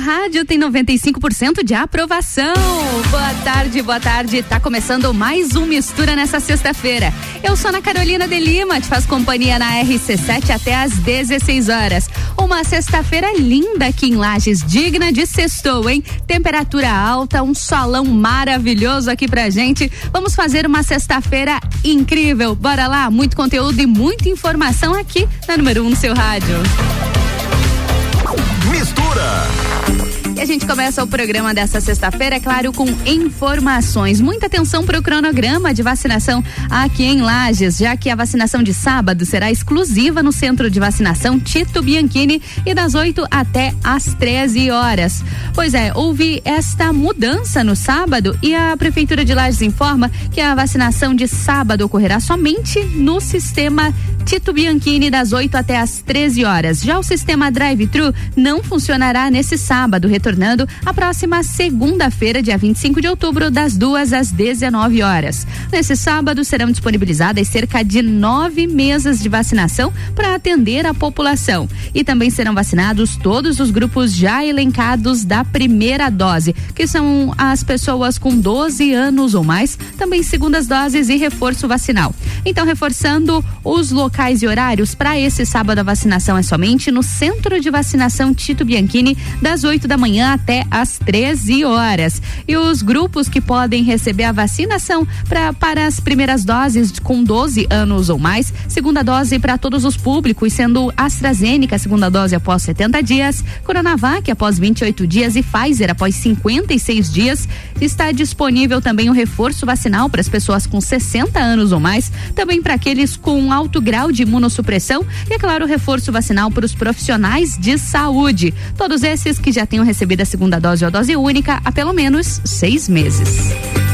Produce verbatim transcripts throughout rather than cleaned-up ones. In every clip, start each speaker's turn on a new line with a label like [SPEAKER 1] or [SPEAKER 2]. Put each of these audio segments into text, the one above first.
[SPEAKER 1] rádio tem noventa e cinco por cento de aprovação. Boa tarde, boa tarde. Tá começando mais um Mistura nessa sexta-feira. Eu sou Ana Carolina de Lima, te faço companhia na R C sete até às dezesseis horas. Uma sexta-feira linda aqui em Lages, digna de sextou, hein? Temperatura alta, um solão maravilhoso aqui pra gente. Vamos fazer uma sexta-feira incrível. Bora lá, muito conteúdo e muita informação aqui na número um no seu rádio.
[SPEAKER 2] Mistura.
[SPEAKER 1] E a gente começa o programa dessa sexta-feira, é claro, com informações. Muita atenção para o cronograma de vacinação aqui em Lages, já que a vacinação de sábado será exclusiva no Centro de Vacinação Tito Bianchini e das oito até às treze horas. Pois é, houve esta mudança no sábado e a Prefeitura de Lages informa que a vacinação de sábado ocorrerá somente no sistema Tito Bianchini das oito até às treze horas. Já o sistema drive-thru não funcionará nesse sábado, retornando a próxima segunda-feira, dia vinte e cinco de outubro, das duas às dezenove horas. Nesse sábado serão disponibilizadas cerca de nove mesas de vacinação para atender a população. E também serão vacinados todos os grupos já elencados da primeira dose, que são as pessoas com doze anos ou mais, também segundas doses e reforço vacinal. Então, reforçando os locais e horários para esse sábado, a vacinação é somente no Centro de Vacinação Tito Bianchini, das oito da manhã até às treze horas. E os grupos que podem receber a vacinação pra, para as primeiras doses com doze anos ou mais, segunda dose para todos os públicos, sendo AstraZeneca, segunda dose após setenta dias, Coronavac após vinte e oito dias e Pfizer após cinquenta e seis dias. Está disponível também o reforço vacinal para as pessoas com sessenta anos ou mais, também para aqueles com alto grau de imunossupressão e, é claro, o reforço vacinal para os profissionais de saúde. Todos esses que já tenham recebido a segunda dose ou a dose única há pelo menos seis meses.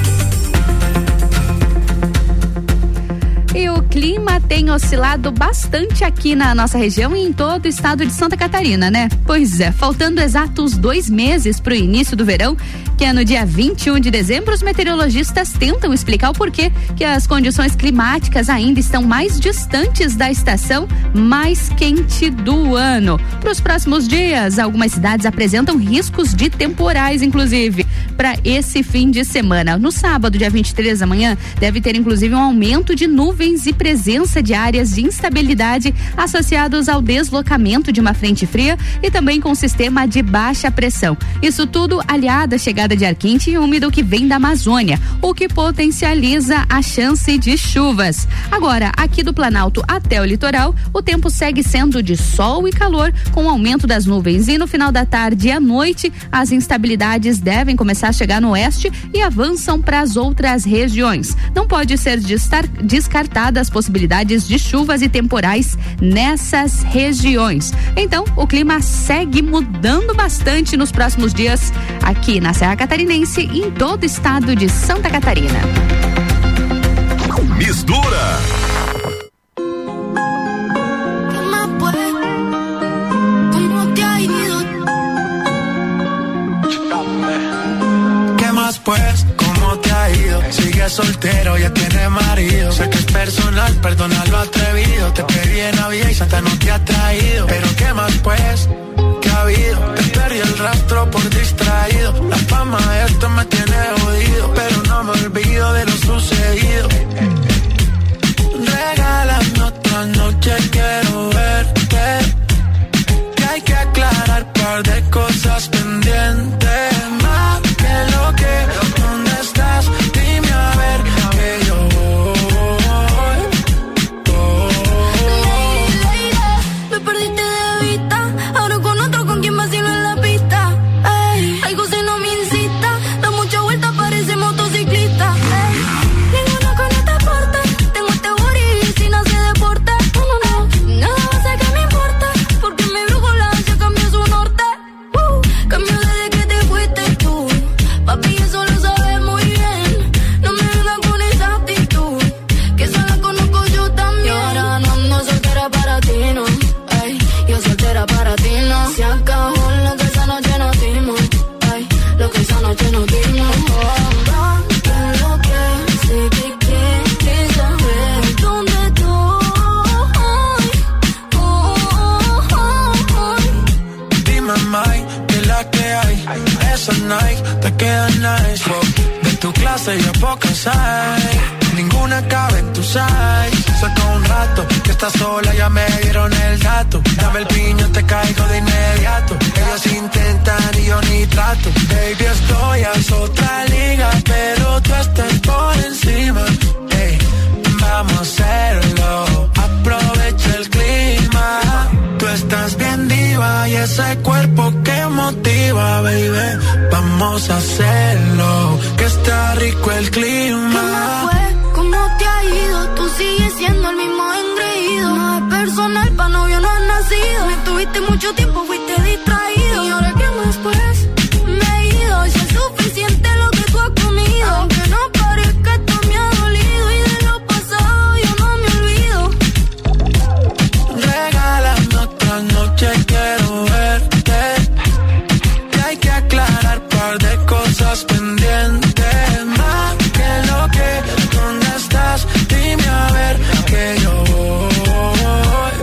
[SPEAKER 1] E o clima tem oscilado bastante aqui na nossa região e em todo o estado de Santa Catarina, né? Pois é, faltando exatos dois meses para o início do verão, que é no dia vinte e um de dezembro, os meteorologistas tentam explicar o porquê que as condições climáticas ainda estão mais distantes da estação mais quente do ano. Para os próximos dias, algumas cidades apresentam riscos de temporais, inclusive, para esse fim de semana. No sábado, dia vinte e três da manhã, deve ter inclusive um aumento de nuvens e presença de áreas de instabilidade associados ao deslocamento de uma frente fria e também com sistema de baixa pressão. Isso tudo aliado à chegada de ar quente e úmido que vem da Amazônia, o que potencializa a chance de chuvas. Agora, aqui do Planalto até o litoral, o tempo segue sendo de sol e calor, com o aumento das nuvens, e no final da tarde e à noite, as instabilidades devem começar a chegar no oeste e avançam para as outras regiões. Não pode ser descartado as possibilidades de chuvas e temporais nessas regiões. Então, o clima segue mudando bastante nos próximos dias aqui na Serra Catarinense e em todo o estado de Santa Catarina.
[SPEAKER 2] Mistura.
[SPEAKER 3] Pues, ¿cómo te ha ido? Sigue soltero, ya tiene marido. Sé que es personal, perdona lo atrevido. Te pedí en Navidad y Santa no te ha traído. Pero ¿qué más pues? ¿Qué ha habido? Te perdí el rastro por distraído. La fama de esto me tiene jodido, pero no me olvido de lo sucedido. Regálame otra noche, quiero verte. Que hay que aclarar par de cosas pendientes. Más que lo que, ¿dónde estás? Dime a ver que yo voy, voy.
[SPEAKER 4] Me perdiste de vista, ahora con otro con quien vacilo en la pista. Ey, algo se no me incita, da mucha vuelta, parece motociclista. Ey, ninguna con esta porte, tengo este booty sin hacer deporte. No, no, no, nada va a ser que me importe, porque mi brújula ya cambió su norte. Uh,
[SPEAKER 3] hace ya pocas hay. Ninguna cabe en tu size. Saca un rato que estás sola, ya me dieron el dato. Dame el piño, te caigo de inmediato. Ellos intentan y yo ni trato. Baby, estoy a otra liga, pero tú estás por encima. Hey, vamos a hacerlo. Aprovecha el clima. Tú estás bien diva y ese cuerpo que motiva, baby. Vamos a hacerlo, que está rico el clima.
[SPEAKER 4] ¿Cómo te ha ido? Tú sigues siendo el mismo engreído. No es personal, pa' novio no has nacido. Me tuviste mucho tiempo, fuiste distraído. ¿Y ahora qué más pues? Me he ido, ya es suficiente lo que tú has comido. Aunque no parezca, esto me ha dolido. Y de lo pasado yo no me olvido.
[SPEAKER 3] Regálame otra noche, quiero verte. Y hay que aclarar par de cosas pendientes. Más que lo que... Dime a ver que yo voy,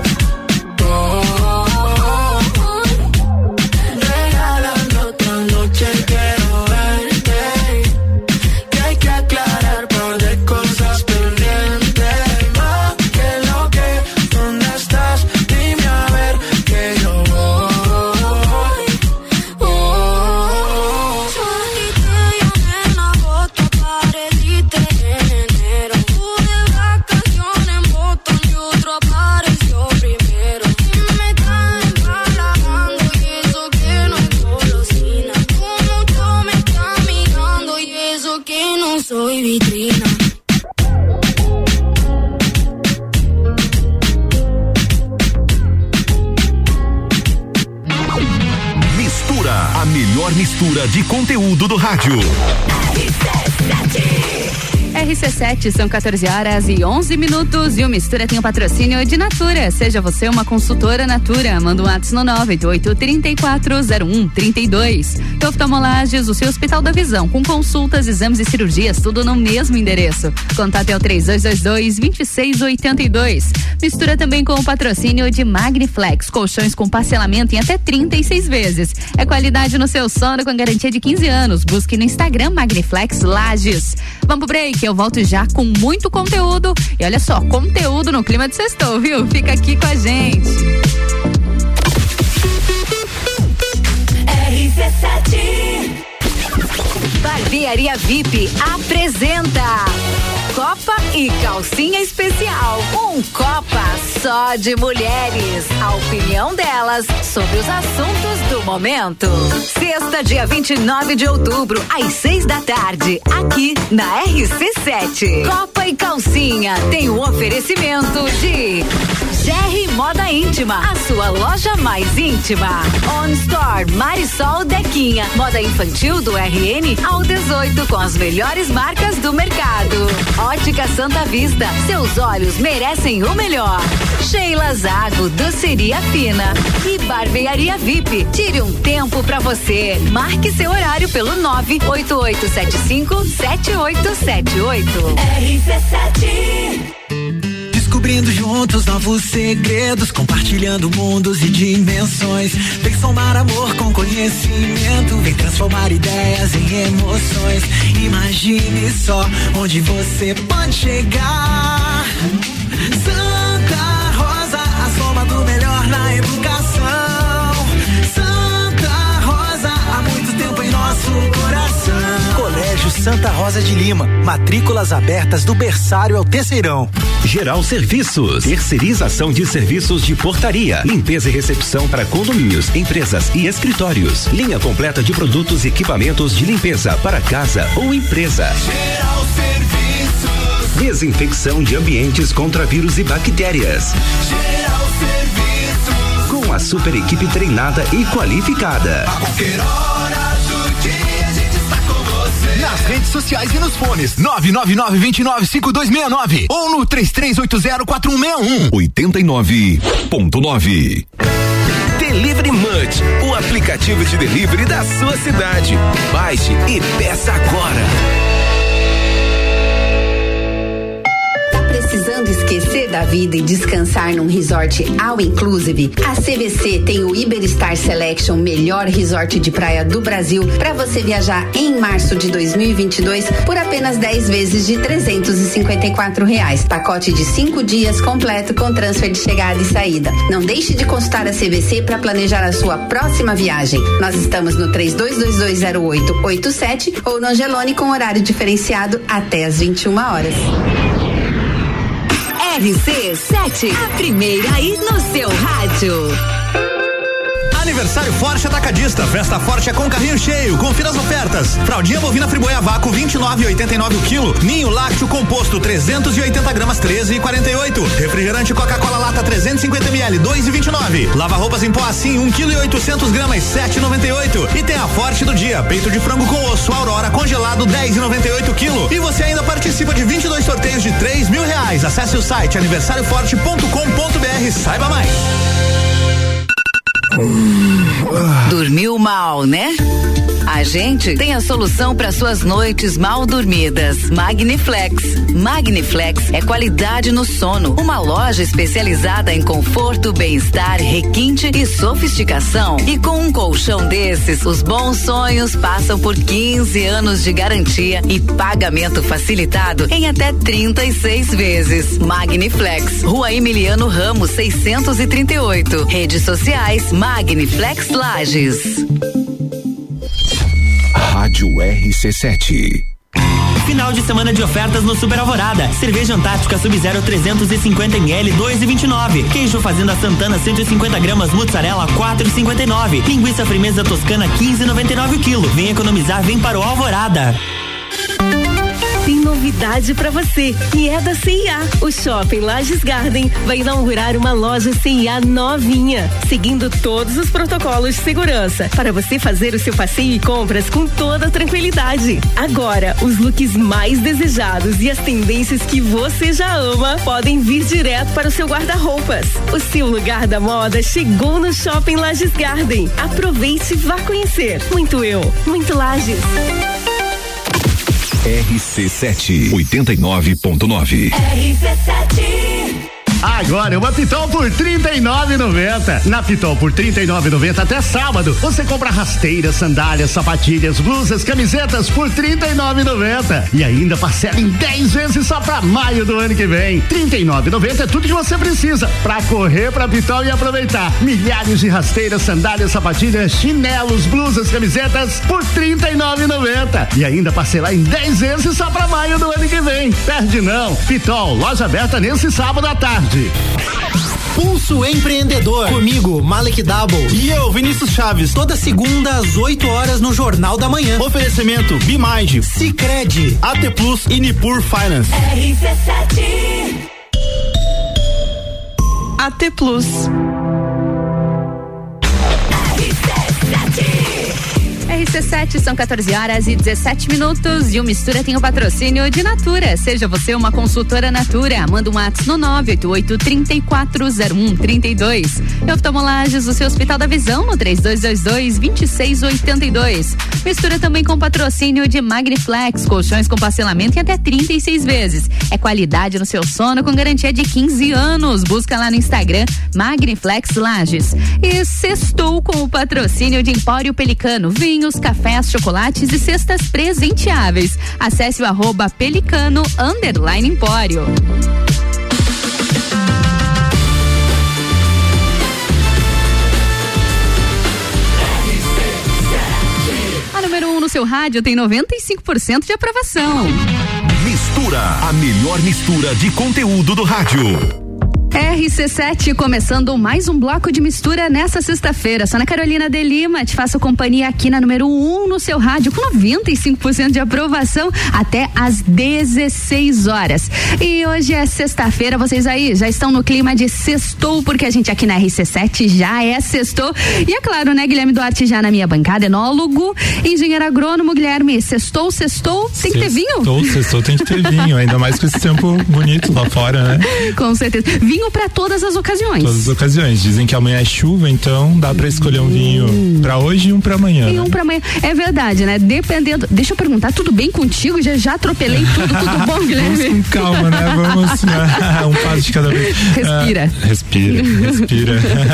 [SPEAKER 3] voy. Regálame otra noche, quiero verte. Que hay que aclarar par de cosas pendientes. Más que lo que, ¿dónde estás? Dime a ver que yo voy, voy.
[SPEAKER 4] Yo aquí te llamé en agosto, apareciste en enero. Apareció primero y me está empalagando y eso que no es golosina. Tú mucho me está mirando y eso que no soy vitrina.
[SPEAKER 2] Mistura, a melhor mistura de conteúdo do rádio.
[SPEAKER 1] R C sete, são quatorze horas e onze minutos e o Mistura tem o patrocínio de Natura. Seja você uma consultora Natura, manda um WhatsApp no nove oito oito, três quatro zero um, três dois. E Oftalmolages, o seu Hospital da Visão, com consultas, exames e cirurgias, tudo no mesmo endereço. Contato é o três dois dois dois, dois seis oito dois. Mistura também com o patrocínio de Magniflex, colchões com parcelamento em até trinta e seis vezes. É qualidade no seu sono com garantia de quinze anos. Busque no Instagram Magniflex Lages. Vamos pro break, eu volto já com muito conteúdo. E olha só, conteúdo no clima de sextou, viu? Fica aqui com a gente.
[SPEAKER 5] R C sete Barbearia V I P apresenta Copa e Calcinha Especial. Um Copa só de mulheres. A opinião delas sobre os assuntos do momento. Sexta, dia vinte e nove de outubro, às seis da tarde, aqui na R C sete. Copa e Calcinha tem um oferecimento de G R Moda Íntima, a sua loja mais íntima. On Store Marisol Dequinha, moda infantil do R N ao dezoito com as melhores marcas do mercado. Ótica Santa Vista, seus olhos merecem o melhor. Sheila Zago, doceria fina e Barbearia V I P. Tire um tempo pra você. Marque seu horário pelo nove oito oito sete cinco sete oito sete oito.
[SPEAKER 6] R C sete Descobrindo juntos novos segredos, compartilhando mundos e dimensões. Vem somar amor com conhecimento, vem transformar ideias em emoções. Imagine só onde você pode chegar. Santa Rosa, a soma do melhor na educação. Santa Rosa, há muito tempo em nosso coração.
[SPEAKER 7] Colégio Santa Rosa de Lima, matrículas abertas do berçário ao terceirão.
[SPEAKER 8] Geral Serviços, terceirização de serviços de portaria, limpeza e recepção para condomínios, empresas e escritórios. Linha completa de produtos e equipamentos de limpeza para casa ou empresa.
[SPEAKER 6] Geral Serviços,
[SPEAKER 8] desinfecção de ambientes contra vírus e bactérias.
[SPEAKER 6] Geral Serviços,
[SPEAKER 8] com a super equipe treinada e qualificada.
[SPEAKER 6] A qualquer hora do dia a gente está com você.
[SPEAKER 2] Nas redes sociais e nos fones nove nove nove, dois nove cinco dois seis nove ou no três três oito zero quatro um seis um.
[SPEAKER 8] oitenta e nove ponto nove. Delivery Munch, o aplicativo de delivery da sua cidade. Baixe e peça agora.
[SPEAKER 5] Tá precisando esquecer da
[SPEAKER 9] da vida e descansar num resort all inclusive, a C V C tem o Iberstar Selection, melhor resort de praia do Brasil, para você viajar em março de dois mil e vinte e dois por apenas dez vezes de trezentos e cinquenta e quatro reais. Pacote de cinco dias completo com transfer de chegada e saída. Não deixe de consultar a C V C para planejar a sua próxima viagem. Nós estamos no três dois dois dois zero oito oito sete ou no Angelone com horário diferenciado até às vinte e uma horas.
[SPEAKER 5] R C sete, a primeira aí no seu rádio.
[SPEAKER 2] Aniversário Forte Atacadista, festa forte é com carrinho cheio, confira as ofertas. Fraldinha bovina friboia vácuo vinte e nove e oitenta e nove o quilo, ninho lácteo composto trezentos e oitenta gramas treze e quarenta e oito, refrigerante Coca-Cola lata trezentos e cinquenta mililitros dois e vinte e nove, lava roupas em pó assim um quilo e oitocentos gramas sete e noventa e oito e tem a Forte do dia, peito de frango com osso Aurora congelado dez e noventa e oito quilo e você ainda participa de vinte e dois sorteios de três mil reais. Acesse o site aniversário forte ponto com ponto br, saiba mais.
[SPEAKER 5] Dormiu mal, né? A gente tem a solução para suas noites mal dormidas. Magniflex. Magniflex é qualidade no sono. Uma loja especializada em conforto, bem-estar, requinte e sofisticação. E com um colchão desses, os bons sonhos passam por quinze anos de garantia e pagamento facilitado em até trinta e seis vezes. Magniflex. Rua Emiliano Ramos, seiscentos e trinta e oito. Redes sociais Magniflex Lages.
[SPEAKER 8] Rádio R C sete.
[SPEAKER 10] Final de semana de ofertas no Super Alvorada. Cerveja Antártica Sub-Zero trezentos e cinquenta mililitros, dois e vinte e nove. Queijo Fazenda Santana cento e cinquenta gramas, mussarela quatro e cinquenta e nove. Linguiça Frimeza Toscana quinze e noventa e nove o quilo. Vem economizar, vem para o Alvorada.
[SPEAKER 11] Tem novidade pra você e é da C e A. O Shopping Lages Garden vai inaugurar uma loja C e A novinha, seguindo todos os protocolos de segurança, para você fazer o seu passeio e compras com toda tranquilidade. Agora, os looks mais desejados e as tendências que você já ama podem vir direto para o seu guarda-roupas. O seu lugar da moda chegou no Shopping Lages Garden. Aproveite e vá conhecer. Muito eu, muito Lages.
[SPEAKER 8] R C sete, oitenta e nove ponto nove.
[SPEAKER 4] R C sete.
[SPEAKER 12] Agora uma Pitol por trinta e nove reais e noventa centavos. Na Pitol por trinta e nove reais e noventa centavos até sábado, você compra rasteiras, sandálias, sapatilhas, blusas, camisetas por trinta e nove reais e noventa centavos. E ainda parcela em dez vezes só pra maio do ano que vem. trinta e nove reais e noventa centavos é tudo que você precisa pra correr pra Pitol e aproveitar. Milhares de rasteiras, sandálias, sapatilhas, chinelos, blusas, camisetas por trinta e nove reais e noventa centavos. E ainda parcelar em dez vezes só pra maio do ano que vem. Perde não. Pitol, loja aberta nesse sábado à tarde.
[SPEAKER 7] Pulso Empreendedor. Comigo, Malek Double.
[SPEAKER 13] E eu, Vinícius Chaves. Toda segunda às oito horas no Jornal da Manhã. Oferecimento Bimind,
[SPEAKER 7] Sicredi,
[SPEAKER 13] A T Plus e Nipur Finance.
[SPEAKER 4] R C sete.
[SPEAKER 14] A T Plus.
[SPEAKER 1] R C sete, são quatorze horas e dezessete minutos e o Mistura tem o patrocínio de Natura. Seja você uma consultora Natura. Manda um WhatsApp no nove oito oito, três quatro zero um, três dois. E Oftalmolages, o seu Hospital da Visão, no três dois dois dois, dois seis oito dois. Mistura também com patrocínio de Magniflex, colchões com parcelamento em até trinta e seis vezes. É qualidade no seu sono com garantia de quinze anos. Busca lá no Instagram Magniflex Lages. E sextou com o patrocínio de Empório Pelicano, vinhos, cafés, chocolates e cestas presenteáveis. Acesse o arroba pelicano underline empório. A número um no seu rádio tem noventa e cinco por cento de aprovação.
[SPEAKER 8] Mistura, a melhor mistura de conteúdo do rádio.
[SPEAKER 1] R C sete, começando mais um bloco de mistura nessa sexta-feira. Sou Ana Carolina de Lima, te faço companhia aqui na número um no seu rádio, com noventa e cinco por cento de aprovação até às dezesseis horas. E hoje é sexta-feira, vocês aí já estão no clima de sextou, porque a gente aqui na R C sete já é sextou. E é claro, né, Guilherme Duarte já na minha bancada, enólogo, engenheiro agrônomo. Guilherme, sextou, sextou, tem que ter vinho?
[SPEAKER 15] Sextou, sextou, tem que ter vinho, ainda mais com esse tempo bonito lá fora, né?
[SPEAKER 1] Com certeza. Vinho vinho para todas as ocasiões.
[SPEAKER 14] Todas as ocasiões. Dizem que amanhã é chuva, então dá para escolher um vinho hum. para hoje e um para amanhã.
[SPEAKER 1] E
[SPEAKER 14] né?
[SPEAKER 1] um para amanhã. É verdade, né? Dependendo. Deixa eu perguntar, tudo bem contigo? Já já atropelei tudo, tudo bom, Guilherme?
[SPEAKER 14] Vamos com calma, né? Vamos né? um passo de cada vez.
[SPEAKER 1] Respira.
[SPEAKER 14] Uh, respira, respira.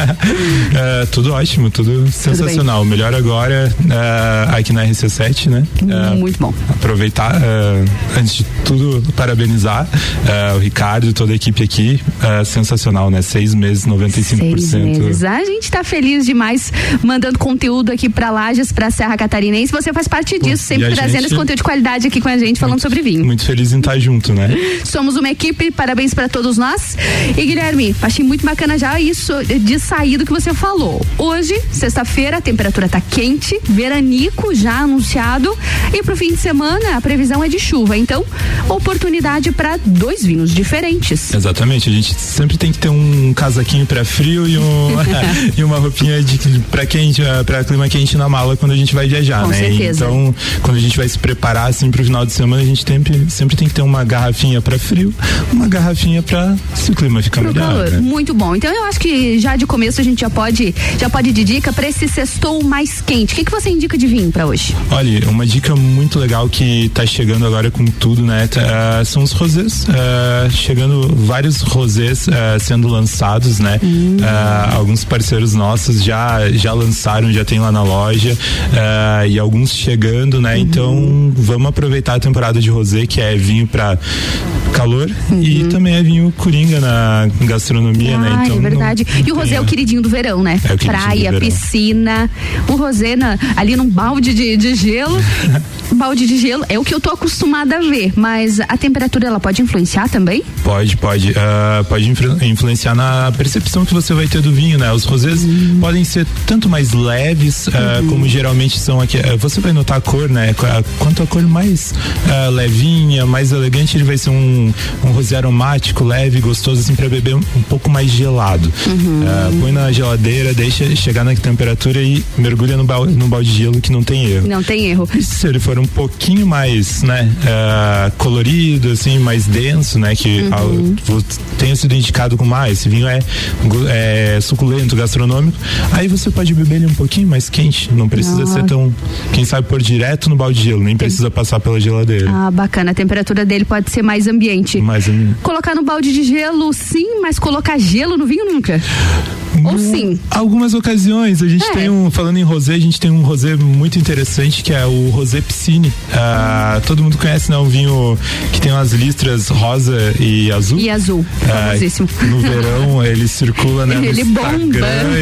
[SPEAKER 14] uh, tudo ótimo, tudo sensacional. Tudo melhor agora uh, aqui na R C sete, né? Uh,
[SPEAKER 1] Muito bom.
[SPEAKER 14] Aproveitar, uh, antes de tudo, parabenizar uh, o Ricardo e toda a equipe aqui. Uh, sensacional, né? Seis meses, noventa e cinco por cento.
[SPEAKER 1] Seis meses. A gente tá feliz demais mandando conteúdo aqui pra Lages, pra Serra Catarinense. Você faz parte disso, sempre trazendo gente... esse conteúdo de qualidade aqui com a gente, falando
[SPEAKER 14] muito,
[SPEAKER 1] sobre vinho.
[SPEAKER 14] Muito feliz em estar junto, né?
[SPEAKER 1] Somos uma equipe, parabéns pra todos nós. E Guilherme, achei muito bacana já isso de sair do que você falou. Hoje, sexta-feira, a temperatura tá quente, veranico já anunciado, e pro fim de semana a previsão é de chuva, então oportunidade para dois vinhos diferentes.
[SPEAKER 14] Exatamente, a gente sempre tem que ter um casaquinho para frio e, um, e uma roupinha de para quente, para clima quente na mala quando a gente vai viajar,
[SPEAKER 1] com
[SPEAKER 14] né?
[SPEAKER 1] Certeza.
[SPEAKER 14] Então, quando a gente vai se preparar assim pro final de semana, a gente sempre, sempre tem que ter uma garrafinha para frio, uma garrafinha para se o clima ficar
[SPEAKER 1] pro
[SPEAKER 14] melhor.
[SPEAKER 1] Calor.
[SPEAKER 14] Né?
[SPEAKER 1] Muito bom. Então eu acho que já de começo a gente já pode já pode de dica para esse sextou mais quente. O que que você indica de vinho para hoje?
[SPEAKER 14] Olha, uma dica muito legal que tá chegando agora com tudo, né? Uh, são os rosés, uh, chegando vários rosés uh, sendo lançados, né? Hum. Uh, alguns parceiros nossos já já lançaram, já tem lá na loja, uh, e alguns chegando, né? Uhum. Então vamos aproveitar a temporada de rosé, que é vinho para calor, uhum. e também é vinho coringa na gastronomia,
[SPEAKER 1] ah,
[SPEAKER 14] né? Então
[SPEAKER 1] é verdade. Não, não e o rosé tem... é o queridinho do verão, né?
[SPEAKER 14] É o
[SPEAKER 1] praia,
[SPEAKER 14] do verão.
[SPEAKER 1] Piscina, o rosé na, ali num balde de, de gelo. Balde de gelo é o que eu tô acostumada a ver, mas a temperatura ela pode influenciar também?
[SPEAKER 14] Pode, pode. Uh, pode influ- influenciar na percepção que você vai ter do vinho, né? Os rosés uhum. podem ser tanto mais leves, uh, uhum. como geralmente são aqui. Uh, você vai notar a cor, né? Quanto a cor mais uh, levinha, mais elegante, ele vai ser um, um rosé aromático, leve, gostoso, assim, pra beber um, um pouco mais gelado. Uhum. Uh, põe na geladeira, deixa chegar na temperatura e mergulha no, ba- no balde de gelo, que não tem erro.
[SPEAKER 1] Não tem erro.
[SPEAKER 14] E se ele for um pouquinho mais, né, uh, colorido, assim, mais denso, né, que uhum. ao, tenha sido indicado com mais, esse vinho é, é suculento, gastronômico, aí você pode beber ele um pouquinho mais quente, não precisa ah. ser tão, quem sabe, pôr direto no balde de gelo, nem tem. precisa passar pela geladeira.
[SPEAKER 1] Ah, bacana, a temperatura dele pode ser mais ambiente.
[SPEAKER 14] Mais ambiente.
[SPEAKER 1] Colocar no balde de gelo, sim, mas colocar gelo no vinho nunca. Ou sim?
[SPEAKER 14] Algumas ocasiões, a gente é. tem um, falando em rosé, a gente tem um rosé muito interessante, que é o Rosé Piscine. Ah, todo mundo conhece, né? Um vinho que tem umas listras rosa e azul.
[SPEAKER 1] E azul, famosíssimo.
[SPEAKER 14] Ah, no verão ele circula, né?
[SPEAKER 1] Ele
[SPEAKER 14] no
[SPEAKER 1] bomba.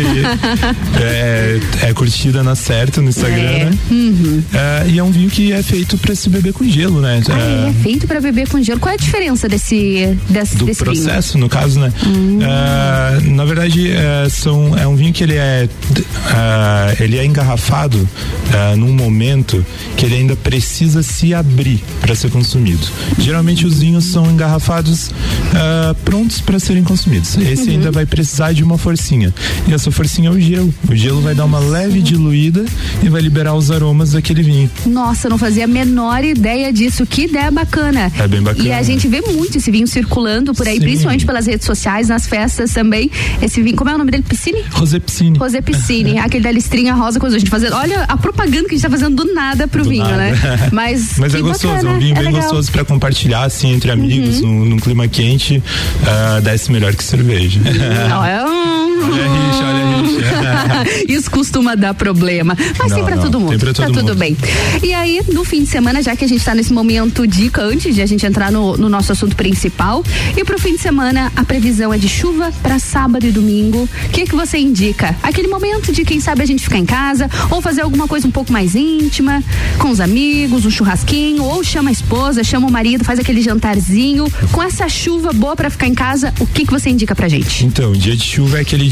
[SPEAKER 14] E é, é curtida na certa no Instagram, é. né? Uhum. Ah, e é um vinho que é feito pra se beber com gelo, né?
[SPEAKER 1] Ah, ah, ele é feito pra beber com gelo. Qual é a diferença desse, desse,
[SPEAKER 14] do
[SPEAKER 1] desse
[SPEAKER 14] processo,
[SPEAKER 1] vinho?
[SPEAKER 14] no caso, né? Hum. Ah, na verdade, é, são, é um vinho que ele é uh, ele é engarrafado uh, num momento que ele ainda precisa se abrir para ser consumido. Geralmente os vinhos são engarrafados uh, prontos para serem consumidos. Esse uhum. ainda vai precisar de uma forcinha. E essa forcinha é o gelo. O gelo vai dar uma leve diluída e vai liberar os aromas daquele vinho.
[SPEAKER 1] Nossa, não fazia a menor ideia disso. Que ideia bacana.
[SPEAKER 14] É bem bacana.
[SPEAKER 1] E a gente vê muito esse vinho circulando por aí, Sim. principalmente pelas redes sociais, nas festas também. Esse vinho, como é o nome dele? Piscine?
[SPEAKER 14] Rosé Piscine.
[SPEAKER 1] Rosé Piscine, aquele da listrinha rosa, coisa a gente fazendo. Olha a propaganda que a gente tá fazendo do nada pro do vinho, nada. né? Mas,
[SPEAKER 14] Mas é gostoso, bacana, é um vinho é bem legal. gostoso pra compartilhar, assim, entre amigos, uhum. num, num clima quente, uh, desce melhor que cerveja.
[SPEAKER 1] Não, é um...
[SPEAKER 14] Olha a rixa, olha a rixa.
[SPEAKER 1] Isso costuma dar problema. Mas não, tem pra não, todo mundo. Tem pra todo tá mundo. Tudo bem. E aí, no fim de semana, já que a gente tá nesse momento dica, antes de a gente entrar no, no nosso assunto principal, e pro fim de semana, a previsão é de chuva pra sábado e domingo. O que que você indica? Aquele momento de, quem sabe, a gente ficar em casa, ou fazer alguma coisa um pouco mais íntima, com os amigos, um churrasquinho, ou chama a esposa, chama o marido, faz aquele jantarzinho. Com essa chuva boa pra ficar em casa, o que que você indica pra gente?
[SPEAKER 14] Então, dia de chuva é aquele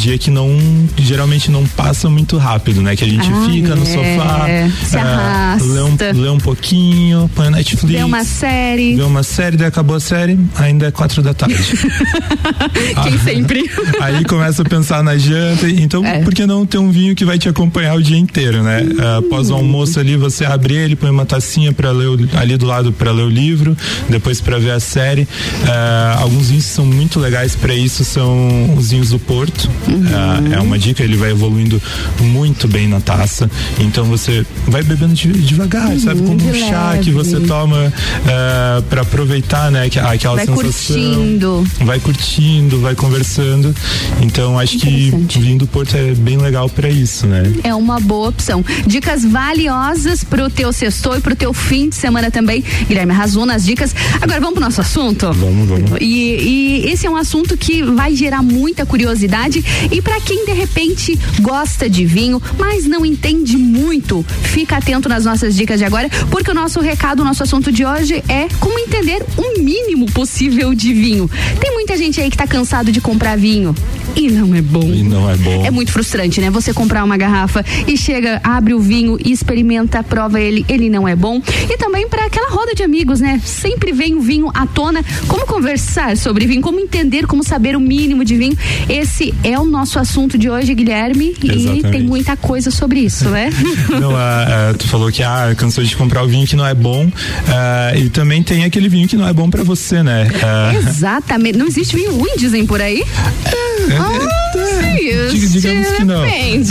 [SPEAKER 14] dia que não, geralmente não passa muito rápido, né? Que a gente ah, fica no é. sofá,
[SPEAKER 1] se arrasta,
[SPEAKER 14] lê um, lê um pouquinho, põe a Netflix.
[SPEAKER 1] Vê uma série.
[SPEAKER 14] Vê uma série, daí acabou a série, ainda é quatro da tarde.
[SPEAKER 1] Quem ah, sempre.
[SPEAKER 14] Aí começa a pensar na janta, então é. por que não ter um vinho que vai te acompanhar o dia inteiro, né? Hum. Após o almoço ali, você abre ele, põe uma tacinha pra ler o, ali do lado para ler o livro, depois para ver a série. Uh, alguns vinhos são muito legais para isso, são os vinhos do Porto. Uhum. Uh, é uma dica, ele vai evoluindo muito bem na taça, então você vai bebendo de, devagar, uhum, sabe? Como um chá leve. Que você toma uh, para aproveitar, né? Aquela
[SPEAKER 1] vai
[SPEAKER 14] sensação.
[SPEAKER 1] Curtindo.
[SPEAKER 14] Vai curtindo, vai conversando. Então acho que o vinho do Porto é bem legal para isso, né?
[SPEAKER 1] É uma boa opção. Dicas valiosas pro teu sextou e pro teu fim de semana também. Guilherme arrasou nas dicas. Agora vamos pro nosso assunto?
[SPEAKER 14] Vamos, vamos.
[SPEAKER 1] E, e esse é um assunto que vai gerar muita curiosidade, e para quem de repente gosta de vinho, mas não entende muito, fica atento nas nossas dicas de agora, porque o nosso recado, o nosso assunto de hoje é como entender o mínimo possível de vinho. Tem muita gente aí que tá cansado de comprar vinho e não é bom.
[SPEAKER 14] E não é bom.
[SPEAKER 1] É muito frustrante, né? Você comprar uma garrafa e chega, abre o vinho e experimenta, prova ele, ele não é bom. E também para aquela roda de amigos, né? Sempre vem o vinho à tona. Como conversar sobre vinho, como entender, como saber o mínimo de vinho. Esse é o nosso assunto de hoje, Guilherme. Exatamente. E tem muita coisa sobre isso, né?
[SPEAKER 14] Não, a, a, tu falou que ah, cansou de comprar o vinho que não é bom, uh, e também tem aquele vinho que não é bom pra você, né? Uh...
[SPEAKER 1] Exatamente. Não existe vinho ruim, dizem por aí?
[SPEAKER 14] É, ah, é, sim, digamos que não.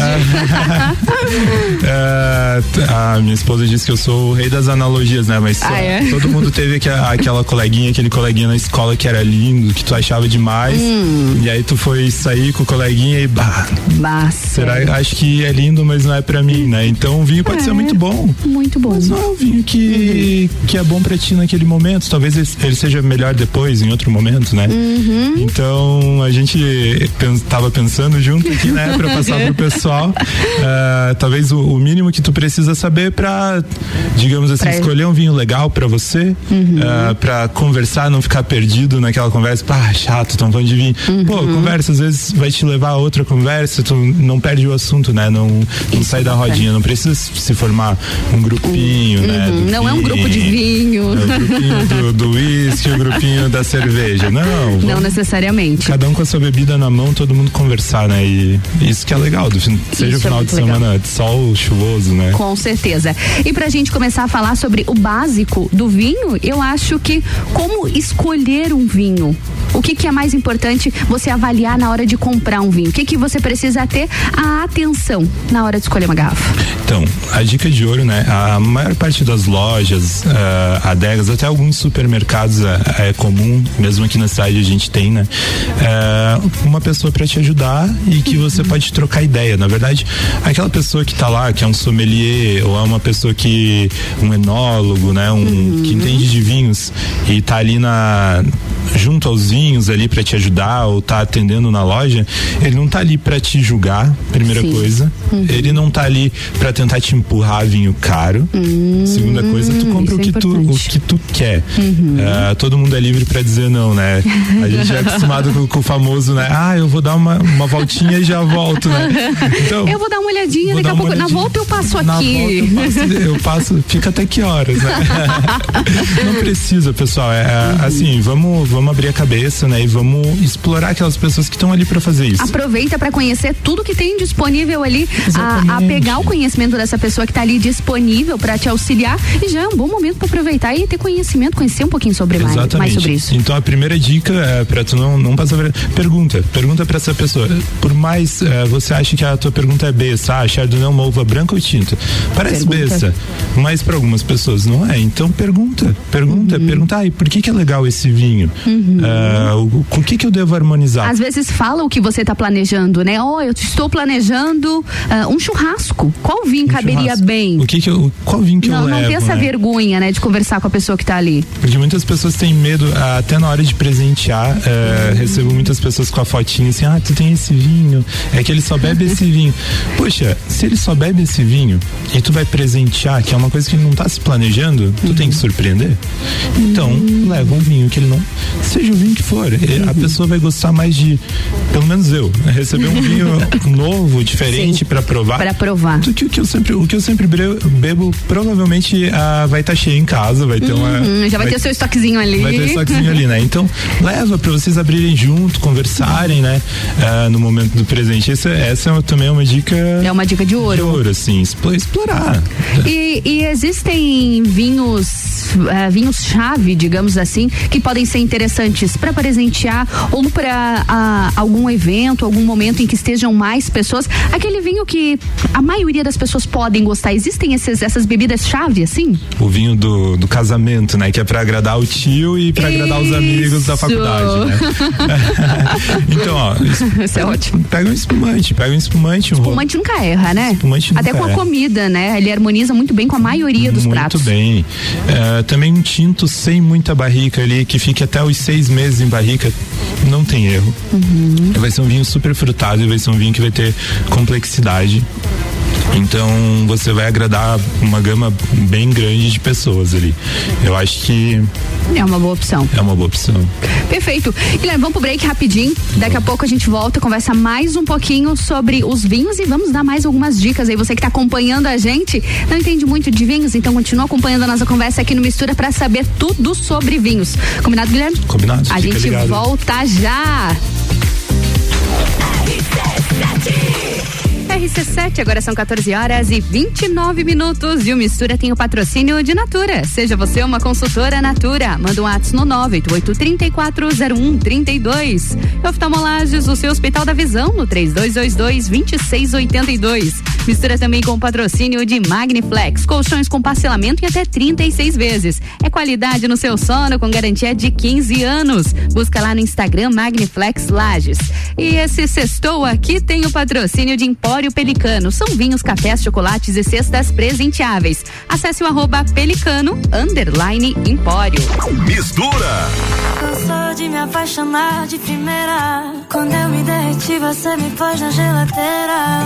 [SPEAKER 14] uh, a minha esposa disse que eu sou o rei das analogias, né? Mas
[SPEAKER 1] ah, é?
[SPEAKER 14] todo mundo teve que, aquela coleguinha, aquele coleguinha na escola que era lindo, que tu achava demais, hum. e aí tu foi sair com o coleguinha e bah,
[SPEAKER 1] bah
[SPEAKER 14] será? Acho que é lindo, mas não é pra mim, né? Então o vinho pode é, ser muito bom.
[SPEAKER 1] Muito bom.
[SPEAKER 14] Mas não é um vinho que, uhum. que é bom pra ti naquele momento. Talvez ele seja melhor depois, em outro momento, né?
[SPEAKER 1] Uhum.
[SPEAKER 14] Então a gente tava pensando junto aqui, né? Pra passar pro pessoal. Uh, talvez o, o mínimo que tu precisa saber pra, digamos assim, pra escolher um vinho legal pra você, uhum. uh, pra conversar, não ficar perdido naquela conversa. Pá, chato, tão falando de vinho. Uhum. Pô, conversa, às vezes vai te levar a outra conversa, tu não perde o assunto, né? Não, não sai da rodinha, não precisa se formar um grupinho, uhum. né? Do
[SPEAKER 1] não
[SPEAKER 14] vinho,
[SPEAKER 1] é um grupo de vinho.
[SPEAKER 14] É o grupinho do uísque, o grupinho da cerveja. Não.
[SPEAKER 1] Não necessariamente.
[SPEAKER 14] Cada um com a sua bebida na mão, todo mundo conversar, né? E isso que é legal, do, seja o final é de semana legal. De sol chuvoso, né?
[SPEAKER 1] Com certeza. E pra gente começar a falar sobre o básico do vinho, eu acho que como escolher um vinho. O que que é mais importante você avaliar na hora de comprar um vinho? O que que você precisa ter a atenção na hora de escolher uma garrafa?
[SPEAKER 14] Então, a dica de ouro, né? A maior parte das lojas, uh, adegas, até alguns supermercados uh, é comum, mesmo aqui na cidade a gente tem, né? Uh, uma pessoa para te ajudar e que você pode trocar ideia. Na verdade, aquela pessoa que tá lá, que é um sommelier ou é uma pessoa que, um enólogo, né? Um, uhum. que entende de vinhos e tá ali na, junto aos vinhos ali para te ajudar ou tá atendendo na loja, ele não tá ali para te julgar, primeira Sim. coisa. Uhum. Ele não tá ali para tentar te empurrar vinho caro. Uhum. Segunda coisa, tu compra o que, é tu, o que tu quer. Uhum. Uh, todo mundo é livre para dizer não, né? A gente é acostumado com, com o famoso, né? Ah, eu vou dar uma, uma voltinha e já volto, né? Então,
[SPEAKER 1] eu vou dar uma olhadinha daqui a pouco. Olhadinha. Na volta eu passo
[SPEAKER 14] na
[SPEAKER 1] aqui.
[SPEAKER 14] Volta eu, passo, eu passo, fica até que horas, né? Não precisa, pessoal. É, uhum. Assim, vamos, vamos abrir a cabeça, né? E vamos explorar aquelas pessoas que estão ali para fazer isso.
[SPEAKER 1] Aproveita para conhecer tudo que tem disponível ali, a, a pegar o conhecimento dessa pessoa que tá ali disponível para te auxiliar, e já é um bom momento para aproveitar e ter conhecimento, conhecer um pouquinho sobre mais, mais sobre isso.
[SPEAKER 14] Então a primeira dica é para tu não não passar pergunta, pergunta para essa pessoa. Por mais uh, você acha que a tua pergunta é besta, ah, Chardonnay é uma uva branca ou tinta? Parece pergunta. Besta, mas para algumas pessoas não é. Então pergunta, pergunta, uhum. pergunta, ah, e por que que é legal esse vinho? Uhum. Uh, com o que que eu devo harmonizar?
[SPEAKER 1] Às vezes fala o que você tá planejando, né? Oh, eu estou planejando uh, um churrasco. Qual vinho um caberia churrasco. Bem?
[SPEAKER 14] O que que eu, qual vinho que
[SPEAKER 1] não,
[SPEAKER 14] eu
[SPEAKER 1] não
[SPEAKER 14] levo?
[SPEAKER 1] Não ter essa
[SPEAKER 14] né?
[SPEAKER 1] vergonha, né, de conversar com a pessoa que tá ali.
[SPEAKER 14] Porque muitas pessoas têm medo, até na hora de presentear, uh, uhum. recebo muitas pessoas com a fotinha assim, ah, tu tem esse vinho, é que ele só bebe esse vinho. Poxa, se ele só bebe esse vinho e tu vai presentear, que é uma coisa que ele não tá se planejando, tu uhum. tem que surpreender. Então, uhum. leva um vinho que ele não, seja o vinho que for, uhum. a pessoa vai gostar mais de, pelo menos eu, receber um vinho novo, diferente para provar.
[SPEAKER 1] Para provar.
[SPEAKER 14] Do que o que eu sempre, o que eu sempre bebo, provavelmente ah, vai estar tá cheio em casa, vai ter uma.
[SPEAKER 1] Uhum, já vai, vai ter o seu estoquezinho ali.
[SPEAKER 14] Vai ter o estoquezinho ali, né? Então, leva para vocês abrirem junto, conversarem, né? Ah, no momento do presente. Essa, essa é também uma dica.
[SPEAKER 1] É uma dica de ouro.
[SPEAKER 14] De ouro, assim, explorar.
[SPEAKER 1] E, e existem vinhos, uh, vinhos-chave, digamos assim, que podem ser interessantes para presentear ou para uh, algum evento, algum momento em que estejam mais pessoas. Aquele vinho que a maioria das pessoas podem gostar. Existem esses, essas bebidas-chave, assim?
[SPEAKER 14] O vinho do, do casamento, né? Que é para agradar o tio e para agradar os amigos da faculdade, né? Então, ó.
[SPEAKER 1] Isso é
[SPEAKER 14] pega,
[SPEAKER 1] ótimo.
[SPEAKER 14] Pega um espumante, pega um espumante. Um
[SPEAKER 1] espumante
[SPEAKER 14] ro...
[SPEAKER 1] nunca erra, né?
[SPEAKER 14] Espumante nunca
[SPEAKER 1] Até com
[SPEAKER 14] erra.
[SPEAKER 1] a comida, né? Ele harmoniza muito bem com a maioria dos
[SPEAKER 14] muito
[SPEAKER 1] pratos.
[SPEAKER 14] Muito bem. É, também um tinto sem muita barrica ali, que fique até os seis meses em barrica, não tem erro.
[SPEAKER 1] Uhum.
[SPEAKER 14] Vai ser um vinho super frutado e vai ser um vinho que vai ter complexidade. Então você vai agradar uma gama bem grande de pessoas ali. Eu acho que
[SPEAKER 1] é uma boa opção.
[SPEAKER 14] É uma boa opção.
[SPEAKER 1] Perfeito. Guilherme, vamos pro break rapidinho. Daqui a pouco a gente volta, conversa mais um pouquinho sobre os vinhos e vamos dar mais algumas dicas aí. Você que tá acompanhando a gente, não entende muito de vinhos, então continua acompanhando a nossa conversa aqui no Mistura para saber tudo sobre vinhos. Combinado, Guilherme?
[SPEAKER 14] Combinado.
[SPEAKER 1] A gente
[SPEAKER 14] ligado.
[SPEAKER 1] volta já. R C sete, agora são quatorze horas e vinte e nove minutos e o Mistura tem o patrocínio de Natura. Seja você uma consultora Natura. Manda um WhatsApp no nove oito oito, três quatro zero um, três dois. Oftalmolages, o seu Hospital da Visão, no três dois dois dois, dois seis oito dois. Mistura também com o patrocínio de Magniflex. Colchões com parcelamento em até trinta e seis vezes. É qualidade no seu sono com garantia de quinze anos. Busca lá no Instagram Magniflex Lages. E esse sextou aqui tem o patrocínio de Empório Pelicano. São vinhos, cafés, chocolates e cestas presenteáveis. Acesse o arroba Pelicano underline Empório.
[SPEAKER 3] Mistura.
[SPEAKER 4] Cansou de me apaixonar de primeira. Quando eu me derreti, você me pôs na geladeira.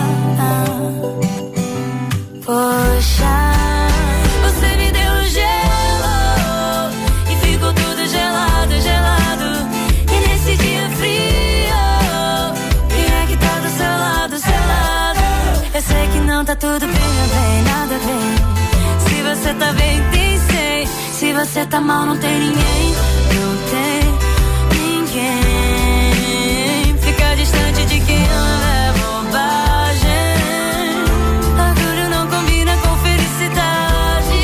[SPEAKER 4] Poxa, você me deu gelo e ficou tudo gelado, gelado. E nesse dia frio, quem é que tá do seu lado, seu lado? Eu sei que não tá tudo bem, não tem nada bem. Se você tá bem, tem sei. Se você tá mal, não tem ninguém. Não tem ninguém. Fica distante de quem ama é bobagem. Orgulho não combina com felicidade.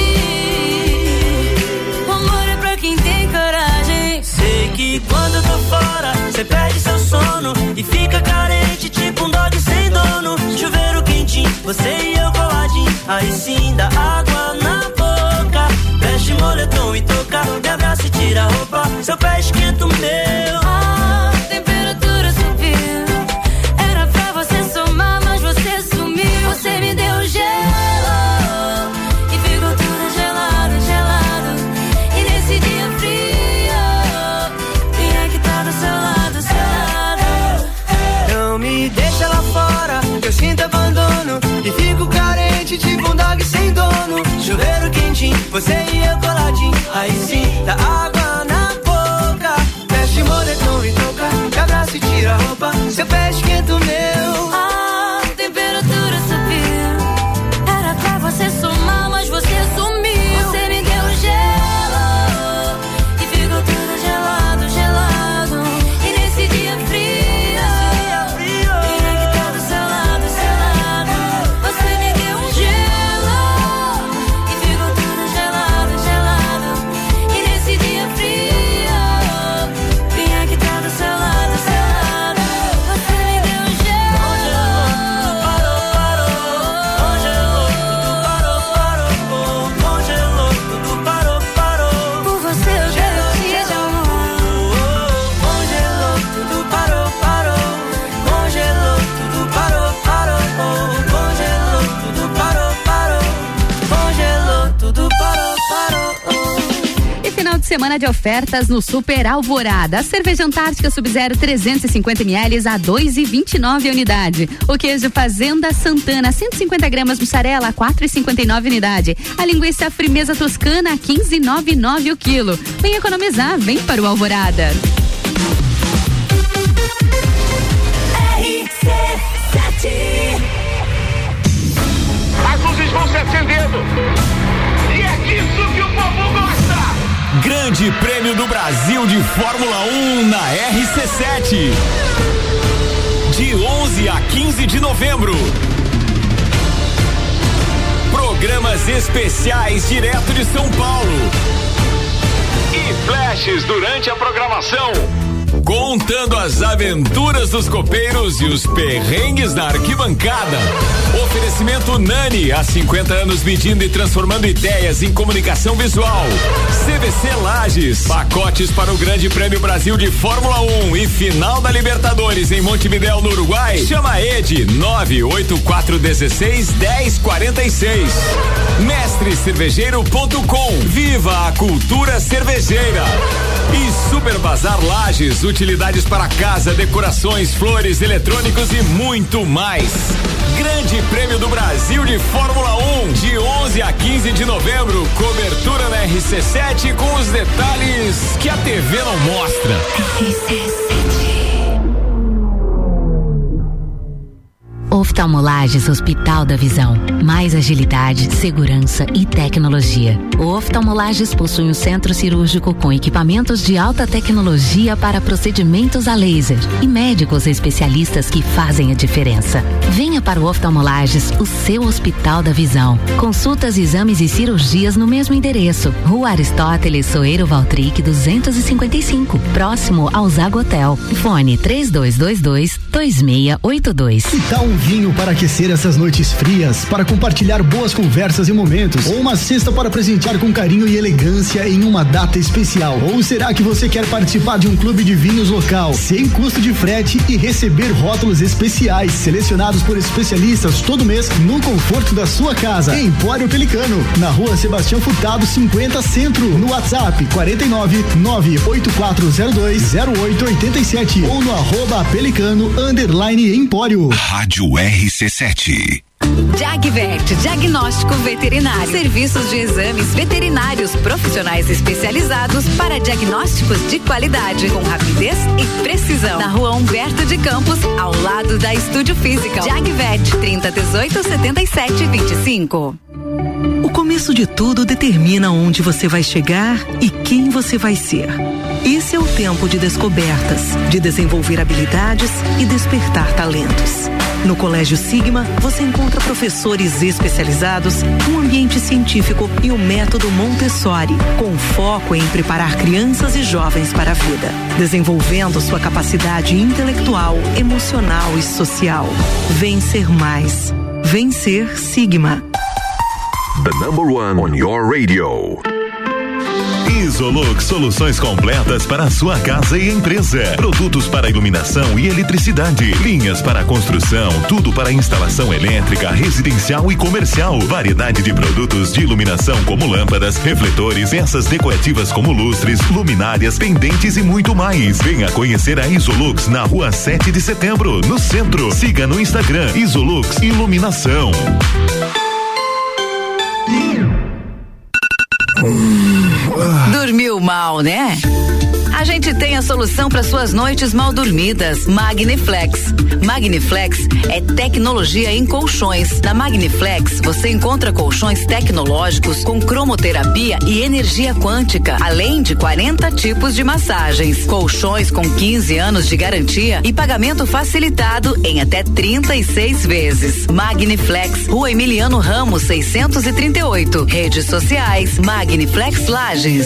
[SPEAKER 4] O amor é pra quem tem coragem.
[SPEAKER 15] Sei que quando eu tô fora, cê perde seu sono e fica carente, tipo um dog sem dono. Chuveiro quentinho, você e eu coladinho. Aí sim dá água na boca. Veste moletom e toca, me abraça e tira a roupa. Seu pé esquenta o meu.
[SPEAKER 4] A temperatura subiu. Era pra você somar, mas você sumiu. Você me deu gelo e ficou tudo gelado, gelado. E nesse dia frio, quem é que tá do seu lado, seu lado?
[SPEAKER 15] Não me deixa lá fora, que eu sinto abandono e fico carente, tipo um dog sem dono. Chuveiro quentinho, você e eu coladinho. Aí sim, dá água na boca. Veste moletom e toca, me abraça e tira a roupa. Seu pé esquenta o meu.
[SPEAKER 4] A temperatura subiu. Era pra você somar, mas você sumiu. Você me deu gelo e ficou tudo gelado, gelado. E nesse dia frio, quem é que tá do seu lado, seu lado? Você me deu um gelo e ficou tudo gelado, gelado. E nesse dia
[SPEAKER 1] semana de ofertas no Super Alvorada. A cerveja Antártica Sub-Zero trezentos e cinquenta mililitros a dois e vinte e nove a unidade. O queijo Fazenda Santana cento e cinquenta gramas mussarela a quatro e cinquenta e nove a unidade. A linguiça Frimeza Toscana a quinze e noventa e nove o quilo. Vem economizar, vem para o Alvorada.
[SPEAKER 3] R C sete.
[SPEAKER 16] As luzes vão se acendendo. E é disso que o povo gosta.
[SPEAKER 17] Grande Prêmio do Brasil de Fórmula um na R C sete. De onze a quinze de novembro. Programas especiais direto de São Paulo.
[SPEAKER 16] E flashes durante a programação.
[SPEAKER 17] Contando as aventuras dos copeiros e os perrengues da arquibancada. Oferecimento Nani, há cinquenta anos medindo e transformando ideias em comunicação visual. C V C Lages, pacotes para o Grande Prêmio Brasil de Fórmula um e final da Libertadores em Montevidéu, no Uruguai. Chama Ed nove oito quatro um seis, um zero quatro seis. mestre cervejeiro ponto com. Viva a cultura cervejeira. E Super Bazar Lages, utilidades para casa, decorações, flores, eletrônicos e muito mais. Grande Prêmio do Brasil de Fórmula um, de onze a quinze de novembro, cobertura na R C sete com os detalhes que a T V não mostra. R C sete.
[SPEAKER 18] Oftalmolages Hospital da Visão. Mais agilidade, segurança e tecnologia. O Oftalmolages possui um centro cirúrgico com equipamentos de alta tecnologia para procedimentos a laser e médicos especialistas que fazem a diferença. Venha para o Oftalmolages, o seu Hospital da Visão. Consultas, exames e cirurgias no mesmo endereço. Rua Aristóteles Soeiro Valtric duzentos e cinquenta e cinco, próximo ao Zago Hotel. Fone três dois dois dois, dois seis oito dois.
[SPEAKER 19] Que tal um vinho para aquecer essas noites frias, para compartilhar boas conversas e momentos, ou uma cesta para presentear com carinho e elegância em uma data especial? Ou será que você quer participar de um clube de vinhos local, sem custo de frete e receber rótulos especiais, selecionados por especialistas todo mês no conforto da sua casa? Empório Pelicano, na Rua Sebastião Furtado cinquenta Centro, no WhatsApp quarenta e nove, nove oito quatro zero dois, zero oito oito sete ou no arroba Pelicano underline Empório.
[SPEAKER 20] Rádio R C sete.
[SPEAKER 5] Jagvet, diagnóstico veterinário. Serviços de exames veterinários profissionais especializados para diagnósticos de qualidade, com rapidez e precisão. Na Rua Humberto de Campos, ao lado da Estúdio Física. Jagvet, trinta, dezoito, setenta e sete, vinte e cinco.
[SPEAKER 21] O começo de tudo determina onde você vai chegar e quem você vai ser. Esse é o tempo de descobertas, de desenvolver habilidades e despertar talentos. No Colégio Sigma, você encontra professores especializados, um ambiente científico e o método Montessori, com foco em preparar crianças e jovens para a vida, desenvolvendo sua capacidade intelectual, emocional e social. Vencer mais. Vencer Sigma.
[SPEAKER 20] The number one on your radio.
[SPEAKER 22] Isolux, soluções completas para a sua casa e empresa. Produtos para iluminação e eletricidade. Linhas para construção, tudo para instalação elétrica, residencial e comercial. Variedade de produtos de iluminação como lâmpadas, refletores, peças decorativas como lustres, luminárias, pendentes e muito mais. Venha conhecer a Isolux na Rua sete de setembro, no centro. Siga no Instagram Isolux Iluminação.
[SPEAKER 5] Dormiu mal, né? A gente tem a solução para suas noites mal dormidas. Magniflex. Magniflex é tecnologia em colchões. Na Magniflex você encontra colchões tecnológicos com cromoterapia e energia quântica, além de quarenta tipos de massagens. Colchões com quinze anos de garantia e pagamento facilitado em até trinta e seis vezes. Magniflex, Rua Emiliano Ramos seiscentos e trinta e oito. Redes sociais Magniflex Lages.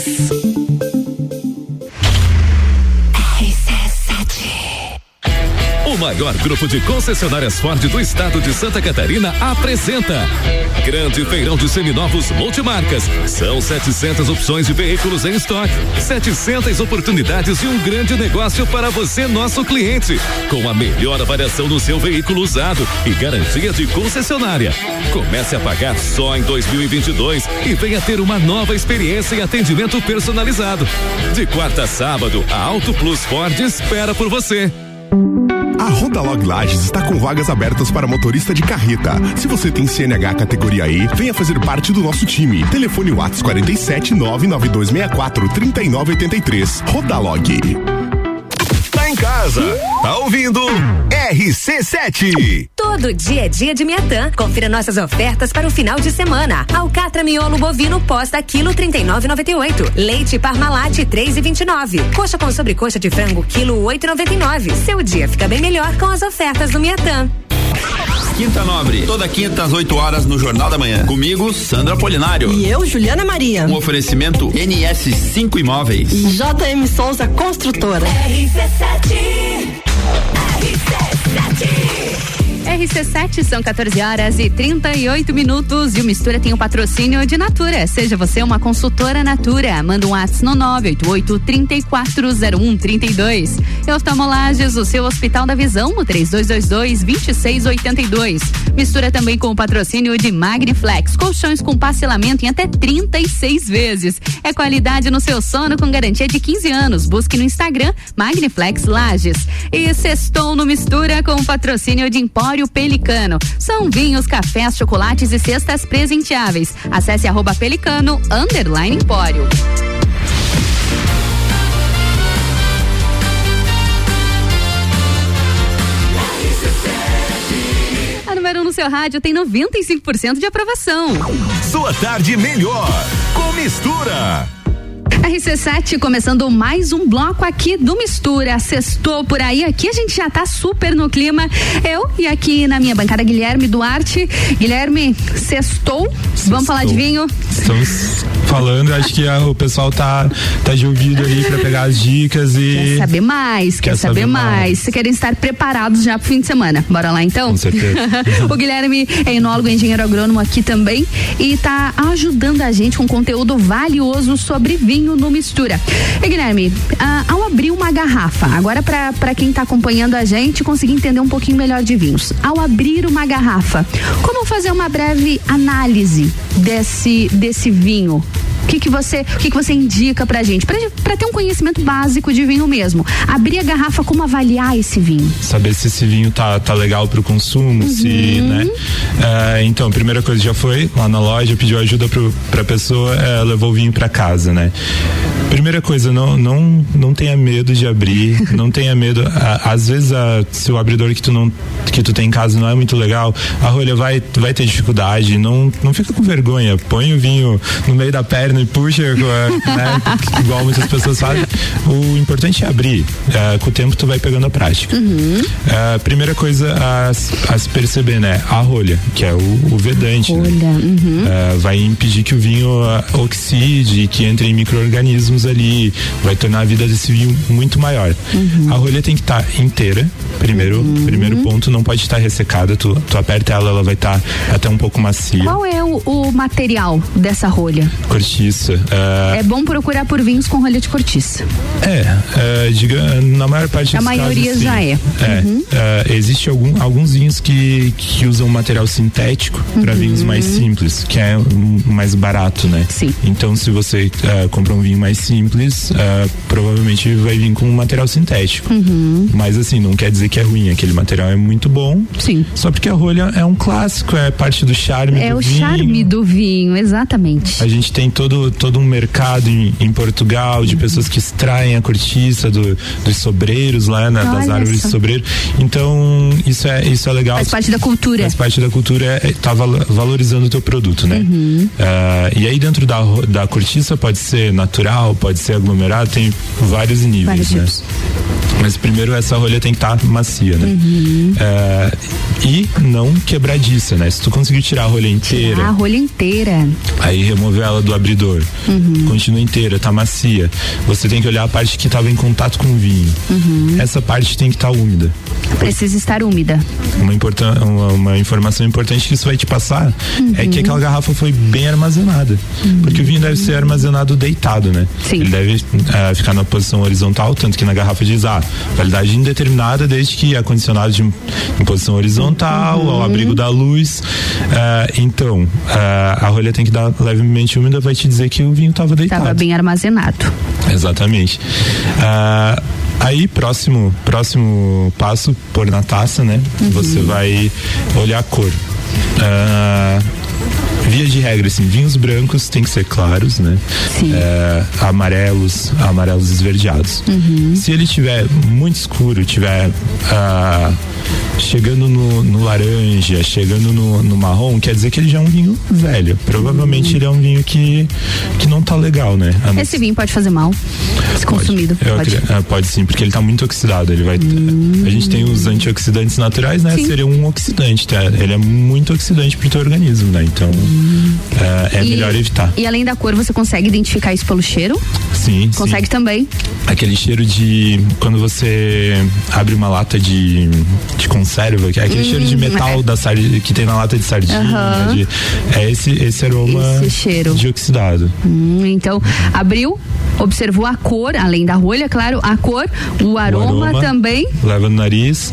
[SPEAKER 6] O maior grupo de concessionárias Ford do estado de Santa Catarina apresenta Grande Feirão de Seminovos Multimarcas. São setecentas opções de veículos em estoque, setecentas oportunidades e um grande negócio para você, nosso cliente, com a melhor avaliação no seu veículo usado e garantia de concessionária. Comece a pagar só em dois mil e vinte e dois e venha ter uma nova experiência em atendimento personalizado. De quarta a sábado, a Auto Plus Ford espera por você.
[SPEAKER 9] A Rodalog Lages está com vagas abertas para motorista de carreta. Se você tem C N H categoria E, venha fazer parte do nosso time. Telefone WhatsApp quarenta e sete, nove nove dois seis quatro, trinta e nove oitenta e três. Rodalog.
[SPEAKER 22] Tá em casa, tá ouvindo R C sete.
[SPEAKER 5] Todo dia é dia de Miatã. Confira nossas ofertas para o final de semana. Alcatra miolo bovino posta quilo trinta e nove e noventa e oito. Leite Parmalat três e vinte e nove. Coxa com sobrecoxa de frango quilo oito e noventa e nove. Seu dia fica bem melhor com as ofertas do Miatã.
[SPEAKER 23] Quinta Nobre, toda quinta às oito horas no Jornal da Manhã. Comigo, Sandra Polinário.
[SPEAKER 24] E eu, Juliana Maria.
[SPEAKER 23] Um oferecimento N S cinco Imóveis.
[SPEAKER 24] E J M Souza Construtora.
[SPEAKER 5] R C sete. R C sete.
[SPEAKER 1] R C sete, são quatorze horas e trinta e oito minutos e o Mistura tem o patrocínio de Natura. Seja você uma consultora Natura. Manda um WhatsApp no nove oito oito, três quatro zero um, três dois. E Oftalmolages, o seu Hospital da Visão, no três dois dois dois, dois seis oito dois. Mistura também com o patrocínio de Magniflex, colchões com parcelamento em até trinta e seis vezes. É qualidade no seu sono com garantia de quinze anos. Busque no Instagram Magniflex Lages. E sextou no Mistura com o patrocínio de Empório Pelicano. São vinhos, cafés, chocolates e cestas presenteáveis. Acesse arroba Pelicano underline Empório. A número um no seu rádio tem noventa e cinco por cento de aprovação.
[SPEAKER 22] Sua tarde melhor com Mistura.
[SPEAKER 1] R C sete começando mais um bloco aqui do Mistura. Sextou por aí, aqui a gente já tá super no clima. Eu e aqui na minha bancada Guilherme Duarte. Guilherme, sextou? Sextou. Vamos falar de vinho?
[SPEAKER 14] Estamos falando, acho que a, o pessoal tá, tá de ouvido aí pra pegar as dicas e...
[SPEAKER 1] Quer saber mais, quer, quer saber, saber mais. mais. Se querem estar preparados já pro fim de semana. Bora lá então?
[SPEAKER 14] Com certeza.
[SPEAKER 1] O Guilherme é enólogo e engenheiro agrônomo aqui também e tá ajudando a gente com conteúdo valioso sobre vinho no Mistura. E Guilherme, ah, ao abrir uma garrafa, agora para quem tá acompanhando a gente conseguir entender um pouquinho melhor de vinhos, ao abrir uma garrafa, como fazer uma breve análise desse, desse vinho? O que que você, o que que você indica pra gente? Pra, pra ter um conhecimento básico de vinho mesmo. Abrir a garrafa, como avaliar esse vinho?
[SPEAKER 14] Saber se esse vinho tá, tá legal pro consumo, uhum. se, né? É, então, a primeira coisa já foi lá na loja, pediu ajuda pro, pra pessoa, é, levou o vinho pra casa, né? Primeira coisa, não, não, não tenha medo de abrir, não tenha medo, a, às vezes a, se o abridor que tu não, que tu tem em casa não é muito legal, a rolha vai, vai ter dificuldade, não, não fica com vergonha, põe o vinho no meio da perna e puxa, né? Igual muitas pessoas fazem. O importante é abrir. É, com o tempo tu vai pegando a prática. Uhum. É, primeira coisa a, a se perceber, né? A rolha, que é o, o vedante. Rolha. Né? Uhum. É, vai impedir que o vinho oxide, que entre em micro-organismos ali, vai tornar a vida desse vinho muito maior. Uhum. A rolha tem que estar tá inteira. Primeiro, uhum. primeiro ponto, não pode estar tá ressecada. Tu, tu aperta ela, ela vai estar tá até um pouco macia.
[SPEAKER 1] Qual é o, o material dessa rolha?
[SPEAKER 14] Cortiça. Uh,
[SPEAKER 1] é bom procurar por vinhos com rolha de cortiça.
[SPEAKER 14] É, uh, diga, na maior parte
[SPEAKER 1] dos casos. A maioria
[SPEAKER 14] casos,
[SPEAKER 1] já é.
[SPEAKER 14] é
[SPEAKER 1] uhum.
[SPEAKER 14] uh, existe algum, alguns vinhos que, que usam material sintético para uhum. vinhos mais simples, que é um, mais barato, né?
[SPEAKER 1] Sim.
[SPEAKER 14] Então, se você uh, compra um vinho mais simples, uh, provavelmente vai vir com um material sintético. Uhum. Mas assim, não quer dizer que é ruim. Aquele material é muito bom.
[SPEAKER 1] Sim.
[SPEAKER 14] Só porque a rolha é um clássico, é parte do charme
[SPEAKER 1] é
[SPEAKER 14] do vinho.
[SPEAKER 1] É o charme do vinho, exatamente.
[SPEAKER 14] A gente tem todo todo um mercado em, em Portugal de pessoas que extraem a cortiça do, dos sobreiros lá, né, das árvores de sobreiro. Então, isso é, isso é legal.
[SPEAKER 1] Faz parte da cultura.
[SPEAKER 14] Faz parte da cultura, é, tá valorizando o teu produto, né? Uhum. Uh, e aí dentro da, da cortiça pode ser natural, pode ser aglomerado, tem vários níveis, vários né? tipos. Mas primeiro essa rolha tem que estar tá macia, né? Uhum. É, e não quebradiça, né? Se tu conseguir tirar a rolha inteira.
[SPEAKER 1] Tirar a rolha inteira.
[SPEAKER 14] Aí remover ela do abridor. Uhum. Continua inteira, tá macia. Você tem que olhar a parte que estava em contato com o vinho. Uhum. Essa parte tem que estar tá úmida.
[SPEAKER 1] Precisa estar úmida.
[SPEAKER 14] Uma, importan- uma, uma informação importante que isso vai te passar uhum. é que aquela garrafa foi bem armazenada. Uhum. Porque o vinho deve ser armazenado deitado, né?
[SPEAKER 1] Sim.
[SPEAKER 14] Ele deve uh, ficar na posição horizontal, tanto que na garrafa diz, ah, validade indeterminada desde que acondicionado de, em posição horizontal, uhum. ao abrigo da luz. Uh, então, uh, a rolha tem que dar levemente úmida, vai te dizer que o vinho estava deitado.
[SPEAKER 1] Estava bem armazenado.
[SPEAKER 14] Exatamente. Uh, Aí, próximo, próximo passo, pôr na taça, né? Uhum. Você vai olhar a cor. Uh, via de regra, assim, vinhos brancos tem que ser claros, né?
[SPEAKER 1] Sim.
[SPEAKER 14] É, amarelos, amarelos esverdeados. Uhum. Se ele tiver muito escuro, tiver uh, chegando no, no laranja, chegando no, no marrom, quer dizer que ele já é um vinho velho. Provavelmente uhum. ele é um vinho que, que não tá legal, né? A
[SPEAKER 1] Esse vinho pode fazer mal, se
[SPEAKER 14] pode.
[SPEAKER 1] consumido.
[SPEAKER 14] Eu
[SPEAKER 1] pode.
[SPEAKER 14] Acredito, pode sim, porque ele tá muito oxidado. Ele vai, uhum. A gente tem os antioxidantes naturais, né? Sim. Seria um oxidante, tá? Ele é muito oxidante pro teu organismo, né? Então uhum. é, é
[SPEAKER 1] e,
[SPEAKER 14] melhor evitar.
[SPEAKER 1] E além da cor, você consegue identificar isso pelo cheiro?
[SPEAKER 14] Sim,
[SPEAKER 1] Consegue
[SPEAKER 14] sim.
[SPEAKER 1] também?
[SPEAKER 14] Aquele cheiro de quando você abre uma lata de, de conserva, que é aquele hum, cheiro de metal é. da sardinha, que tem na lata de sardinha. Uhum. De, é esse, esse aroma
[SPEAKER 1] esse cheiro.
[SPEAKER 14] de oxidado.
[SPEAKER 1] Hum, então, abriu, observou a cor, além da rolha, claro, a cor, o aroma, o aroma também.
[SPEAKER 14] Leva no nariz.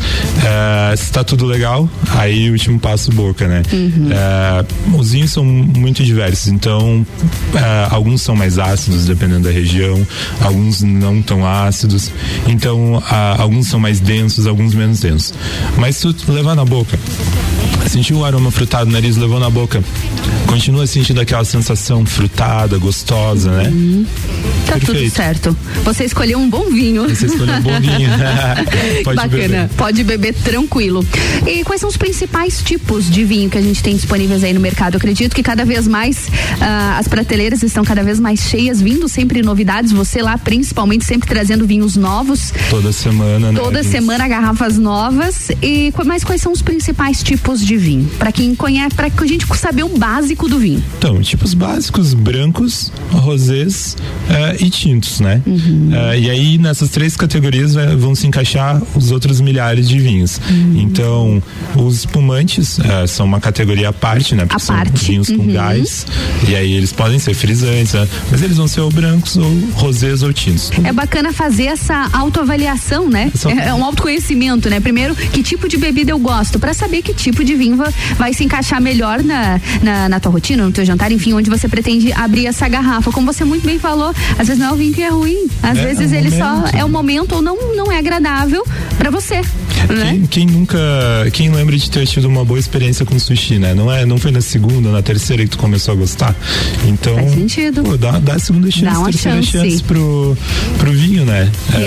[SPEAKER 14] É, se tá tudo legal, aí o último passo, boca, né? Uhum. É, os vinhos são muito diversos, então é, alguns são mais ácidos, dependendo da região, alguns não tão ácidos, então a, alguns são mais densos, alguns menos densos. Mas se tu levar na boca, sentiu o aroma frutado no nariz, levou na boca, continua sentindo aquela sensação frutada, gostosa, né?
[SPEAKER 1] Uhum. Tá Perfeito. Tudo certo. Você escolheu um bom vinho.
[SPEAKER 14] Você escolheu um bom vinho.
[SPEAKER 1] Pode Bacana. Beber. Pode beber tranquilo. E quais são os principais tipos de vinho que a gente tem disponíveis aí no mercado? Eu acredito que cada vez mais uh, as prateleiras estão cada vez mais cheias, vindo sempre novidades. Você lá, principalmente, sempre trazendo vinhos novos.
[SPEAKER 14] Toda semana, né?
[SPEAKER 1] Toda semana garrafas novas. E mas quais são os principais tipos de vinho? Para quem conhece, para que a gente saber o básico do vinho.
[SPEAKER 14] Então, tipos básicos: brancos, rosés uh, e tintos, né? Uhum. Uh, e aí nessas três categorias uh, vão se encaixar os outros milhares de vinhos. Uhum. Então, os espumantes uh, são uma categoria à parte, né? Porque
[SPEAKER 1] a
[SPEAKER 14] são
[SPEAKER 1] parte.
[SPEAKER 14] vinhos
[SPEAKER 1] uhum.
[SPEAKER 14] com gás. E aí eles podem ser frisantes, né? Mas eles vão ser ou brancos ou rosés ou tintos.
[SPEAKER 1] É bacana fazer essa autoavaliação, né? Essa... É um autoconhecimento, né? Primeiro, que tipo de bebida eu gosto, para saber que tipo de vinho vai se encaixar melhor na, na, na tua rotina, no teu jantar, enfim, onde você pretende abrir essa garrafa. Como você muito bem falou, às vezes não é o vinho que é ruim, às é, vezes é ele momento. Só é o momento ou não, não é agradável para você. Né?
[SPEAKER 14] Quem, quem nunca, quem lembra de ter tido uma boa experiência com sushi, né? Não é, não foi na segunda, na terceira que tu começou a gostar. Então,
[SPEAKER 1] faz sentido.
[SPEAKER 14] Pô, dá, dá a segunda chance,
[SPEAKER 1] dá uma
[SPEAKER 14] terceira
[SPEAKER 1] chance,
[SPEAKER 14] chance pro, pro vinho, né?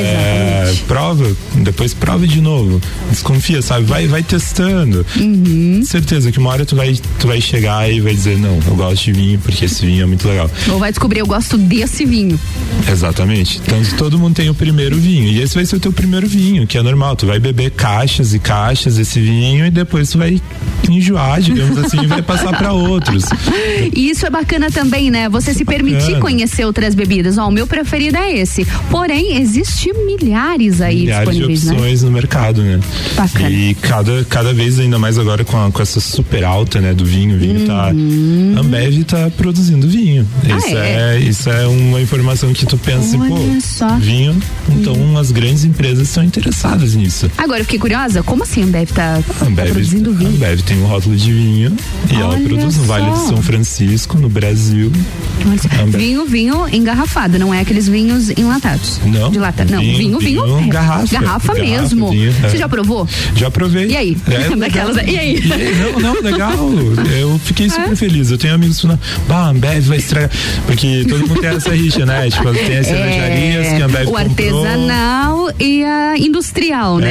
[SPEAKER 14] É, prova, depois prova de novo. Desconfia, sabe? Vai, vai testando.
[SPEAKER 1] Uhum.
[SPEAKER 14] Certeza que uma hora tu vai, tu vai chegar e vai dizer, não, eu gosto de vinho porque esse vinho é muito legal.
[SPEAKER 1] Ou vai descobrir, eu gosto desse vinho.
[SPEAKER 14] Exatamente. Então todo mundo tem o primeiro vinho e esse vai ser o teu primeiro vinho, que é normal. Tu vai beber caixas e caixas desse vinho e depois tu vai enjoar, digamos assim, e vai passar para outros.
[SPEAKER 1] E isso é bacana também, né? Você se permitir bacana. Conhecer outras bebidas. Ó, o meu preferido é esse. Porém, existem milhares aí
[SPEAKER 14] milhares
[SPEAKER 1] disponíveis,
[SPEAKER 14] de opções, né? No mercado, né?
[SPEAKER 1] Bacana.
[SPEAKER 14] E cada, cada vez ainda mais agora com, a, com essa super alta, né? Do vinho, o vinho uhum. tá... A Ambev tá produzindo vinho.
[SPEAKER 1] Ah,
[SPEAKER 14] isso,
[SPEAKER 1] é?
[SPEAKER 14] é, isso é uma informação que tu pensa,
[SPEAKER 1] olha
[SPEAKER 14] pô,
[SPEAKER 1] só.
[SPEAKER 14] Vinho, então
[SPEAKER 1] hum.
[SPEAKER 14] as grandes empresas são interessadas nisso.
[SPEAKER 1] Agora eu fiquei curiosa, como assim a Ambev tá,
[SPEAKER 14] a Ambev,
[SPEAKER 1] tá produzindo vinho?
[SPEAKER 14] A Ambev tem um rótulo de vinho e
[SPEAKER 1] olha
[SPEAKER 14] ela produz no
[SPEAKER 1] só.
[SPEAKER 14] Vale de São Francisco, no Brasil.
[SPEAKER 1] Vinho, vinho engarrafado, não é aqueles vinhos enlatados.
[SPEAKER 14] Não.
[SPEAKER 1] De lata. Não, vinho, vinho. vinho,
[SPEAKER 14] vinho garrafa.
[SPEAKER 1] Garrafa, garrafa mesmo.
[SPEAKER 14] Vinho, é.
[SPEAKER 1] Você já provou?
[SPEAKER 14] Já provei.
[SPEAKER 1] E aí?
[SPEAKER 14] É,
[SPEAKER 1] Daquelas, e aí?
[SPEAKER 14] E aí? Não, não, legal. Eu fiquei super é. feliz. Eu tenho amigos falando, bah, a Ambev vai estragar. Porque todo mundo tem essa rixa, né? Tipo, tem as cervejarias é, que a Ambev
[SPEAKER 1] o
[SPEAKER 14] comprou.
[SPEAKER 1] artesanal e a industrial, né?
[SPEAKER 14] É, o artesanal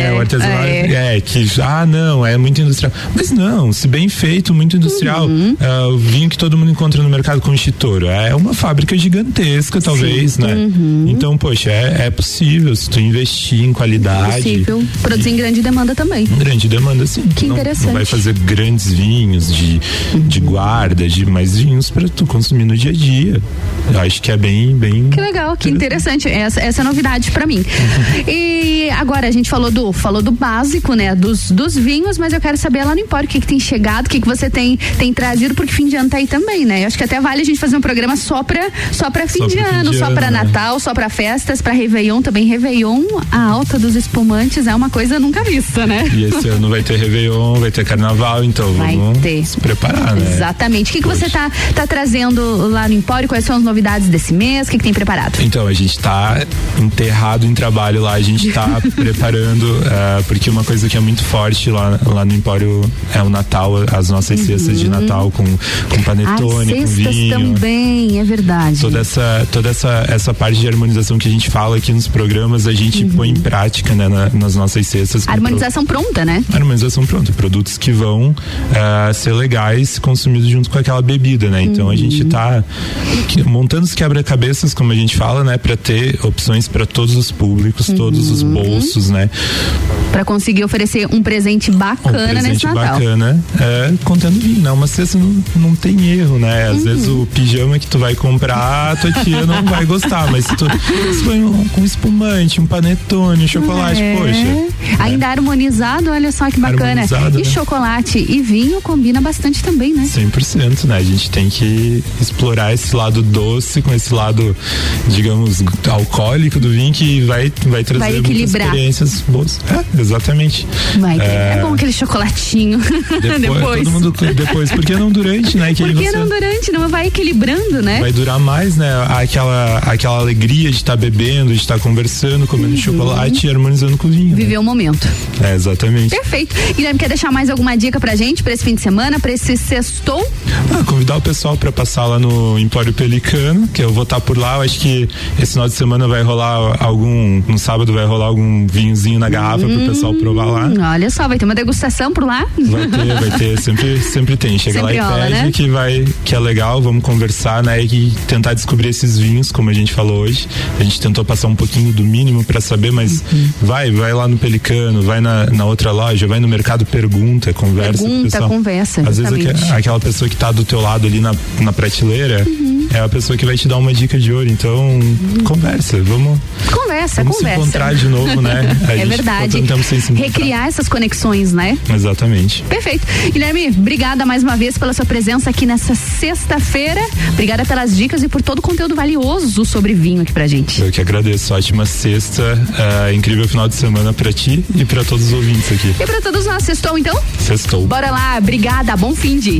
[SPEAKER 14] é. é, que ah, não, é muito industrial. Mas não, se bem feito, muito industrial. Uhum. Uh, o vinho que todo mundo encontra no mercado com Chitoro é uma fábrica gigantesca, talvez, Sim. né? Uhum. Então, poxa, é, é possível se tu investir em qualidade. É
[SPEAKER 1] possível. Produzir em grande demanda também.
[SPEAKER 14] Em grande demanda, sim.
[SPEAKER 1] Que
[SPEAKER 14] não,
[SPEAKER 1] interessante.
[SPEAKER 14] Não vai fazer grandes vinhos de, uhum. de guarda, de mais vinhos para tu consumir no dia a dia. Eu acho que é bem, bem.
[SPEAKER 1] Que legal, que interessante. Essa, essa é novidade pra mim. Uhum. E agora a gente falou do, falou do básico, né? Dos, dos vinhos, mas eu quero saber lá no Empório o que, que tem chegado, o que, que você tem, tem trazido, porque fim de ano tá aí também, né? Eu acho que até vale a gente fazer um programa só pra, só pra fim, só de, ano, fim de só ano, pra né? Natal, só pra festas, pra Réveillon também. Réveillon, a alta dos espumantes é uma coisa nunca vista, né?
[SPEAKER 14] E esse ano vai ter Réveillon, vai ter Carnaval, então
[SPEAKER 1] vai
[SPEAKER 14] vamos
[SPEAKER 1] ter.
[SPEAKER 14] se preparar, né?
[SPEAKER 1] Exatamente. O que, que você tá, tá trazendo lá no Empório? Quais são as novidades desse mês? O que, que tem preparado?
[SPEAKER 14] Então, a gente tá enterrado em trabalho lá, a gente tá preparando, uh, porque uma coisa que é muito forte lá, lá no Empório é o Natal, as nossas uhum. cestas de Natal com, com panetone,
[SPEAKER 1] As
[SPEAKER 14] com vinho.
[SPEAKER 1] também, é verdade.
[SPEAKER 14] Toda essa, toda essa, essa parte de harmonização que a gente fala aqui nos programas, a gente uhum. põe em prática, né, na, nas nossas cestas.
[SPEAKER 1] Harmonização pro... pronta, né?
[SPEAKER 14] Harmonização pronta, produtos que vão uh, ser legais consumidos junto com aquela bebida, né? Então uhum. a gente tá montando os quebra-cabeças, como a gente fala, né, para ter opções para todos os públicos, uhum. todos os bolsos, né?
[SPEAKER 1] Para conseguir oferecer um presente bacana um presente nesse Natal.
[SPEAKER 14] Bacana, é, contando vinho, né? Uma cesta não, não tem erro, né? Às uhum. vezes o pijama que tu vai comprar, a tua tia não vai gostar, mas se tu se for um, com espumante, um panetone, um chocolate,
[SPEAKER 1] é.
[SPEAKER 14] poxa.
[SPEAKER 1] Ainda é. harmonizado, olha só que bacana. E né? chocolate e vinho combina bastante também, né?
[SPEAKER 14] cem por cento, né? A gente tem que explorar esse lado doce com esse lado, digamos, alcoólico do vinho que vai, vai trazer
[SPEAKER 1] vai
[SPEAKER 14] muitas experiências boas. É, exatamente.
[SPEAKER 1] Vai, é, é bom aquele chocolatinho.
[SPEAKER 14] Depois,
[SPEAKER 1] depois.
[SPEAKER 14] Todo mundo depois, porque não durante, né? Que
[SPEAKER 1] Por que
[SPEAKER 14] você
[SPEAKER 1] não durante? Não vai equilibrando, né?
[SPEAKER 14] Vai durar mais, né? Aquela, aquela alegria de estar tá bebendo, de estar tá conversando, comendo uhum. chocolate e harmonizando com o vinho.
[SPEAKER 1] Viver o
[SPEAKER 14] né?
[SPEAKER 1] momento.
[SPEAKER 14] É, exatamente.
[SPEAKER 1] Perfeito. Guilherme, quer deixar mais alguma dica pra gente, pra esse fim de semana, pra esse sextou?
[SPEAKER 14] Ah, convidar o pessoal pra passar lá no Empório Pelicano, que eu vou estar tá por lá. Eu acho que esse final de semana vai rolar algum, no sábado vai rolar algum vinhozinho na garrafa hum, pro pessoal provar lá.
[SPEAKER 1] Olha só, vai ter uma degustação por lá?
[SPEAKER 14] Vai ter, vai ter, sempre, sempre tem. Chega sempre lá e rola, pede né? que vai, que é legal, vamos conversar, né? E tentar descobrir esses vinhos, como a gente falou hoje. A gente tentou passar um pouquinho do mínimo pra saber, mas uhum. vai, vai lá no Pelicano, vai na, na outra loja, vai no mercado, pergunta, conversa.
[SPEAKER 1] Pergunta,
[SPEAKER 14] pessoal.
[SPEAKER 1] conversa.
[SPEAKER 14] Às
[SPEAKER 1] justamente.
[SPEAKER 14] vezes aquela pessoa que tá do teu lado ali na, na prateleira uhum. é a pessoa que vai te dar uma dica de ouro. Então, uhum. conversa, vamos.
[SPEAKER 1] Conversa,
[SPEAKER 14] vamos
[SPEAKER 1] conversa.
[SPEAKER 14] se encontrar de novo, né? A
[SPEAKER 1] é verdade. Recriar essas conexões, né?
[SPEAKER 14] Exatamente.
[SPEAKER 1] Perfeito. Guilherme, obrigada mais uma vez pela sua presença aqui nessa sexta-feira. Obrigada pelas dicas e por todo o conteúdo valioso sobre vinho aqui pra gente.
[SPEAKER 14] Eu que agradeço. Ótima sexta, uh, incrível final de semana pra ti e pra todos os ouvintes aqui.
[SPEAKER 1] E pra todos nós. Sextou, então?
[SPEAKER 14] Sextou.
[SPEAKER 1] Bora lá. Obrigada. Bom fim de.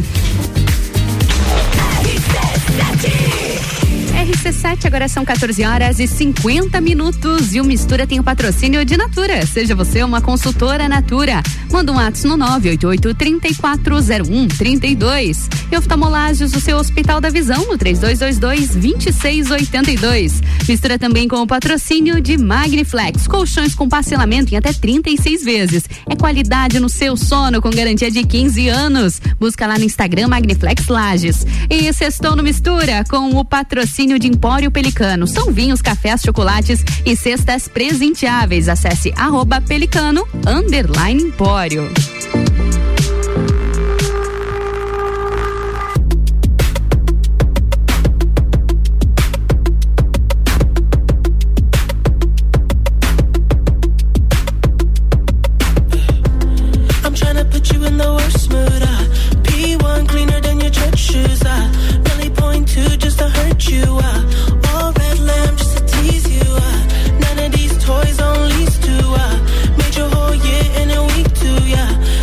[SPEAKER 1] R C sete, agora são quatorze horas e cinquenta minutos e o Mistura tem o patrocínio de Natura. Seja você uma consultora Natura. Manda um WhatsApp no nove oito oito, três quatro zero um, três dois. E Oftalmolages, o seu Hospital da Visão, no três dois dois dois, dois seis oito dois. Mistura também com o patrocínio de Magniflex. Colchões com parcelamento em até trinta e seis vezes. É qualidade no seu sono com garantia de quinze anos. Busca lá no Instagram Magniflex Lages. E sextou no Mistura com o patrocínio de Empório Pelicano. São vinhos, cafés, chocolates e cestas presenteáveis. Acesse arroba pelicano underline empório.
[SPEAKER 2] I'm trying to put you in the worst mood. Uh, P one cleaner than your church shoes. Uh, Nelly point two just to hurt you. Uh, all red lamb just to tease you. Uh, none of these toys on lease to. Uh, made your whole year in a week too. Yeah.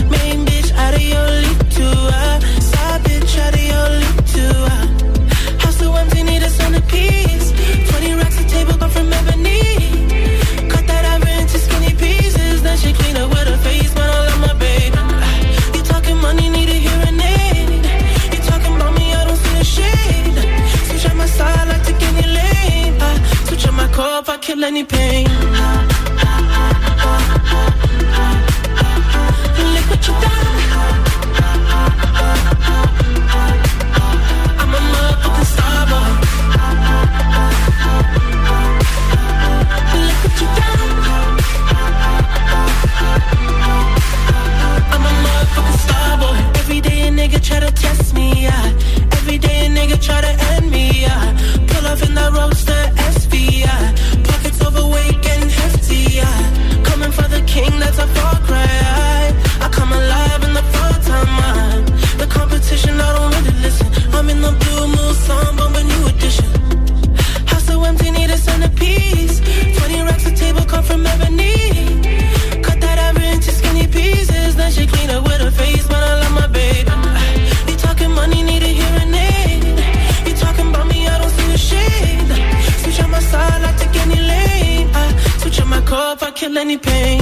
[SPEAKER 2] a far cry. I, I come alive in the full time mind. The competition, I don't really listen. I'm in the blue moon, song, but a new edition. House so empty, need a centerpiece. Twenty racks a table come from ebony. Cut that ever into skinny pieces. Then she clean up with her face, but I love my baby. You talking money, need a hearing aid. You talking about me, I don't see a shade. Switch on my side, I take any lane. I switch on my car if I kill any pain.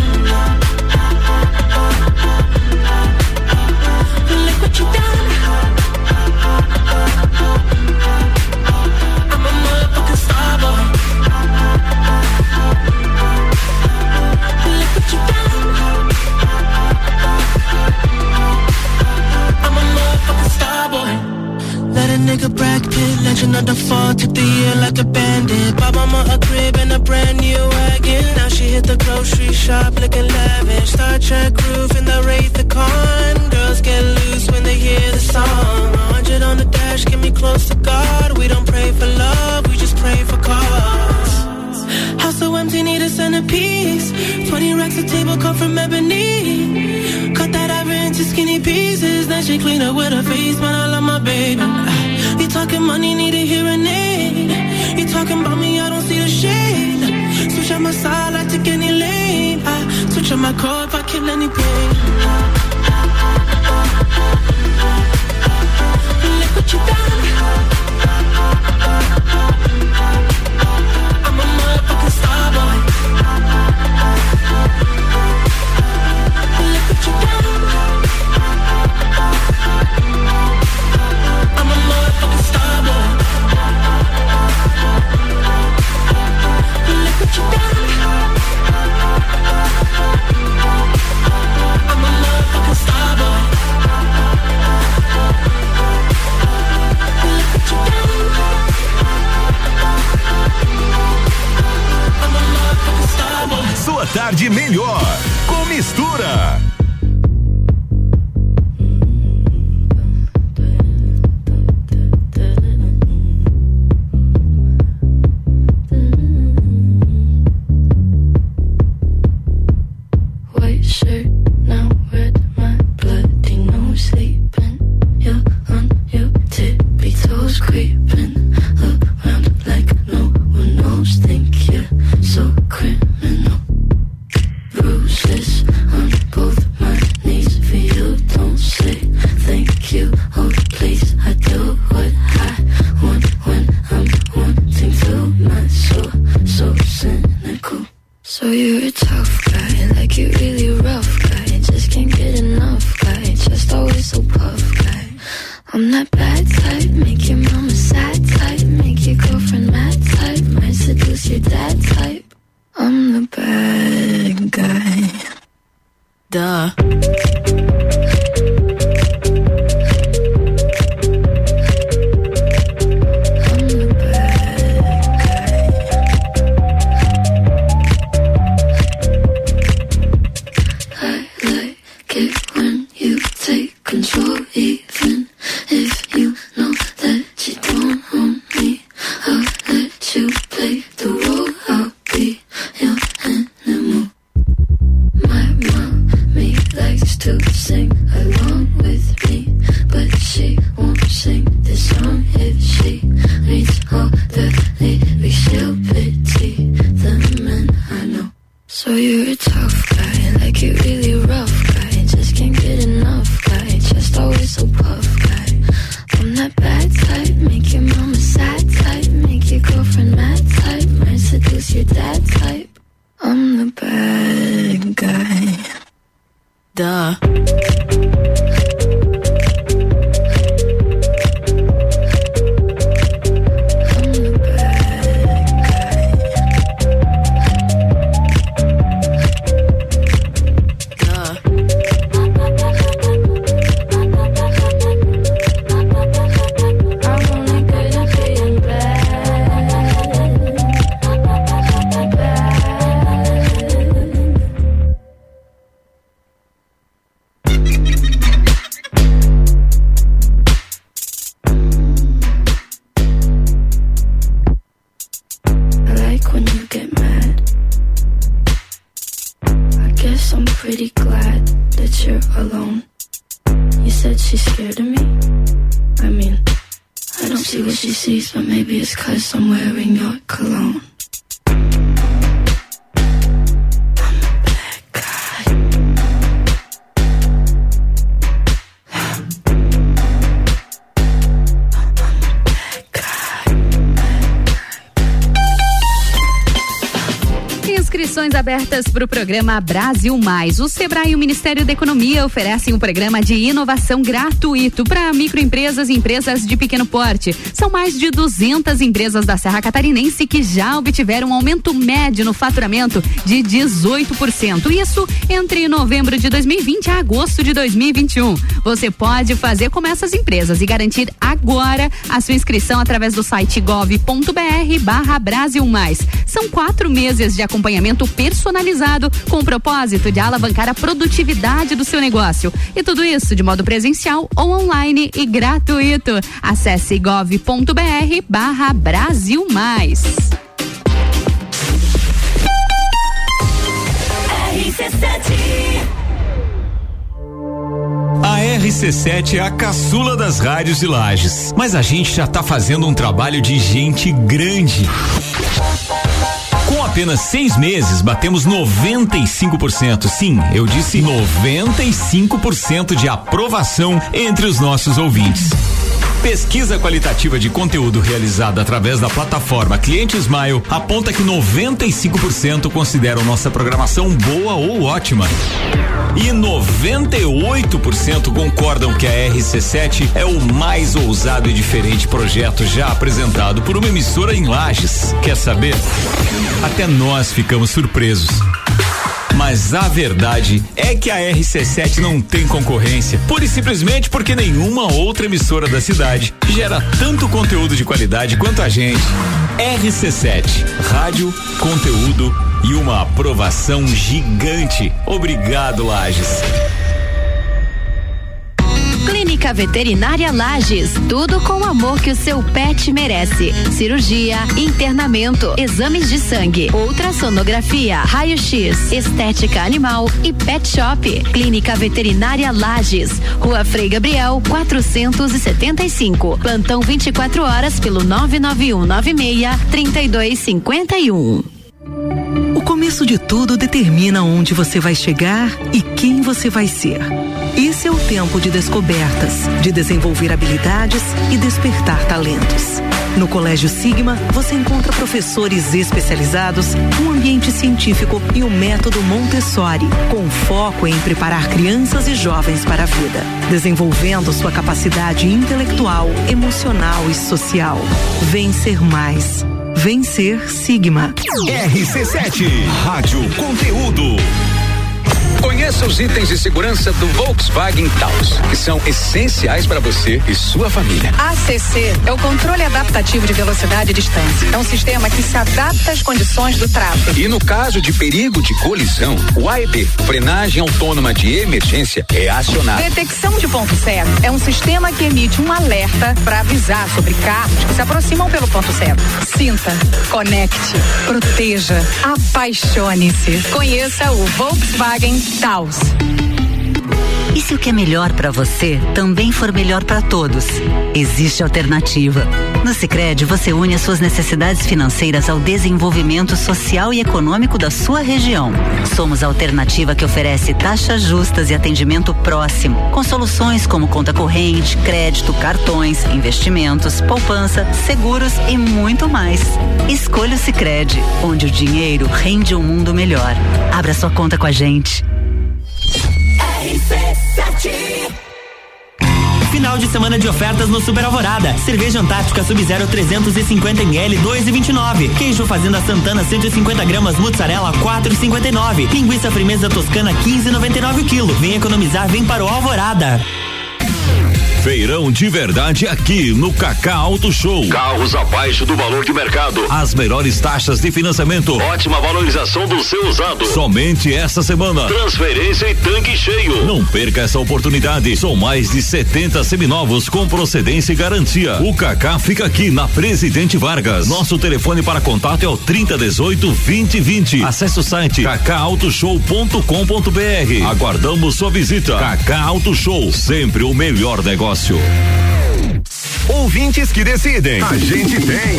[SPEAKER 2] Look what you done. I'm a motherfucking star boy. Look what you done. I'm a motherfucking star boy. Let a nigga Brad Pitt, legend of the fall, took the year like a bandit. Bought mama a crib and a brand new wagon. Now she hit the grocery shop looking lavish. Star Trek roof in the Wraith the Con. Girls get loose when they hear the song. Hundred on the dash, get me close to God. We don't pray for love, we just pray for cause. House so empty, need a centerpiece. Twenty racks a table come from ebony. Cut that ivory into skinny pieces. Then she clean up with her face, man, I love my baby. You talking money, need a hearing aid. You talking about me, I don't see the shade. Switch on my side, I take any lane. I switch on my car if I kill any pain. Look what you done. I'm a motherfucking star boy. Look what you done. I'm a motherfucking star boy. Look what you done. I'm a motherfucking star boy. Look what you done. I'm a motherfucking star boy.
[SPEAKER 22] Sua tarde melhor com Mistura.
[SPEAKER 4] White shirt, now red, my bloody nose sleeping. You're on your tippy toes creeping around like no one knows. Think you're so criminal. Bruises on both my knees for you. Don't say thank you. Oh please, I do what I want when I'm wanting to. My soul so cynical. So you're a tough guy, like you really rough guy. Just can't get enough guy, just always so puff guy. I'm that bad type, make your mama sad type, make your girlfriend mad type, might seduce your dad type. I'm the bad guy. Duh. Control, even if you know that you don't own me. I'll let you play the role. I'll be your animal. My mommy likes to sing along with me, but she won't sing this song if she reads all the lyrics. She'll pity the men I know. So you're a tough guy, like you really rough guy. Just can't get enough guy, just always so puff guy. I'm that bad type, make your mama sad type, make your girlfriend mad type, might seduce your dad type. I'm the bad guy. Duh. I'm pretty glad that you're alone. You said she's scared of me. I mean, I don't see what she sees, but maybe it's 'cause I'm wearing your cologne.
[SPEAKER 1] Inscrições abertas para o programa Brasil Mais. O Sebrae e o Ministério da Economia oferecem um programa de inovação gratuito para microempresas e empresas de pequeno porte. São mais de duzentas empresas da Serra Catarinense que já obtiveram um aumento médio no faturamento de dezoito por cento. Isso entre novembro de dois mil e vinte a agosto de dois mil e vinte e um. Você pode fazer como essas empresas e garantir agora a sua inscrição através do site gov ponto br barra Brasil Mais. São quatro meses de acompanhamento personalizado com o propósito de alavancar a produtividade do seu negócio. E tudo isso de modo presencial ou online e gratuito. Acesse gov ponto br barra Brasil Mais.
[SPEAKER 2] R C sete.
[SPEAKER 17] A R C sete é a caçula das rádios de Lages, mas a gente já tá fazendo um trabalho de gente grande. Com apenas seis meses, batemos noventa e cinco por cento. Sim, eu disse noventa e cinco por cento de aprovação entre os nossos ouvintes. Pesquisa qualitativa de conteúdo realizada através da plataforma Cliente Smile aponta que noventa e cinco por cento consideram nossa programação boa ou ótima. E noventa e oito por cento concordam que a R C sete é o mais ousado e diferente projeto já apresentado por uma emissora em Lages. Quer saber? Até nós ficamos surpresos. Mas a verdade é que a R C sete não tem concorrência, pura e simplesmente porque nenhuma outra emissora da cidade gera tanto conteúdo de qualidade quanto a gente. R C sete, rádio, conteúdo e uma aprovação gigante. Obrigado, Lages.
[SPEAKER 18] Clínica Veterinária Lages, tudo com o amor que o seu pet merece. Cirurgia, internamento, exames de sangue, ultrassonografia, raio-x, estética animal e pet shop. Clínica Veterinária Lages, Rua Frei Gabriel, quatrocentos e setenta e cinco. Plantão vinte e quatro horas pelo nove nove um nove seis, três dois cinco um.
[SPEAKER 21] O começo de tudo determina onde você vai chegar e quem você vai ser. Esse é o tempo de descobertas, de desenvolver habilidades e despertar talentos. No Colégio Sigma, você encontra professores especializados, um ambiente científico e o método Montessori, com foco em preparar crianças e jovens para a vida, desenvolvendo sua capacidade intelectual, emocional e social. Vencer mais. Vencer Sigma.
[SPEAKER 22] R C sete, Rádio Conteúdo.
[SPEAKER 7] Conheça os itens de segurança do Volkswagen Taos, que são essenciais para você e sua família.
[SPEAKER 10] A C C é o controle adaptativo de velocidade e distância. É um sistema que se adapta às condições do tráfego.
[SPEAKER 7] E no caso de perigo de colisão, o A E B, frenagem autônoma de emergência, é acionado.
[SPEAKER 10] Detecção de ponto cego é um sistema que emite um alerta para avisar sobre carros que se aproximam pelo ponto cego. Sinta, conecte, proteja, apaixone-se. Conheça o Volkswagen Taos.
[SPEAKER 18] E se o que é melhor para você também for melhor para todos? Existe alternativa. No Sicredi, você une as suas necessidades financeiras ao desenvolvimento social e econômico da sua região. Somos a alternativa que oferece taxas justas e atendimento próximo, com soluções como conta corrente, crédito, cartões, investimentos, poupança, seguros e muito mais. Escolha o Sicredi, onde o dinheiro rende um mundo melhor. Abra sua conta com a gente.
[SPEAKER 2] R C sete.
[SPEAKER 11] Final de semana de ofertas no Super Alvorada. Cerveja Antártica Sub-Zero trezentos e cinquenta mililitros, dois e vinte e nove. Queijo Fazenda Santana cento e cinquenta gramas, mussarela quatro e cinquenta e nove. Linguiça Frimeza Toscana quinze e noventa e nove o quilo. Vem economizar, vem para o Alvorada.
[SPEAKER 22] Feirão de verdade aqui no Cacá Auto Show.
[SPEAKER 20] Carros abaixo do valor de mercado.
[SPEAKER 22] As melhores taxas de financiamento.
[SPEAKER 20] Ótima valorização do seu usado.
[SPEAKER 22] Somente essa semana.
[SPEAKER 20] Transferência e tanque cheio.
[SPEAKER 22] Não perca essa oportunidade. São mais de setenta seminovos com procedência e garantia. O Cacá fica aqui na Presidente Vargas. Nosso telefone para contato é o trinta dezoito, vinte vinte. Acesse o site cacá auto show ponto com ponto br. Aguardamos sua visita. Cacá Auto Show, sempre o melhor negócio.
[SPEAKER 20] Ouvintes que decidem. A gente tem.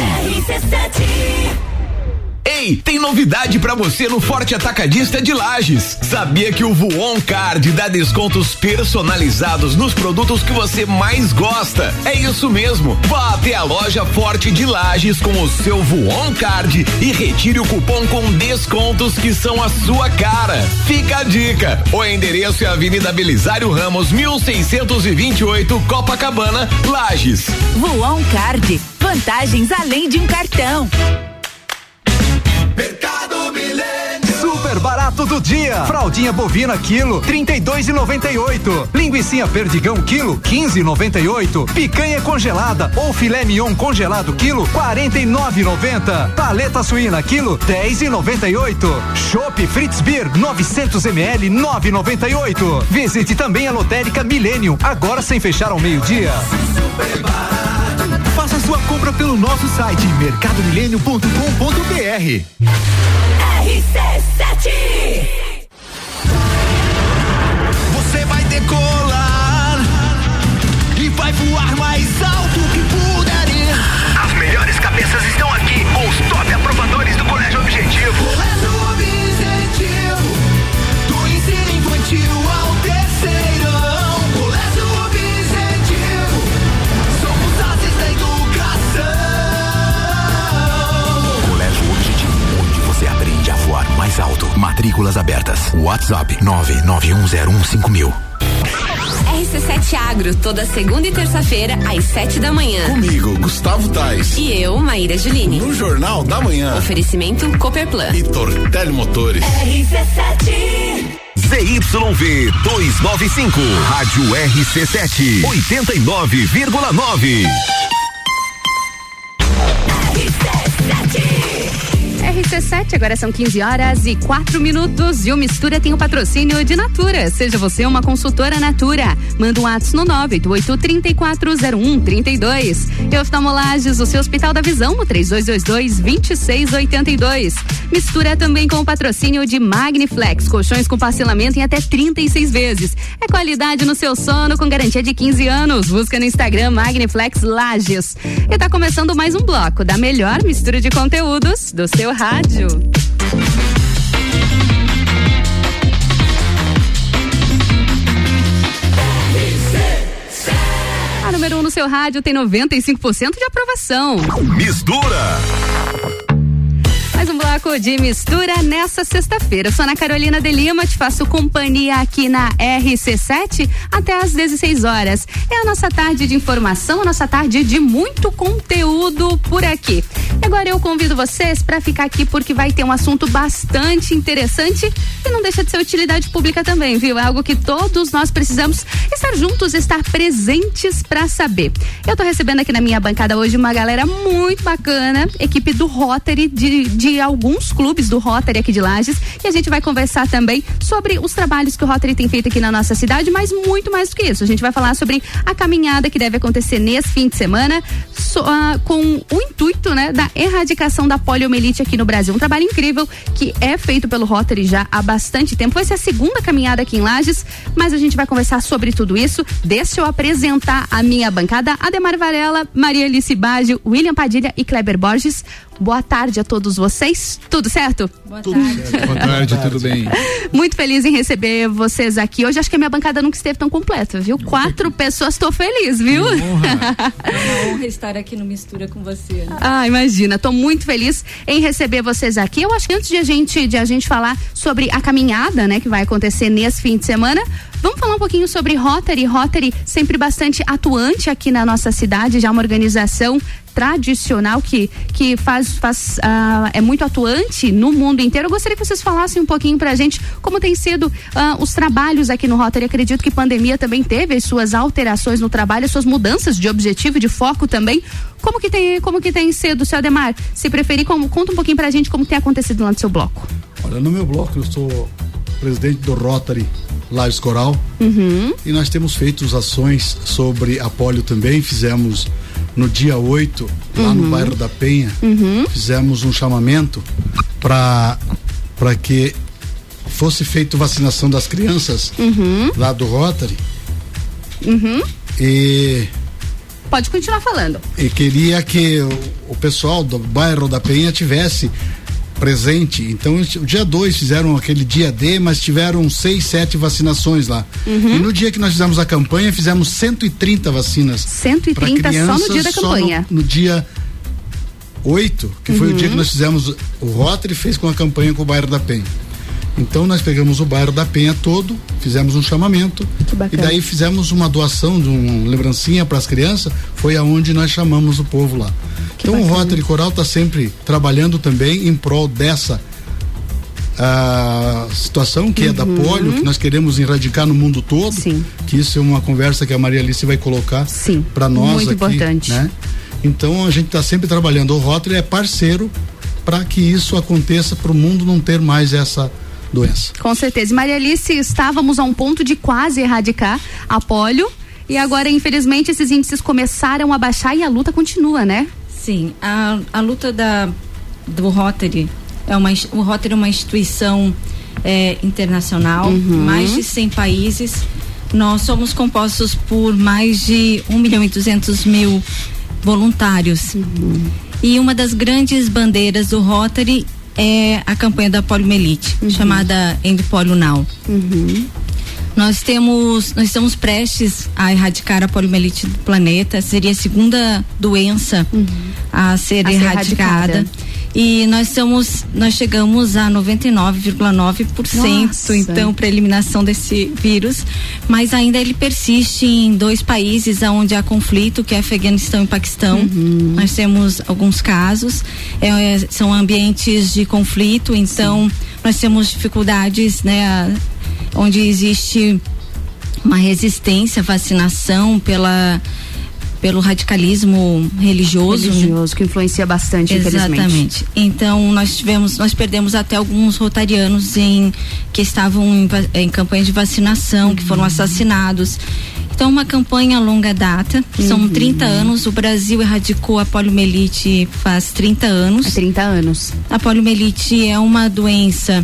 [SPEAKER 8] Ei, tem novidade pra você no Forte Atacadista de Lages. Sabia que o Voon Card dá descontos personalizados nos produtos que você mais gosta? É isso mesmo. Vá até a loja Forte de Lages com o seu Voon Card e retire o cupom com descontos que são a sua cara. Fica a dica. O endereço é Avenida Belisário Ramos, mil seiscentos e vinte e oito, Copacabana, Lages.
[SPEAKER 5] Voon Card. Vantagens além de um cartão.
[SPEAKER 12] Mercado Milênio. Super barato do dia. Fraldinha bovina quilo, trinta e dois e noventa e oito. Linguicinha perdigão quilo, quinze e noventa e oito. Picanha congelada ou filé mignon congelado quilo, quarenta e nove e noventa. Paleta suína quilo, dez e noventa e oito. Chopp Fritz Beer novecentos mililitros, nove e noventa e oito. Visite também a Lotérica Millennium, agora sem fechar ao meio-dia. Super barato. Faça sua compra pelo nosso site mercado milênio ponto com ponto br.
[SPEAKER 2] R C sete.
[SPEAKER 12] Você vai decolar e vai voar mais alto que puder ir.
[SPEAKER 16] As melhores cabeças estão aqui com os top aprovadores do Colégio Objetivo.
[SPEAKER 12] Colégio Objetivo, do ensino infantil ao terceirão. Colégio Objetivo, somos ases da educação.
[SPEAKER 13] Colégio Objetivo, onde você aprende a voar mais alto. Matrículas abertas. WhatsApp nove nove um zero um cinco mil.
[SPEAKER 15] R C sete Agro, toda segunda e terça-feira, às sete da manhã.
[SPEAKER 25] Comigo, Gustavo Tais.
[SPEAKER 15] E eu, Maíra Juline.
[SPEAKER 25] No Jornal da Manhã.
[SPEAKER 15] Oferecimento Cooperplan.
[SPEAKER 25] E Tortelli Motores.
[SPEAKER 2] R C sete.
[SPEAKER 20] Z Y V duzentos e noventa e cinco. Rádio R C sete. oitenta e nove vírgula nove.
[SPEAKER 1] R C sete, agora são quinze horas e quatro minutos e o Mistura tem o patrocínio de Natura. Seja você uma consultora Natura. Manda um WhatsApp no nove oito oito, três quatro zero um, três dois. E Oftalmolages, o seu Hospital da Visão, no três dois dois dois, dois seis oito dois. Mistura também com o patrocínio de Magniflex, colchões com parcelamento em até trinta e seis vezes. É qualidade no seu sono com garantia de quinze anos. Busca no Instagram Magniflex Lages. E tá começando mais um bloco da melhor mistura de conteúdos do seu rádio. A número um no seu rádio tem noventa e cinco por cento de aprovação.
[SPEAKER 20] Mistura.
[SPEAKER 1] Mais um bloco de mistura nessa sexta-feira. Eu sou Ana Carolina de Lima, te faço companhia aqui na R C sete até às dezesseis horas. É a nossa tarde de informação, a nossa tarde de muito conteúdo por aqui. E agora eu convido vocês para ficar aqui porque vai ter um assunto bastante interessante e não deixa de ser utilidade pública também, viu? É algo que todos nós precisamos estar juntos, estar presentes para saber. Eu tô recebendo aqui na minha bancada hoje uma galera muito bacana, equipe do Rotary, de, de alguns clubes do Rotary aqui de Lages, e a gente vai conversar também sobre os trabalhos que o Rotary tem feito aqui na nossa cidade, mas muito mais do que isso. A gente vai falar sobre a caminhada que deve acontecer nesse fim de semana, so, uh, com o intuito, né, da erradicação da poliomielite aqui no Brasil. Um trabalho incrível que é feito pelo Rotary já há bastante tempo. Vai ser a segunda caminhada aqui em Lages, mas a gente vai conversar sobre tudo isso. Deixa eu apresentar a minha bancada: Ademar Varela, Maria Alice Baggio, William Padilha e Kleber Borges. Boa tarde a todos vocês. Tudo certo?
[SPEAKER 26] Boa tarde. Boa tarde, tudo bem?
[SPEAKER 1] Muito feliz em receber vocês aqui hoje. Acho que a minha bancada nunca esteve tão completa, viu? Quatro pessoas, tô feliz, viu?
[SPEAKER 26] É uma honra estar aqui no Mistura com você.
[SPEAKER 1] Ah, imagina, tô muito feliz em receber vocês aqui. Eu acho que antes de a gente, de a gente falar sobre a caminhada, né, que vai acontecer nesse fim de semana, Vamos falar um pouquinho sobre Rotary. Rotary sempre bastante atuante aqui na nossa cidade, já uma organização tradicional que, que faz, faz uh, é muito atuante no mundo inteiro. Eu gostaria que vocês falassem um pouquinho pra gente como tem sido uh, os trabalhos aqui no Rotary. Acredito que pandemia também teve as suas alterações no trabalho, as suas mudanças de objetivo, de foco também. Como que tem, como que tem sido, seu Ademar? Se preferir, como, conta um pouquinho pra gente como tem acontecido lá no seu bloco.
[SPEAKER 3] Olha, no meu bloco eu sou presidente do Rotary Lages Coral, uhum. e nós temos feito ações sobre a polio também. Fizemos no dia oito, lá uhum. no bairro da Penha, uhum. fizemos um chamamento para para que fosse feita vacinação das crianças uhum. lá do Rotary.
[SPEAKER 1] Uhum.
[SPEAKER 3] E
[SPEAKER 1] pode continuar falando.
[SPEAKER 3] E queria que o, o pessoal do bairro da Penha tivesse presente. Então, o dia dois fizeram aquele dia D, mas tiveram seis, sete vacinações lá. Uhum. E no dia que nós fizemos a campanha, fizemos cento e trinta vacinas.
[SPEAKER 1] cento e trinta só no dia da campanha.
[SPEAKER 3] No, no dia oito, que uhum. foi o dia que nós fizemos, o Rotary fez com a campanha com o bairro da Penha. Então nós pegamos o bairro da Penha todo, fizemos um chamamento e daí fizemos uma doação de uma lembrancinha para as crianças, foi aonde nós chamamos o povo lá. Que então bacana. O Rotary Coral está sempre trabalhando também em prol dessa a situação que uhum. é da polio, que nós queremos erradicar no mundo todo.
[SPEAKER 1] Sim.
[SPEAKER 3] Que isso é uma conversa que a Maria Alice vai colocar para nós.
[SPEAKER 1] Muito
[SPEAKER 3] aqui,
[SPEAKER 1] importante.
[SPEAKER 3] Né? Então a gente está sempre trabalhando. O Rotary é parceiro para que isso aconteça, para o mundo não ter mais essa doença.
[SPEAKER 1] Com certeza. Maria Alice, estávamos a um ponto de quase erradicar a polio e agora, infelizmente, esses índices começaram a baixar e a luta continua, né?
[SPEAKER 26] Sim, a, a luta da, do Rotary é uma, o Rotary é uma instituição é, internacional, uhum. mais de cem países. Nós somos compostos por mais de um milhão e duzentos mil voluntários. Uhum. E uma das grandes bandeiras do Rotary é a campanha da poliomielite, uhum. chamada End Polio Now. Uhum. Nós temos, nós estamos prestes a erradicar a poliomielite do planeta. Seria a segunda doença uhum. a ser a erradicada. Ser erradicada. E nós estamos, nós chegamos a noventa e nove vírgula nove por cento então para eliminação desse vírus, mas ainda ele persiste em dois países onde há conflito, que é Afeganistão e Paquistão. Uhum. Nós temos alguns casos, é, são ambientes de conflito, então Sim. nós temos dificuldades, né, onde existe uma resistência à vacinação pela pelo radicalismo religioso,
[SPEAKER 1] religioso né? que influencia bastante,
[SPEAKER 26] exatamente.
[SPEAKER 1] Infelizmente.
[SPEAKER 26] Então nós tivemos, nós perdemos até alguns rotarianos em que estavam em, em campanha de vacinação, uhum. que foram assassinados. Então uma campanha a longa data, uhum. são trinta anos, o Brasil erradicou a poliomielite faz trinta anos.
[SPEAKER 1] Há trinta anos.
[SPEAKER 26] A poliomielite é uma doença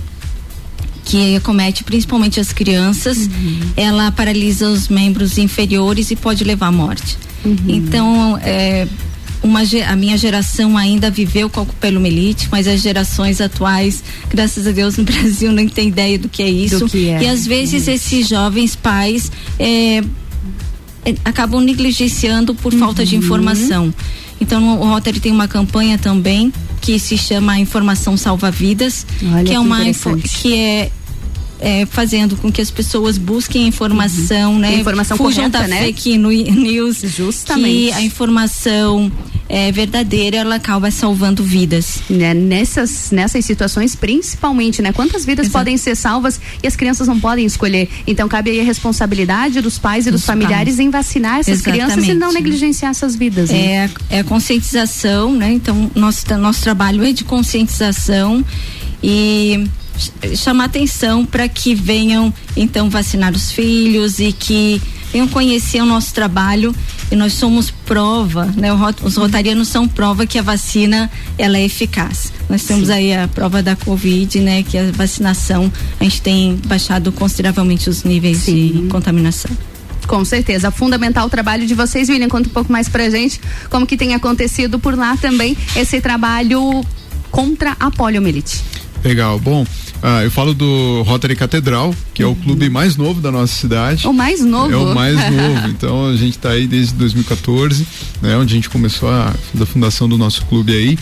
[SPEAKER 26] que acomete principalmente as crianças, uhum. ela paralisa os membros inferiores e pode levar à morte. Uhum. Então, é, uma, a minha geração ainda viveu com a poliomielite, mas as gerações atuais, graças a Deus, no Brasil não tem ideia do que é isso.
[SPEAKER 1] Do que é.
[SPEAKER 26] E às vezes uhum. esses jovens pais é, é, acabam negligenciando por uhum. falta de informação. Então, o Rotary tem uma campanha também que se chama Informação Salva Vidas,
[SPEAKER 1] Olha
[SPEAKER 26] que é
[SPEAKER 1] que
[SPEAKER 26] uma info, que é É, fazendo com que as pessoas busquem informação, uhum. né?
[SPEAKER 1] Informação
[SPEAKER 26] Fujam
[SPEAKER 1] correta,
[SPEAKER 26] da
[SPEAKER 1] né?
[SPEAKER 26] fake news.
[SPEAKER 1] Justamente.
[SPEAKER 26] Que a informação é, verdadeira, ela acaba salvando vidas.
[SPEAKER 1] Né? Nessas, nessas situações, principalmente, né? Quantas vidas Exato. Podem ser salvas e as crianças não podem escolher? Então, cabe aí a responsabilidade dos pais e dos, dos familiares pais. Em vacinar essas Exatamente. Crianças e não negligenciar essas vidas. Né?
[SPEAKER 26] É, é a conscientização, né? então nosso, nosso trabalho é de conscientização e chamar atenção para que venham então vacinar os filhos e que venham conhecer o nosso trabalho. E nós somos prova, né? Os rotarianos são prova que a vacina ela é eficaz. Nós temos Sim. aí a prova da Covid, né? Que a vacinação, a gente tem baixado consideravelmente os níveis Sim. de contaminação.
[SPEAKER 1] Com certeza, fundamental o trabalho de vocês. William, conta um pouco mais pra gente como que tem acontecido por lá também esse trabalho contra a poliomielite.
[SPEAKER 6] Legal, bom, uh, eu falo do Rotary Catedral, que uhum. é o clube mais novo da nossa cidade.
[SPEAKER 1] O mais novo?
[SPEAKER 6] É o mais novo, então a gente está aí desde dois mil e quatorze, né, onde a gente começou a, a fundação do nosso clube aí,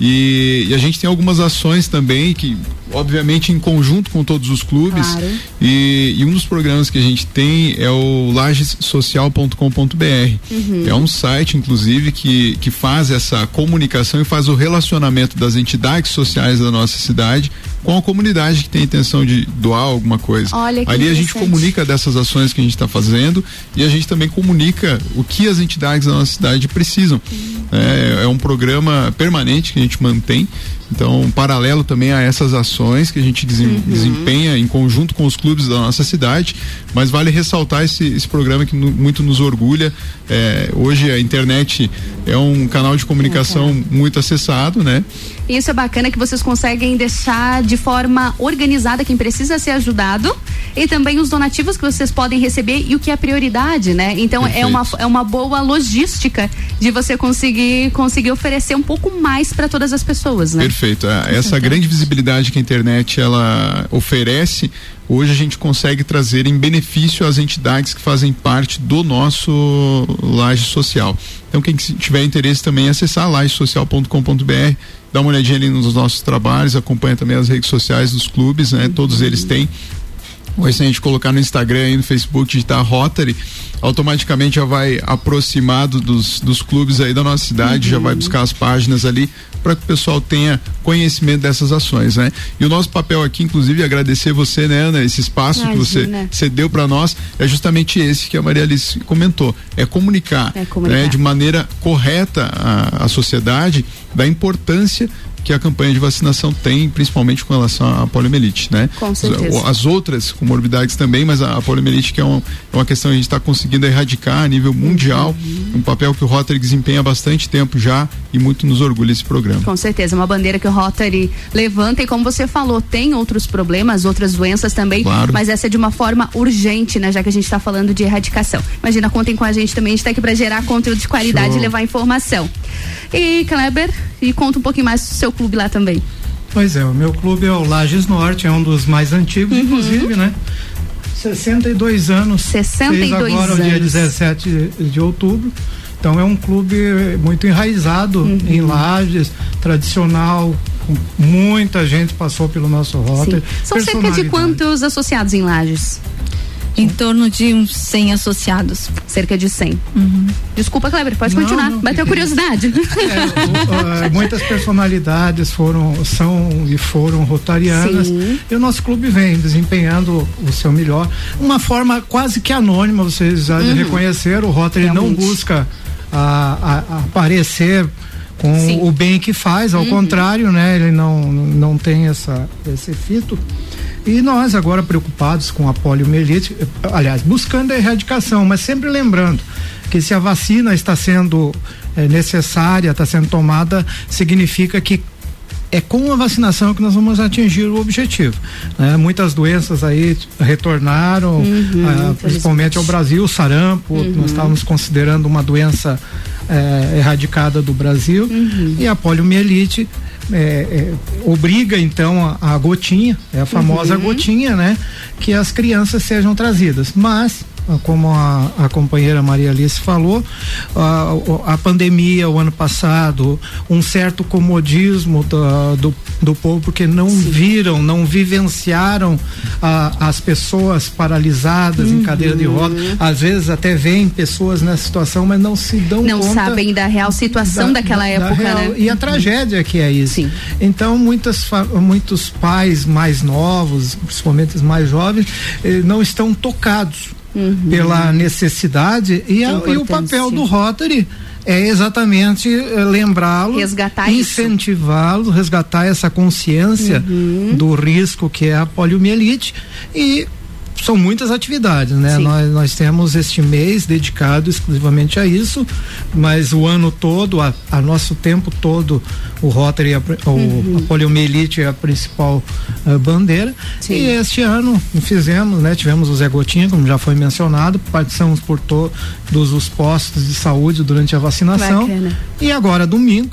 [SPEAKER 6] E, e a gente tem algumas ações também que, obviamente, em conjunto com todos os clubes. Claro. E, e um dos programas que a gente tem é o lages social ponto com ponto b r. Uhum. É um site, inclusive, que, que faz essa comunicação e faz o relacionamento das entidades sociais da nossa cidade com a comunidade que tem a intenção de doar alguma coisa.
[SPEAKER 1] Olha que
[SPEAKER 6] Ali a gente comunica dessas ações que a gente está fazendo e a gente também comunica o que as entidades da nossa cidade precisam. Uhum. É, é um programa permanente que a gente mantém. Então, paralelo também a essas ações que a gente desem, uhum. desempenha em conjunto com os clubes da nossa cidade, mas vale ressaltar esse, esse programa que no, muito nos orgulha. É, hoje a internet é um canal de comunicação uhum. muito acessado, né?
[SPEAKER 1] Isso é bacana que vocês conseguem deixar de forma organizada quem precisa ser ajudado e também os donativos que vocês podem receber e o que é prioridade, né? Então é uma, é uma boa logística de você conseguir, conseguir oferecer um pouco mais para todas as pessoas, né?
[SPEAKER 6] Perfeito. Essa grande visibilidade que a internet ela oferece, hoje a gente consegue trazer em benefício as entidades que fazem parte do nosso Laje Social. Então quem tiver interesse também é acessar laje social ponto com ponto b r, dá uma olhadinha ali nos nossos trabalhos, acompanha também as redes sociais dos clubes, né? Uhum. Todos eles têm. Hoje, se a gente colocar no Instagram e no Facebook, digitar Rotary, automaticamente já vai aproximado dos, dos clubes aí da nossa cidade, uhum. já vai buscar as páginas ali para que o pessoal tenha conhecimento dessas ações, né? E o nosso papel aqui, inclusive, é agradecer você, né, Ana, esse espaço Imagina. que você cedeu para nós, é justamente esse que a Maria Alice comentou, é comunicar, é comunicar. Né, de maneira correta a, a sociedade da importância que a campanha de vacinação tem, principalmente com relação à poliomielite, né?
[SPEAKER 1] Com certeza.
[SPEAKER 6] As, as outras comorbidades também, mas a, a poliomielite que é, um, é uma questão que a gente está conseguindo erradicar a nível mundial, uhum. um papel que o Rotary desempenha há bastante tempo já e muito nos orgulha esse programa.
[SPEAKER 1] Com certeza, uma bandeira que o Rotary levanta e como você falou, tem outros problemas, outras doenças também, claro. mas essa é de uma forma urgente, né? Já que a gente está falando de erradicação. Imagina, contem com a gente também, a gente está aqui para gerar conteúdo de qualidade Show. e levar informação. E Kleber, e conta um pouquinho mais do seu clube lá também.
[SPEAKER 4] Pois é, o meu clube é o Lages Norte, é um dos mais antigos, uhum. inclusive, né? sessenta e dois anos.
[SPEAKER 1] sessenta e dois
[SPEAKER 4] fez agora,
[SPEAKER 1] anos.
[SPEAKER 4] o dia dezessete de outubro. Então é um clube muito enraizado uhum. em Lages, tradicional, muita gente passou pelo nosso Rotary.
[SPEAKER 1] São cerca de quantos associados em Lages?
[SPEAKER 26] Em torno de uns cem associados.
[SPEAKER 1] Cerca de cem.
[SPEAKER 26] Uhum.
[SPEAKER 1] Desculpa, Kleber, pode
[SPEAKER 4] não,
[SPEAKER 1] continuar.
[SPEAKER 4] Não,
[SPEAKER 1] Bateu curiosidade.
[SPEAKER 4] É, o, uh, muitas personalidades foram, são e foram rotarianas. Sim. E o nosso clube vem desempenhando o seu melhor. Uma forma quase que anônima, vocês já uhum. reconheceram. O Rotary Realmente. não busca a, a, a aparecer com Sim. o bem que faz, ao uhum. contrário, né? Ele não, não tem essa, esse fito. E nós agora preocupados com a poliomielite, aliás, buscando a erradicação, mas sempre lembrando que se a vacina está sendo é, necessária, está sendo tomada, significa que é com a vacinação que nós vamos atingir o objetivo, né? Muitas doenças aí retornaram, uhum, ah, principalmente ao Brasil, o sarampo, uhum. nós estávamos considerando uma doença é, erradicada do Brasil, uhum. e a poliomielite É, é, obriga então a, a gotinha, é a famosa uhum. gotinha, né? Que as crianças sejam trazidas, mas como a, a companheira Maria Alice falou, a, a pandemia o ano passado, um certo comodismo do, do, do povo, porque não Sim. viram, não vivenciaram a, as pessoas paralisadas uhum. em cadeira de roda, às vezes até veem pessoas nessa situação, mas não se dão
[SPEAKER 1] não
[SPEAKER 4] conta.
[SPEAKER 1] Não sabem da real situação da, daquela
[SPEAKER 4] da,
[SPEAKER 1] época,
[SPEAKER 4] da real,
[SPEAKER 1] né?
[SPEAKER 4] E a tragédia que é isso.
[SPEAKER 1] Sim.
[SPEAKER 4] Então muitas, muitos pais mais novos, principalmente os mais jovens, eh, não estão tocados Uhum. pela necessidade e, a, e o papel do Rotary é exatamente é, lembrá-lo, incentivá-lo, resgatar essa consciência uhum. do risco que é a poliomielite, e são muitas atividades, né? Nós, nós temos este mês dedicado exclusivamente a isso, mas o ano todo, a, a nosso tempo todo, o Rotary, a, uhum. a poliomielite é a principal uh, bandeira. Sim. E este ano fizemos, né? Tivemos o Zé Gotinha, como já foi mencionado, participamos por todos os postos de saúde durante a vacinação. Bacana. E agora, domingo,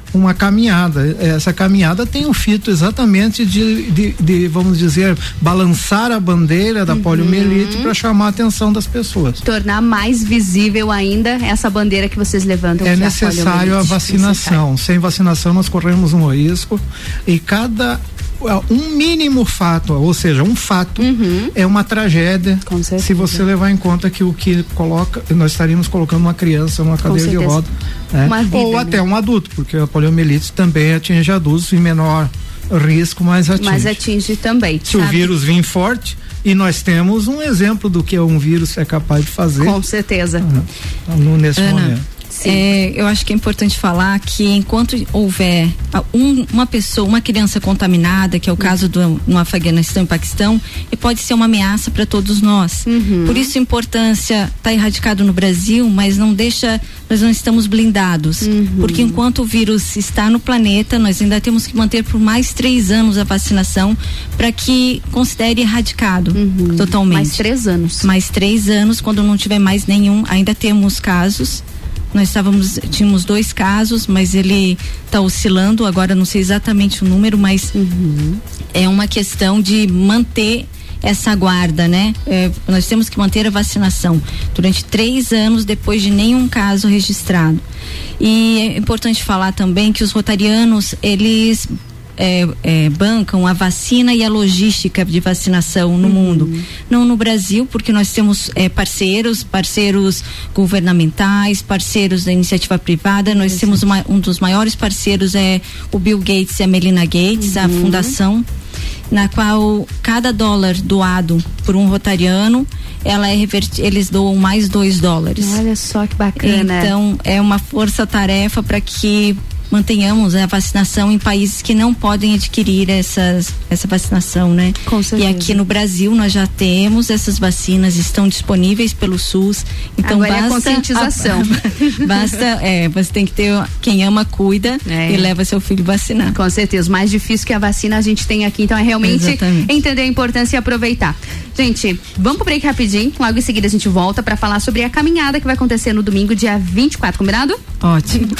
[SPEAKER 4] uma caminhada. Essa caminhada tem o fito exatamente de, de, de vamos dizer, balançar a bandeira da uhum. poliomielite para chamar a atenção das pessoas.
[SPEAKER 1] Tornar mais visível ainda essa bandeira que vocês levantam.
[SPEAKER 4] É necessário a, a vacinação. Sem vacinação nós corremos um risco e cada um mínimo fato, ou seja, um fato uhum. é uma tragédia se você levar em conta que o que coloca, nós estaríamos colocando uma criança numa cadeira de roda, né? Vida, ou né? até um adulto, porque a poliomielite também atinge adultos em menor risco, mas atinge.
[SPEAKER 1] Mas atinge também.
[SPEAKER 4] Se sabe? O vírus vir forte, e nós temos um exemplo do que um vírus é capaz de fazer.
[SPEAKER 1] Com certeza.
[SPEAKER 4] No, nesse
[SPEAKER 26] Ana,
[SPEAKER 4] momento.
[SPEAKER 26] É, eu acho que é importante falar que enquanto houver um, uma pessoa, uma criança contaminada, que é o caso do no Afeganistão e Paquistão, e pode ser uma ameaça para todos nós. Uhum. Por isso a importância está erradicado no Brasil, mas não deixa, nós não estamos blindados, uhum. porque enquanto o vírus está no planeta, nós ainda temos que manter por mais três anos a vacinação para que considere erradicado uhum. totalmente.
[SPEAKER 1] Mais três anos.
[SPEAKER 26] Mais três anos, quando não tiver mais nenhum, ainda temos casos. Nós estávamos, tínhamos dois casos, mas ele está oscilando, agora não sei exatamente o número, mas uhum. é uma questão de manter essa guarda, né? É, nós temos que manter a vacinação durante três anos depois de nenhum caso registrado. E é importante falar também que os rotarianos, eles É, é, bancam a vacina e a logística de vacinação no uhum. mundo. Não no Brasil, porque nós temos é, parceiros, parceiros governamentais, parceiros da iniciativa privada. Nós Exato. temos uma, um dos maiores parceiros é o Bill Gates e a Melinda Gates, uhum. a fundação, na qual cada dólar doado por um rotariano, ela é reverti- eles doam mais dois dólares.
[SPEAKER 1] Olha só que bacana.
[SPEAKER 26] Então é uma força-tarefa para que mantenhamos a vacinação em países que não podem adquirir essas, essa vacinação, né?
[SPEAKER 1] Com certeza.
[SPEAKER 26] E aqui no Brasil nós já temos essas vacinas, estão disponíveis pelo SUS. Então
[SPEAKER 1] agora
[SPEAKER 26] basta
[SPEAKER 1] é a conscientização.
[SPEAKER 26] A, basta, é, você tem que ter quem ama cuida é. e leva seu filho vacinar.
[SPEAKER 1] Com certeza, o mais difícil que a vacina a gente tem aqui, então é realmente Exatamente. entender a importância e aproveitar. Gente, vamos pro break rapidinho, logo em seguida a gente volta para falar sobre a caminhada que vai acontecer no domingo, dia vinte e quatro, combinado?
[SPEAKER 26] Ótimo.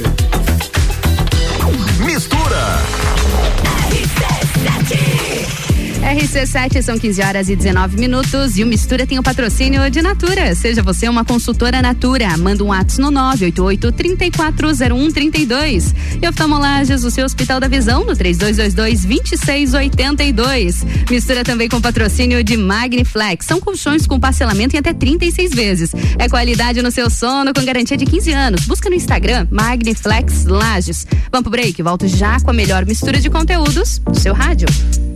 [SPEAKER 20] Mistura.
[SPEAKER 1] R C sete, são quinze horas e dezenove minutos e o Mistura tem o patrocínio de Natura. Seja você uma consultora Natura, manda um WhatsApp no nove oito oito, três quatro zero um, três dois. E oftalmolagens, o seu Hospital da Visão, no três dois dois dois, dois seis oito dois. Mistura também com patrocínio de Magniflex. São colchões com parcelamento em até trinta e seis vezes. É qualidade no seu sono com garantia de quinze anos. Busca no Instagram Magniflex Lages. Vamos pro break, volto já com a melhor mistura de conteúdos do seu rádio.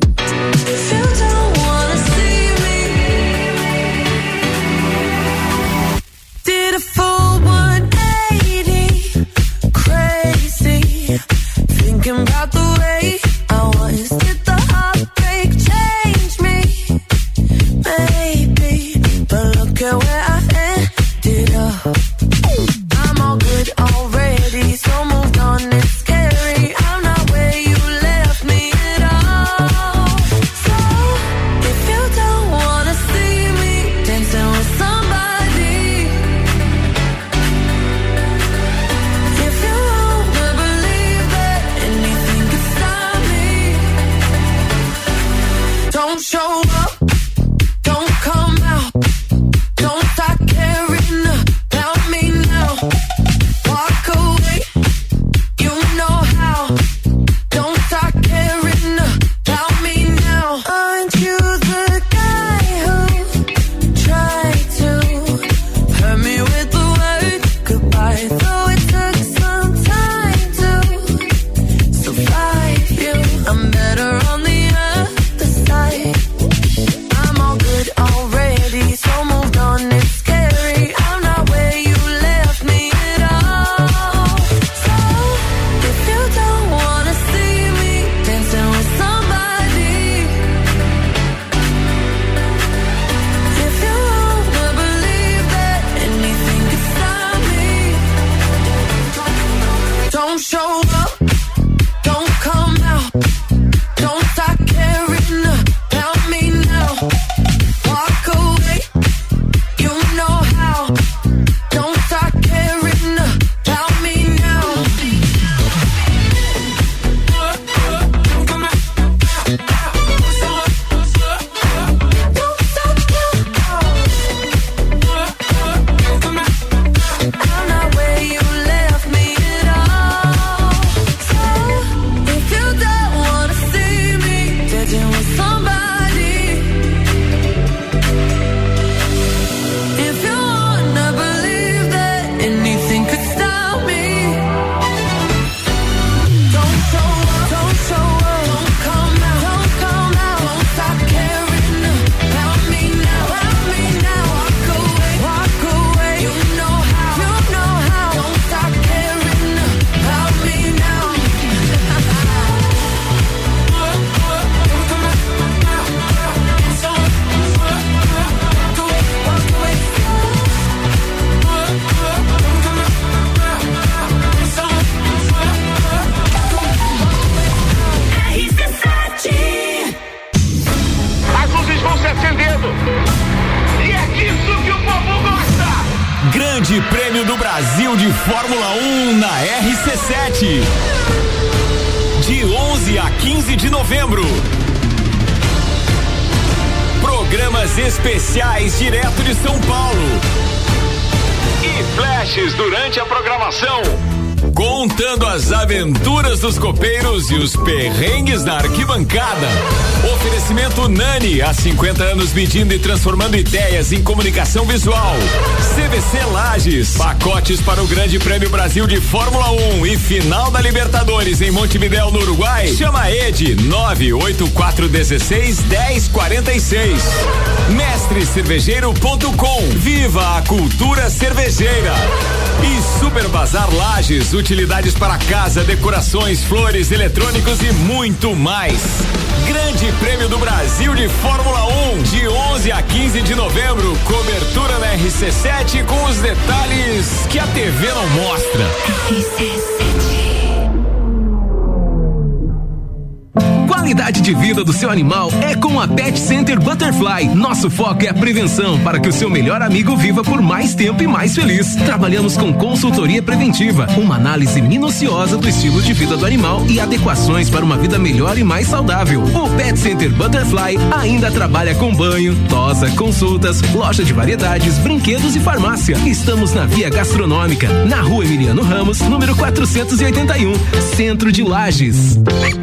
[SPEAKER 2] Did a full one eighty, crazy, thinking about the way I was. Did the heartbreak change me? Maybe, but look at where I ended up. I'm all good already, so moved on, it's scary. I'm not where you left me at all. So
[SPEAKER 8] Grande Prêmio do Brasil de Fórmula um na R C sete. De onze a quinze de novembro. Programas especiais direto de São Paulo. E flashes durante a programação. Contando as aventuras dos copeiros e os perrengues da arquibancada. Oferecimento Nani, há cinquenta anos medindo e transformando ideias em comunicação visual. C V C Lages, pacotes para o Grande Prêmio Brasil de Fórmula um e final da Libertadores em Montevidéu, no Uruguai. Chama a Ed nove oito quatro um seis, um zero quatro seis. mestre cervejeiro ponto com. Viva a cultura cervejeira. E Super Bazar Lages, utilidades para casa, decorações, flores, eletrônicos e muito mais. Grande Prêmio do Brasil de Fórmula um, de onze a quinze de novembro, cobertura na R C sete com os detalhes que a T V não mostra. R C sete.
[SPEAKER 9] Qualidade de vida do seu animal é com a Pet Center Butterfly. Nosso foco é a prevenção para que o seu melhor amigo viva por mais tempo e mais feliz. Trabalhamos com consultoria preventiva, uma análise minuciosa do estilo de vida do animal e adequações para uma vida melhor e mais saudável. O Pet Center Butterfly ainda trabalha com banho, tosa, consultas, loja de variedades, brinquedos e farmácia. Estamos na Via Gastronômica, na Rua Emiliano Ramos, número quatrocentos e oitenta e um, Centro de Lages.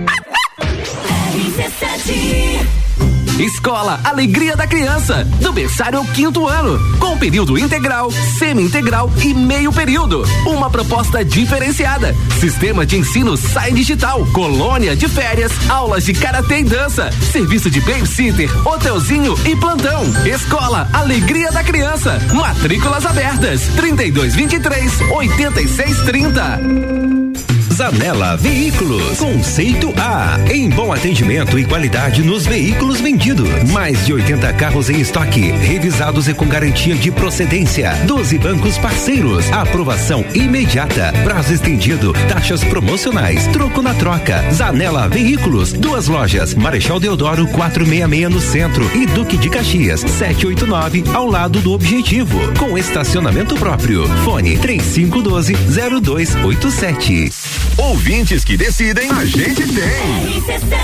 [SPEAKER 9] Escola Alegria da Criança, do berçário ao quinto ano, com período integral, semi-integral e meio período. Uma proposta diferenciada. Sistema de ensino Sai Digital, colônia de férias, aulas de karatê e dança, serviço de babysitter, hotelzinho e plantão. Escola Alegria da Criança. Matrículas abertas. trinta e dois, vinte e três, oitenta e seis, trinta.
[SPEAKER 14] Zanela Veículos, conceito A, em bom atendimento e qualidade nos veículos vendidos. Mais de oitenta carros em estoque, revisados e com garantia de procedência. doze bancos parceiros, aprovação imediata, prazo estendido, taxas promocionais, troco na troca. Zanela Veículos, duas lojas, Marechal Deodoro quatrocentos e sessenta e seis no centro e Duque de Caxias setecentos e oitenta e nove ao lado do Objetivo, com estacionamento próprio. Fone três cinco um dois, zero dois oito sete.
[SPEAKER 20] Ouvintes que decidem, a gente tem.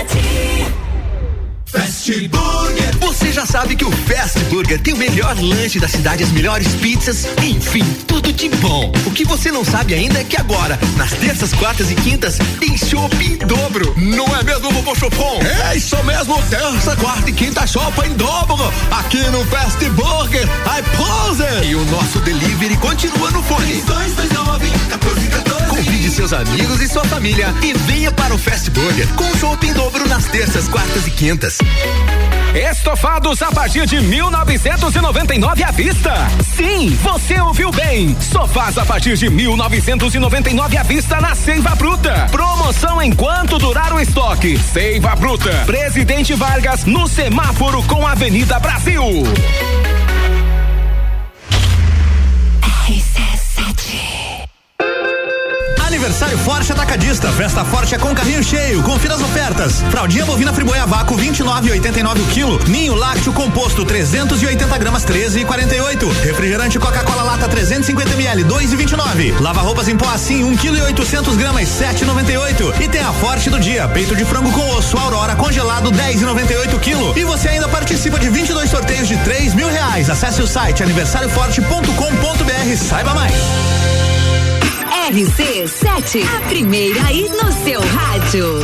[SPEAKER 17] Fast Burger. Você já sabe que o Fast Burger tem o melhor lanche da cidade, as melhores pizzas, enfim, tudo de bom. O que você não sabe ainda é que agora, nas terças, quartas e quintas, tem chopp em dobro. Não é mesmo, Vovô Chopon? É isso mesmo, terça, quarta e quinta, chopp em dobro. Aqui no Fast Burger, I pose. E o nosso delivery continua no fone. dois dois nove, quatorze quatorze. Convide seus amigos e sua família e venha para o Fast Burger com chopp em dobro nas terças, quartas e quintas.
[SPEAKER 8] Estofados a partir de mil novecentos e noventa e nove à vista. Sim, você ouviu bem. Sofás a partir de mil novecentos e noventa e nove à vista na Seiva Bruta. Promoção enquanto durar o estoque. Seiva Bruta, Presidente Vargas, no semáforo com a Avenida Brasil.
[SPEAKER 19] R C sete. Aniversário Forte Atacadista, festa forte é com carrinho cheio, confira as ofertas. Fraldinha bovina friboia vácuo vinte e nove e oitenta e nove o quilo, ninho lácteo composto trezentos e oitenta gramas treze e quarenta e oito, refrigerante Coca-Cola lata trezentos e cinquenta mililitros dois e vinte e nove, lava roupas em pó assim um quilo e oitocentos gramas sete e noventa e oito, e tem a Forte do dia, peito de frango com osso Aurora congelado dez e noventa e oito quilo, e você ainda participa de vinte e dois sorteios de três mil reais. Acesse o site aniversário forte ponto com ponto br, saiba mais.
[SPEAKER 5] R C sete, a primeira aí no seu rádio.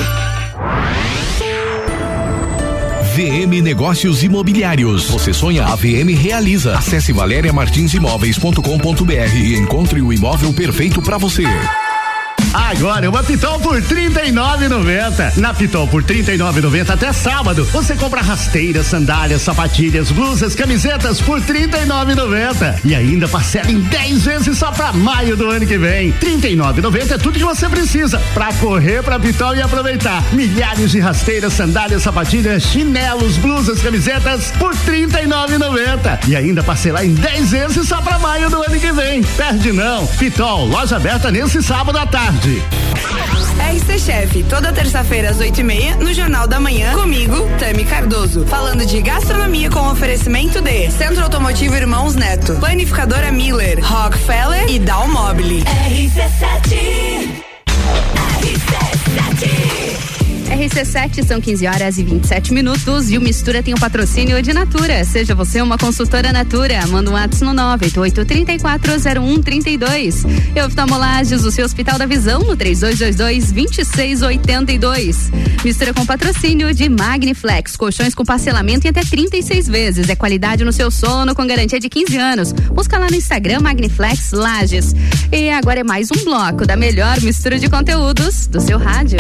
[SPEAKER 20] V M Negócios Imobiliários. Você sonha, a V M realiza. Acesse valéria martins imóveis ponto com ponto br e encontre o imóvel perfeito para você.
[SPEAKER 23] Agora uma Pitol por trinta e nove reais e noventa centavos. Na Pitol por trinta e nove reais e noventa centavos até sábado, você compra rasteiras, sandálias, sapatilhas, blusas, camisetas por trinta e nove reais e noventa centavos. E ainda parcela em dez vezes só pra maio do ano que vem. trinta e nove reais e noventa centavos é tudo que você precisa pra correr pra Pitol e aproveitar. Milhares de rasteiras, sandálias, sapatilhas, chinelos, blusas, camisetas por trinta e nove reais e noventa centavos. E ainda parcelar em dez vezes só pra maio do ano que vem. Perde não. Pitol, loja aberta nesse sábado à tarde.
[SPEAKER 7] R C Chef, toda terça-feira às oito e meia, no Jornal da Manhã, comigo, Tami Cardoso. Falando de gastronomia com oferecimento de Centro Automotivo Irmãos Neto, Planificadora Miller, Rockefeller e Dalmobile.
[SPEAKER 5] R C sete. R C sete.
[SPEAKER 1] R C sete, são quinze horas e vinte e sete minutos e o Mistura tem o patrocínio de Natura. Seja você uma consultora Natura. Manda um WhatsApp no nove oito oito, três quatro zero um três dois. E Oftalmolages, o seu Hospital da Visão, no três dois dois dois, dois seis oito dois. Mistura com patrocínio de Magniflex, colchões com parcelamento em até trinta e seis vezes. É qualidade no seu sono com garantia de quinze anos. Busca lá no Instagram Magniflex Lages. E agora é mais um bloco da melhor mistura de conteúdos do seu rádio.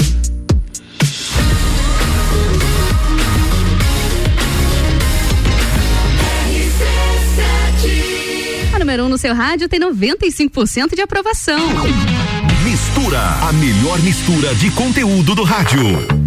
[SPEAKER 1] A número um no seu rádio tem noventa e cinco por cento de aprovação.
[SPEAKER 20] Mistura, a melhor mistura de conteúdo do rádio.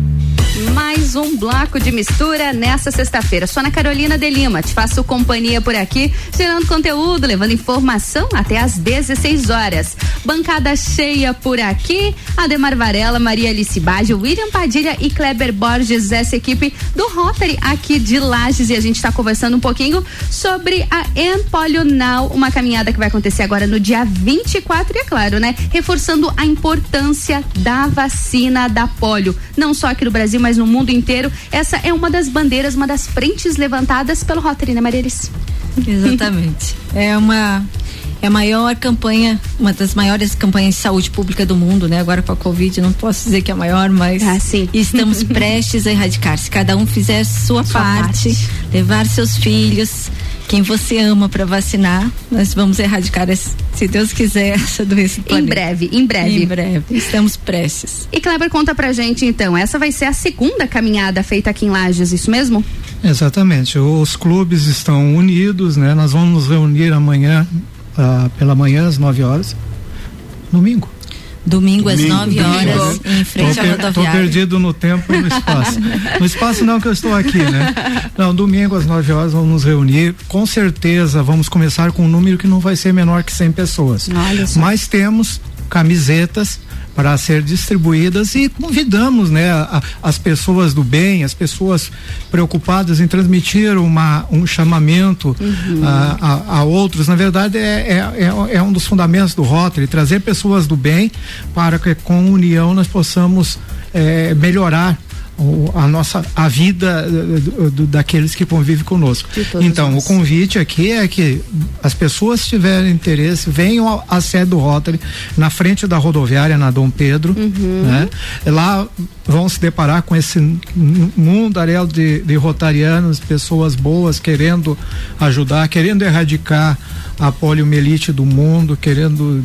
[SPEAKER 1] Mais um bloco de mistura nessa sexta-feira. Sou Ana Carolina de Lima, te faço companhia por aqui, gerando conteúdo, levando informação até às dezesseis horas. Bancada cheia por aqui, Ademar Varela, Maria Alice Baggio, William Padilha e Kleber Borges, essa equipe do Rotary aqui de Lages, e a gente está conversando um pouquinho sobre a Empolio Now, uma caminhada que vai acontecer agora no dia vinte e quatro, e é claro, né, reforçando a importância da vacina da polio, não só aqui no Brasil, mas no mundo inteiro. Essa é uma das bandeiras, uma das frentes levantadas pelo Rotary, né, Maria Alice?
[SPEAKER 26] Exatamente. É uma é a maior campanha, uma das maiores campanhas de saúde pública do mundo, né? Agora com a Covid, não posso dizer que é a maior, mas
[SPEAKER 1] ah, sim.
[SPEAKER 26] Estamos prestes a erradicar. Se cada um fizer sua, sua parte, parte, levar seus filhos, quem você ama para vacinar, nós vamos erradicar, se Deus quiser, essa doença.
[SPEAKER 1] Em breve, em breve.
[SPEAKER 26] Em breve, estamos prestes.
[SPEAKER 1] E Kleber, conta pra gente então, essa vai ser a segunda caminhada feita aqui em Lages, isso mesmo?
[SPEAKER 4] Exatamente, os clubes estão unidos, né? Nós vamos nos reunir amanhã, uh, pela manhã, às nove horas, domingo.
[SPEAKER 26] Domingo, domingo às nove horas, em frente
[SPEAKER 4] tô
[SPEAKER 26] à rodoviária.
[SPEAKER 4] Estou perdido no tempo e no espaço. No espaço não, que eu estou aqui, né? Não, domingo às nove horas vamos nos reunir. Com certeza vamos começar com um número que não vai ser menor que cem pessoas. Mas temos camisetas para ser distribuídas e convidamos, né, a, as pessoas do bem, as pessoas preocupadas em transmitir uma, um chamamento uhum. a, a, a outros. Na verdade é, é, é, é um dos fundamentos do Rotary, trazer pessoas do bem para que com união nós possamos é, melhorar O, a nossa a vida do, do, daqueles que convivem conosco. Então nós. O convite aqui é que as pessoas que tiverem interesse venham à sede do Rotary, na frente da rodoviária, na Dom Pedro, uhum. né? Lá vão se deparar com esse mundaréu de, de rotarianos, pessoas boas querendo ajudar, querendo erradicar a poliomielite do mundo, querendo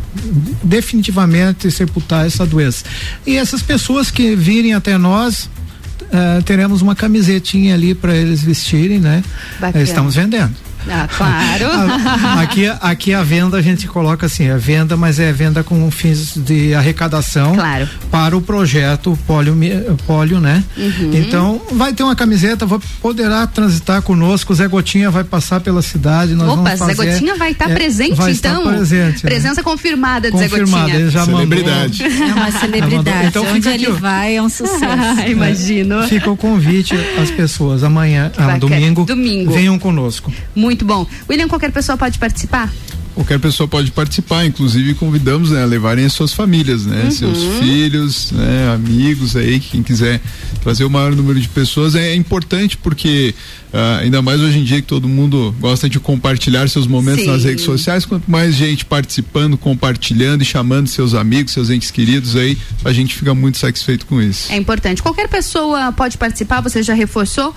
[SPEAKER 4] definitivamente sepultar essa doença. E essas pessoas que virem até nós, uh, teremos uma camisetinha ali para eles vestirem, né? Uh, estamos vendendo.
[SPEAKER 1] Ah, claro.
[SPEAKER 4] aqui, aqui a venda a gente coloca assim, é venda, mas é venda com fins de arrecadação,
[SPEAKER 1] claro,
[SPEAKER 4] para o projeto Polio, Polio, né? Uhum. Então vai ter uma camiseta, poderá transitar conosco, o Zé Gotinha vai passar pela cidade, nós
[SPEAKER 1] Opa,
[SPEAKER 4] vamos fazer.
[SPEAKER 1] Zé Gotinha vai estar tá é, presente,
[SPEAKER 4] vai
[SPEAKER 1] então?
[SPEAKER 4] Estar presente,
[SPEAKER 1] presença
[SPEAKER 4] né?
[SPEAKER 1] confirmada de
[SPEAKER 4] confirmada,
[SPEAKER 1] Zé Gotinha.
[SPEAKER 4] Ele já
[SPEAKER 6] celebridade.
[SPEAKER 26] Mandou. É uma celebridade.
[SPEAKER 4] Então,
[SPEAKER 26] onde ele vai é um sucesso.
[SPEAKER 1] Ah, imagino.
[SPEAKER 4] É, fica o convite às pessoas amanhã, ah, domingo,
[SPEAKER 1] domingo,
[SPEAKER 4] venham conosco.
[SPEAKER 1] Muito bom. William, qualquer pessoa pode participar?
[SPEAKER 6] Qualquer pessoa pode participar, inclusive convidamos, né, a levarem as suas famílias, né, uhum. seus filhos, né, amigos aí, quem quiser trazer o maior número de pessoas é, é importante porque uh, ainda mais hoje em dia que todo mundo gosta de compartilhar seus momentos Sim. nas redes sociais, quanto mais gente participando, compartilhando e chamando seus amigos, seus entes queridos aí, a gente fica muito satisfeito com isso.
[SPEAKER 1] É importante, qualquer pessoa pode participar, você já reforçou,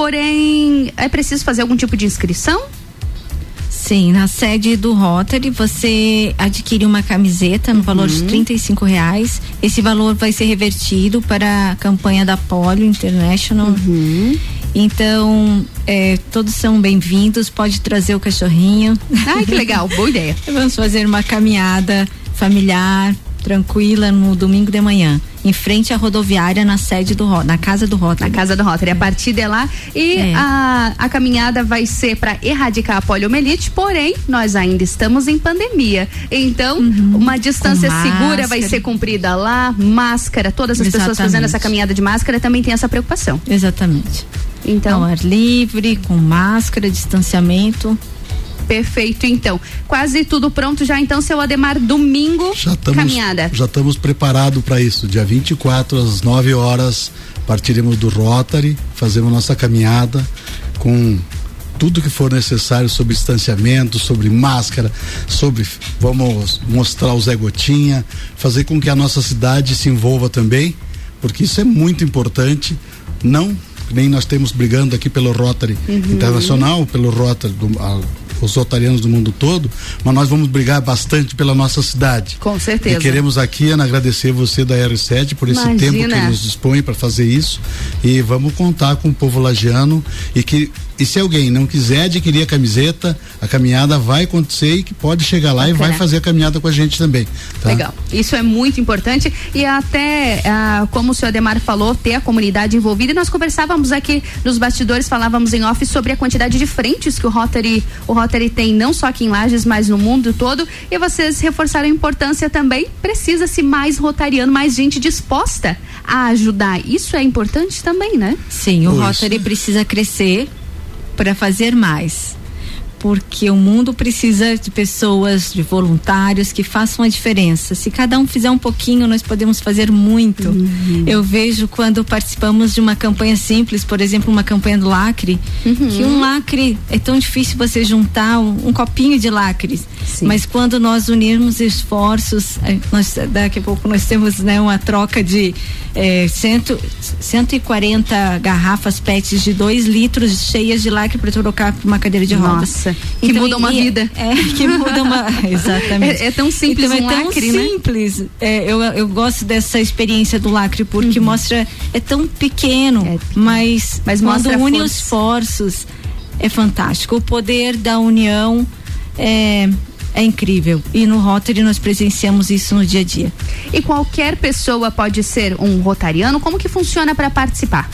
[SPEAKER 1] porém é preciso fazer algum tipo de inscrição?
[SPEAKER 26] Sim, na sede do Rotary você adquire uma camiseta no valor uhum. de trinta e cinco reais. Esse valor vai ser revertido para a campanha da Polio International.
[SPEAKER 1] Uhum.
[SPEAKER 26] Então, é, todos são bem-vindos, pode trazer o cachorrinho.
[SPEAKER 1] Ai, que legal, boa ideia.
[SPEAKER 26] Vamos fazer uma caminhada familiar, tranquila, no domingo de manhã. em frente à rodoviária, na sede do Rotary, na casa do Rotary.
[SPEAKER 1] Na casa do Rotary, a partida é lá e é. a, a caminhada vai ser para erradicar a poliomielite, porém nós ainda estamos em pandemia, então uhum. uma distância segura vai ser cumprida lá, máscara, todas as Exatamente. pessoas fazendo essa caminhada de máscara também tem essa preocupação.
[SPEAKER 26] Exatamente.
[SPEAKER 1] Então,
[SPEAKER 26] ao ar livre, com máscara, distanciamento.
[SPEAKER 1] Perfeito, então. Quase tudo pronto já, então, seu Ademar, domingo,
[SPEAKER 3] já estamos,
[SPEAKER 1] caminhada.
[SPEAKER 3] Já estamos preparados para isso. Dia vinte e quatro, às nove horas, partiremos do Rotary, fazemos nossa caminhada com tudo que for necessário sobre distanciamento, sobre máscara, sobre, vamos mostrar o Zé Gotinha, fazer com que a nossa cidade se envolva também, porque isso é muito importante, não nem nós temos brigando aqui pelo Rotary uhum. Internacional, pelo Rotary do, a, os rotarianos do mundo todo, mas nós vamos brigar bastante pela nossa cidade.
[SPEAKER 1] Com certeza.
[SPEAKER 3] E queremos aqui, Ana, agradecer você da R sete por esse Imagina. tempo que nos dispõe para fazer isso, e vamos contar com o povo lagiano, e que e se alguém não quiser adquirir a camiseta, a caminhada vai acontecer, e que pode chegar lá okay. e vai fazer a caminhada com a gente também. Tá?
[SPEAKER 1] Legal. Isso é muito importante, e até ah, como o senhor Ademar falou, ter a comunidade envolvida, e nós conversávamos aqui nos bastidores, falávamos em off sobre a quantidade de frentes que o Rotary, o Rotary tem, não só aqui em Lages, mas no mundo todo, e vocês reforçaram a importância também, precisa-se mais rotariano, mais gente disposta a ajudar. Isso é importante também, né?
[SPEAKER 26] Sim, o Pois. Rotary precisa crescer para fazer mais, porque o mundo precisa de pessoas, de voluntários que façam a diferença. Se cada um fizer um pouquinho, nós podemos fazer muito. Uhum. Eu vejo quando participamos de uma campanha simples, por exemplo, uma campanha do lacre, uhum. que um lacre, é tão difícil você juntar um, um copinho de lacres, Sim. mas quando nós unirmos esforços, nós, daqui a pouco nós temos, né, uma troca de é, cento, cento e quarenta garrafas P E Ts de dois litros cheias de lacre para trocar para uma cadeira de rodas.
[SPEAKER 1] Nossa. Que então, muda uma
[SPEAKER 26] e,
[SPEAKER 1] vida.
[SPEAKER 26] É, que muda uma. Exatamente.
[SPEAKER 1] É, é tão simples então, um
[SPEAKER 26] é tão
[SPEAKER 1] lacre,
[SPEAKER 26] simples.
[SPEAKER 1] Né?
[SPEAKER 26] É, eu, eu gosto dessa experiência do lacre, porque uhum. mostra. É tão pequeno, é pequeno. mas,
[SPEAKER 1] mas
[SPEAKER 26] quando une
[SPEAKER 1] força.
[SPEAKER 26] os esforços, é fantástico. O poder da união é. É incrível. E no Rotary nós presenciamos isso no dia a dia.
[SPEAKER 1] E qualquer pessoa pode ser um rotariano? Como que funciona para participar?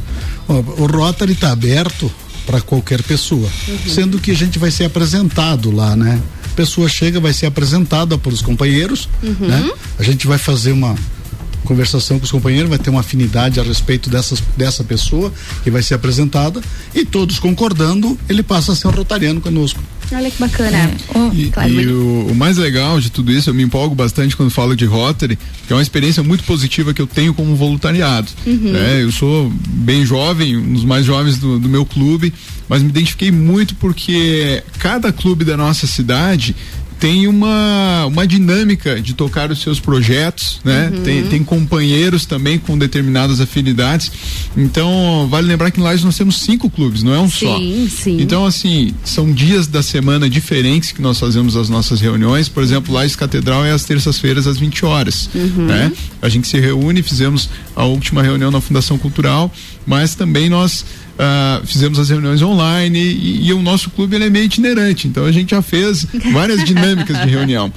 [SPEAKER 3] O Rotary está aberto para qualquer pessoa, uhum. sendo que a gente vai ser apresentado lá, né? A pessoa chega, vai ser apresentada pelos companheiros, uhum. né? A gente vai fazer uma conversação com os companheiros, vai ter uma afinidade a respeito dessas, dessa pessoa que vai ser apresentada, e todos concordando, ele passa a ser um rotariano conosco.
[SPEAKER 1] Olha que bacana.
[SPEAKER 6] É. Oh, e claro, e o, o mais legal de tudo isso, eu me empolgo bastante quando falo de Rotary, que é uma experiência muito positiva que eu tenho como voluntariado. Uhum. Né? Eu sou bem jovem, um dos mais jovens do, do meu clube, mas me identifiquei muito porque cada clube da nossa cidade tem uma, uma dinâmica de tocar os seus projetos, né? Uhum. Tem, tem companheiros também com determinadas afinidades. Então, vale lembrar que em Lages nós temos cinco clubes, não é um
[SPEAKER 1] sim,
[SPEAKER 6] só.
[SPEAKER 1] Sim.
[SPEAKER 6] Então, assim, são dias da semana diferentes que nós fazemos as nossas reuniões. Por exemplo, Lages Catedral é às terças-feiras às vinte horas, uhum. né? A gente se reúne, fizemos a última reunião na Fundação Cultural, mas também nós Uh, fizemos as reuniões online e, e o nosso clube ele é meio itinerante, então a gente já fez várias dinâmicas de reunião.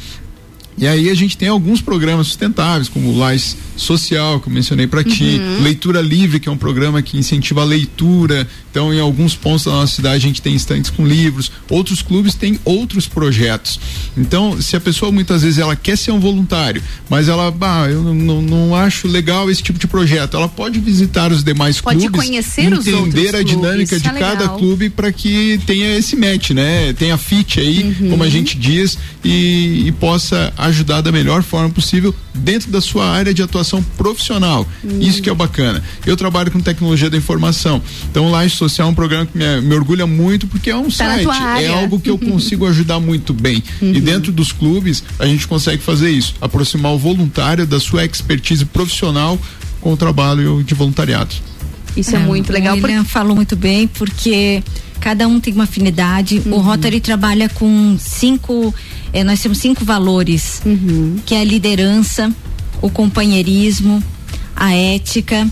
[SPEAKER 6] E aí a gente tem alguns programas sustentáveis, como o Lages Social, que eu mencionei para ti, uhum. Leitura Livre, que é um programa que incentiva a leitura. Então, em alguns pontos da nossa cidade a gente tem estantes com livros, outros clubes têm outros projetos. Então, se a pessoa muitas vezes ela quer ser um voluntário, mas ela, bah, eu não, não acho legal esse tipo de projeto, ela pode visitar os demais
[SPEAKER 1] pode
[SPEAKER 3] clubes,
[SPEAKER 1] conhecer os
[SPEAKER 6] entender a
[SPEAKER 1] clubes,
[SPEAKER 6] dinâmica de
[SPEAKER 1] é
[SPEAKER 6] cada
[SPEAKER 1] legal.
[SPEAKER 6] clube para que tenha esse match, né? Tenha fit aí, uhum. como a gente diz, e, e possa ajudar da melhor forma possível dentro da sua área de atuação profissional. Hum. Isso que é o bacana. Eu trabalho com tecnologia da informação. Então, o Lages Social é um programa que me, me orgulha muito porque é um tá site, é algo que eu consigo ajudar muito bem. Uhum. E dentro dos clubes, a gente consegue fazer isso, aproximar o voluntário da sua expertise profissional com o trabalho de voluntariado.
[SPEAKER 1] Isso é, é muito legal.
[SPEAKER 26] O William porque... falou muito bem, porque cada um tem uma afinidade. Uhum. O Rotary trabalha com cinco, eh, nós temos cinco valores, uhum. que é a liderança, o companheirismo, a ética,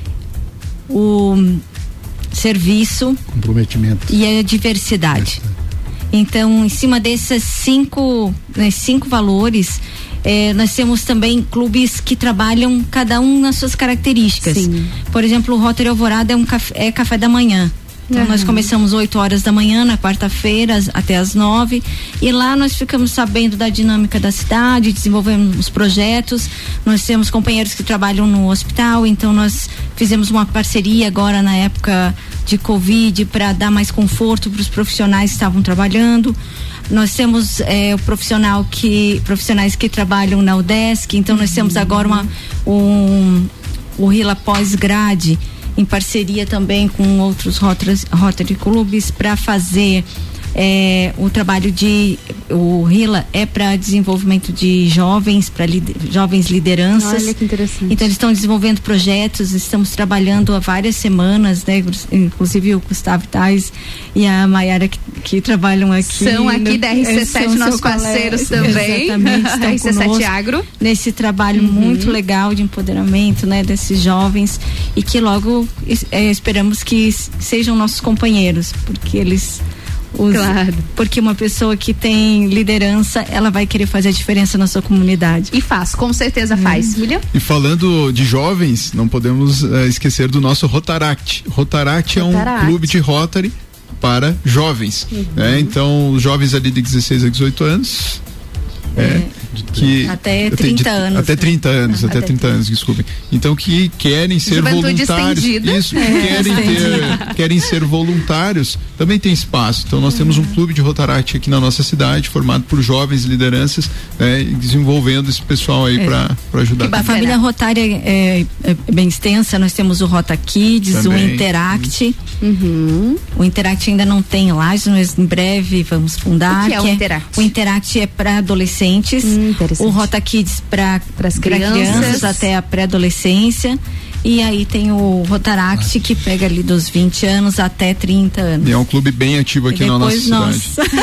[SPEAKER 26] o serviço,
[SPEAKER 3] comprometimento
[SPEAKER 26] e a diversidade. Então, em cima desses cinco, né, cinco valores, É, nós temos também clubes que trabalham cada um nas suas características. Sim. Por exemplo, o Rotary Alvorada é um café, é café da manhã. Então uhum. nós começamos oito horas da manhã na quarta-feira até as nove, e lá nós ficamos sabendo da dinâmica da cidade, desenvolvemos projetos. Nós temos companheiros que trabalham no hospital, então nós fizemos uma parceria agora na época de Covid para dar mais conforto para os profissionais que estavam trabalhando. Nós temos é, o profissional que profissionais que trabalham na U D E S C, então uhum. nós temos agora uma um, o Rila pós-grade em parceria também com outros Rotary, Rotary Clubes para fazer é, o trabalho de o Rila é para desenvolvimento de jovens, para lider, jovens lideranças.
[SPEAKER 1] Olha que interessante.
[SPEAKER 26] Então eles estão desenvolvendo projetos, estamos trabalhando há várias semanas, né? Inclusive o Gustavo Tais e a Maiara que, que trabalham aqui.
[SPEAKER 1] São aqui no, da R C sete, nossos parceiros também.
[SPEAKER 26] Exatamente, estão
[SPEAKER 1] R C sete Agro.
[SPEAKER 26] Nesse trabalho uhum. muito legal de empoderamento, né? Desses jovens, e que logo é, esperamos que sejam nossos companheiros, porque eles Os, claro. Porque uma pessoa que tem liderança, ela vai querer fazer a diferença na sua comunidade.
[SPEAKER 1] E faz, com certeza hum. faz. William?
[SPEAKER 6] E falando de jovens, não podemos uh, esquecer do nosso Rotaract. Rotaract é um clube de Rotary para jovens. Uhum. Né? Então, os jovens ali de dezesseis a dezoito anos. É. É. Que
[SPEAKER 26] até trinta
[SPEAKER 6] de,
[SPEAKER 26] anos.
[SPEAKER 6] Até trinta anos, ah, até, até trinta anos, desculpem. Então que querem ser
[SPEAKER 1] Juventude
[SPEAKER 6] voluntários.
[SPEAKER 1] Estendida.
[SPEAKER 6] Isso, é, querem ter, querem ser voluntários, também tem espaço. Então nós uhum. temos um clube de Rotaract aqui na nossa cidade, formado por jovens lideranças, né, desenvolvendo esse pessoal aí é. para ajudar.
[SPEAKER 26] A família Rotária é, é bem extensa, nós temos o Rota Kids, também. O Interact.
[SPEAKER 1] Uhum.
[SPEAKER 26] O Interact ainda não tem lajes, mas em breve vamos fundar.
[SPEAKER 1] O que é o Interact?
[SPEAKER 26] É, o Interact é para adolescentes. Hum, o Rota Kids para as crianças. crianças até a pré-adolescência, e aí tem o Rotaract que pega ali dos vinte anos até trinta anos.
[SPEAKER 6] E é um clube bem ativo aqui na nossa cidade.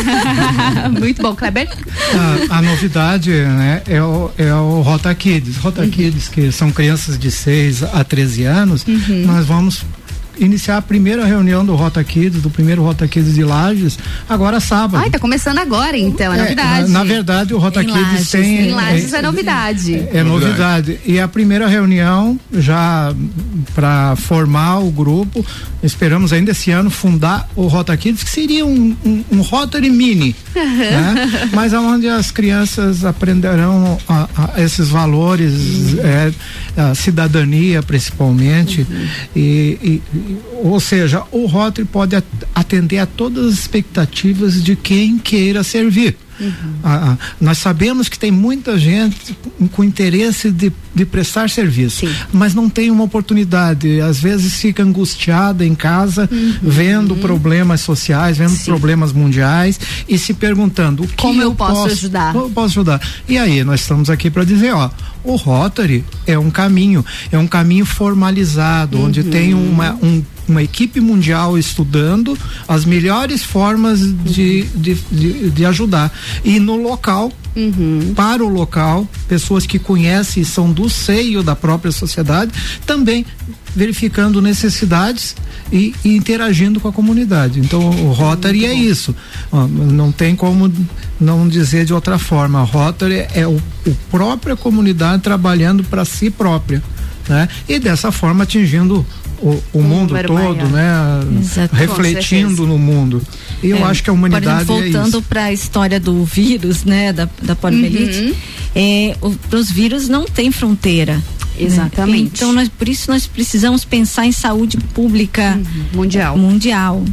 [SPEAKER 1] Muito bom, Kleber.
[SPEAKER 4] A, a novidade, né, é o, é o Rota Kids. Rota uhum. Kids, que são crianças de seis a treze anos, uhum. nós vamos iniciar a primeira reunião do Rota Kids, do primeiro Rota Kids de Lages, agora sábado.
[SPEAKER 1] Ai, tá começando agora então, é, é novidade.
[SPEAKER 4] Na, na verdade, o Rota
[SPEAKER 26] em
[SPEAKER 4] Kids
[SPEAKER 26] Lages,
[SPEAKER 4] tem...
[SPEAKER 1] Em Lages é, é novidade.
[SPEAKER 4] É, é novidade. E a primeira reunião, já para formar o grupo, esperamos ainda esse ano fundar o Rota Kids, que seria um, um, um Rotary Mini, uhum. né? Mas onde as crianças aprenderão a, a esses valores, uhum. é, a cidadania principalmente, uhum. e, e ou seja, o Rotary pode atender a todas as expectativas de quem queira servir. Uhum. Ah, ah, nós sabemos que tem muita gente com interesse de, de prestar serviço, sim. mas não tem uma oportunidade, às vezes fica angustiada em casa, uhum. vendo problemas sociais, vendo sim. problemas mundiais e se perguntando o que
[SPEAKER 1] como eu, eu posso,
[SPEAKER 4] posso
[SPEAKER 1] ajudar.
[SPEAKER 4] Eu posso ajudar. E aí nós estamos aqui para dizer, ó, o Rotary é um caminho, é um caminho formalizado, uhum. onde tem uma, um, uma equipe mundial estudando as melhores formas de, de, de, de ajudar. E no local, uhum. para o local, pessoas que conhecem e são do seio da própria sociedade, também verificando necessidades e, e interagindo com a comunidade. Então o Rotary é isso. Ó, não tem como não dizer de outra forma. A Rotary é o, o própria comunidade trabalhando para si própria, né? E dessa forma atingindo o, o um mundo todo, né? Exato, refletindo no mundo. E é, eu acho que a humanidade
[SPEAKER 26] exemplo, voltando
[SPEAKER 4] é
[SPEAKER 26] para a história do vírus, né? Da, da poliomielite, uhum. é, os vírus não têm fronteira.
[SPEAKER 1] Exatamente.
[SPEAKER 26] Né? Então, nós, por isso nós precisamos pensar em saúde pública
[SPEAKER 1] uhum. mundial.
[SPEAKER 26] mundial.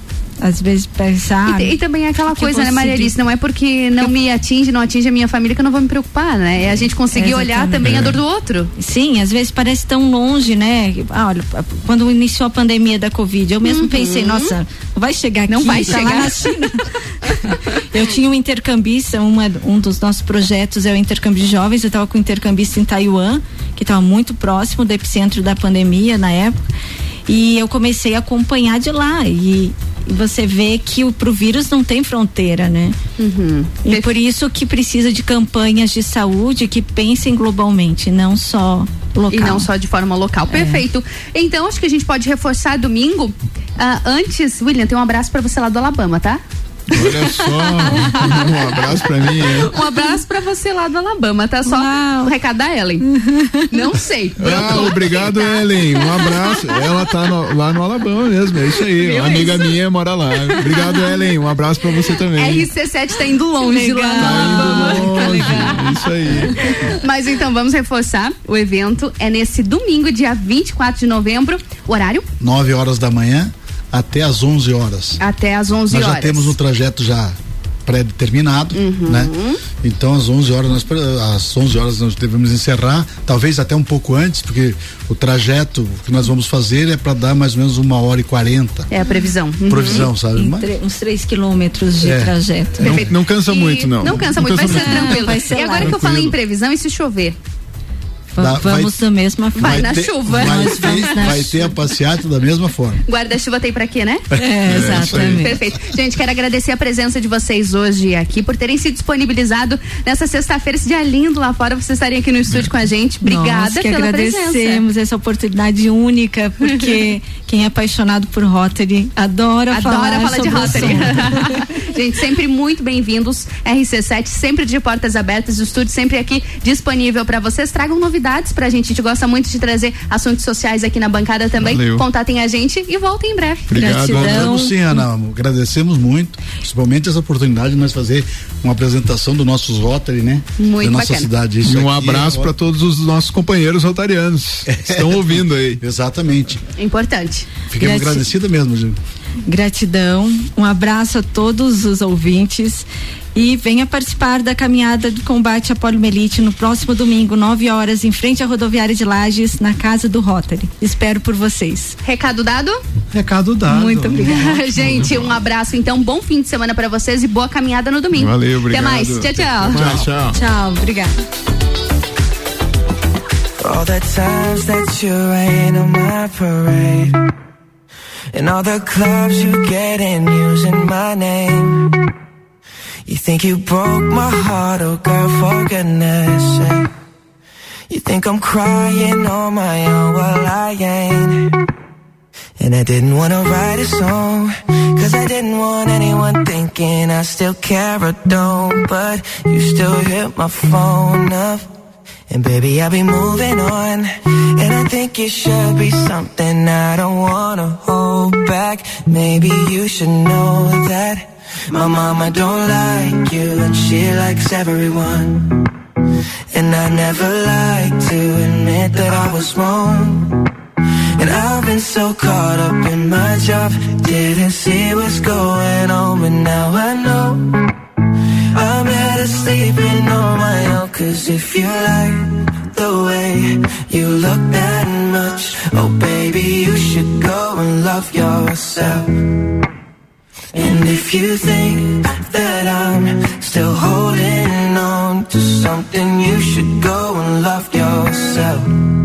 [SPEAKER 26] Às vezes pensar.
[SPEAKER 1] E, e também é aquela coisa, né, Maria Alice? Não é porque não eu, me atinge, não atinge a minha família que eu não vou me preocupar, né? É a gente conseguir exatamente. olhar também a dor do outro.
[SPEAKER 26] Sim, às vezes parece tão longe, né? Ah, olha, quando iniciou a pandemia da Covid, eu mesmo uhum. pensei, nossa, vai chegar aqui.
[SPEAKER 1] Não vai
[SPEAKER 26] tá
[SPEAKER 1] chegar.
[SPEAKER 26] Na China. Eu tinha um intercambista, uma, um dos nossos projetos é o intercâmbio de jovens. Eu estava com um intercambista em Taiwan, que estava muito próximo do epicentro da pandemia na época. E eu comecei a acompanhar de lá. E você vê que o pro vírus não tem fronteira, né? Uhum. E por isso que precisa de campanhas de saúde que pensem globalmente, não só local.
[SPEAKER 1] E não só de forma local. É. Perfeito. Então acho que a gente pode reforçar domingo. Uh, antes, William, tem um abraço pra você lá do Alabama, tá?
[SPEAKER 6] Olha só. abraço pra mim. Hein?
[SPEAKER 1] Um abraço pra você lá do Alabama, tá? Só o recado da Ellen. Não sei.
[SPEAKER 6] Ah, obrigado, Ellen. Um abraço. Ela tá no, lá no Alabama mesmo, é isso aí. Uma amiga minha mora lá. Obrigado, Ellen. Um abraço pra você também.
[SPEAKER 1] R C sete tá indo longe
[SPEAKER 6] Legal.
[SPEAKER 1] lá no Alabama.
[SPEAKER 6] Tá indo longe. Tá isso aí.
[SPEAKER 1] Mas então vamos reforçar. O evento é nesse domingo, dia vinte e quatro de novembro. O horário?
[SPEAKER 3] nove horas da manhã até às onze horas.
[SPEAKER 1] Até às onze
[SPEAKER 3] nós
[SPEAKER 1] horas.
[SPEAKER 3] Já temos um trajeto já pré-determinado,
[SPEAKER 1] uhum.
[SPEAKER 3] né? Então às onze horas nós às onze horas nós devemos encerrar, talvez até um pouco antes, porque o trajeto que nós vamos fazer é para dar mais ou menos uma hora e quarenta.
[SPEAKER 1] É a previsão. Uhum.
[SPEAKER 3] Previsão, sabe?
[SPEAKER 26] Mas... Uns três quilômetros de
[SPEAKER 3] é.
[SPEAKER 26] trajeto.
[SPEAKER 6] Não, não cansa
[SPEAKER 1] e
[SPEAKER 6] muito, não.
[SPEAKER 1] Não cansa
[SPEAKER 6] não
[SPEAKER 1] muito,
[SPEAKER 6] cansa
[SPEAKER 1] vai ser
[SPEAKER 6] muito.
[SPEAKER 1] tranquilo.
[SPEAKER 26] Vai ser
[SPEAKER 1] e agora
[SPEAKER 26] lá.
[SPEAKER 1] que eu falei em previsão, e se chover?
[SPEAKER 26] Da, vamos vai, da mesma forma.
[SPEAKER 1] Vai, vai na
[SPEAKER 3] ter,
[SPEAKER 1] chuva.
[SPEAKER 3] Vai,
[SPEAKER 1] Nós
[SPEAKER 3] ter,
[SPEAKER 1] vamos na
[SPEAKER 3] vai ter a passeata da mesma forma.
[SPEAKER 1] Guarda-chuva tem pra quê, né?
[SPEAKER 26] É, exatamente.
[SPEAKER 1] Perfeito. Gente, quero agradecer a presença de vocês hoje aqui, por terem se disponibilizado nessa sexta-feira, esse dia lindo lá fora, vocês estarem aqui no estúdio com a gente. Obrigada
[SPEAKER 26] Nós que
[SPEAKER 1] pela
[SPEAKER 26] agradecemos
[SPEAKER 1] presença.
[SPEAKER 26] essa oportunidade única, porque quem é apaixonado por Rotary adora,
[SPEAKER 1] adora
[SPEAKER 26] falar,
[SPEAKER 1] falar de Rotary. Gente, sempre muito bem-vindos. R C sete sempre de portas abertas, o estúdio sempre aqui disponível para vocês. Tragam novidades pra gente. A gente gosta muito de trazer assuntos sociais aqui na bancada também.
[SPEAKER 3] Valeu.
[SPEAKER 1] Contatem a gente e voltem em breve.
[SPEAKER 3] Obrigado.
[SPEAKER 1] Gratidão.
[SPEAKER 3] Sim, Ana, agradecemos muito, principalmente essa oportunidade de nós fazer uma apresentação dos nossos Rotary, né?
[SPEAKER 1] Muito
[SPEAKER 3] da nossa
[SPEAKER 1] bacana.
[SPEAKER 3] cidade. Isso
[SPEAKER 6] e um
[SPEAKER 3] aqui
[SPEAKER 6] abraço
[SPEAKER 3] é...
[SPEAKER 6] para todos os nossos companheiros rotarianos que estão ouvindo aí.
[SPEAKER 3] Exatamente.
[SPEAKER 1] Importante.
[SPEAKER 3] Fiquemos
[SPEAKER 26] Grati...
[SPEAKER 3] agradecidos mesmo, Gil.
[SPEAKER 26] Gratidão, um abraço a todos os ouvintes e venha participar da caminhada de combate à poliomielite no próximo domingo, nove horas, em frente à rodoviária de Lages, na casa do Rotary. Espero por vocês.
[SPEAKER 1] Recado dado?
[SPEAKER 4] Recado dado.
[SPEAKER 1] Muito obrigada. Gente, um abraço, então, bom fim de semana pra vocês e boa caminhada no domingo.
[SPEAKER 6] Valeu, obrigado.
[SPEAKER 1] Até mais. Tchau, tchau.
[SPEAKER 6] Tchau, tchau.
[SPEAKER 26] Tchau, obrigada.
[SPEAKER 2] All the times that you rain on my parade, and all the clubs you get in using my name. You think you broke my heart, oh girl, for goodness sake. You think I'm crying on my own, well I ain't. And I didn't wanna write a song, cause I didn't want anyone thinking I still care or don't. But you still hit my phone up, and baby, I'll be moving on. And I think it should be something I don't wanna hold back. Maybe you should know that my mama don't like you, and she likes everyone. And I never like to admit that I was wrong. And I've been so caught up in my job, didn't see what's going on, but now I know I'm better sleeping on my own. Cause if you like the way you look that much, oh baby, you should go and love yourself. And if you think that I'm still holding on to something, you should go and love yourself.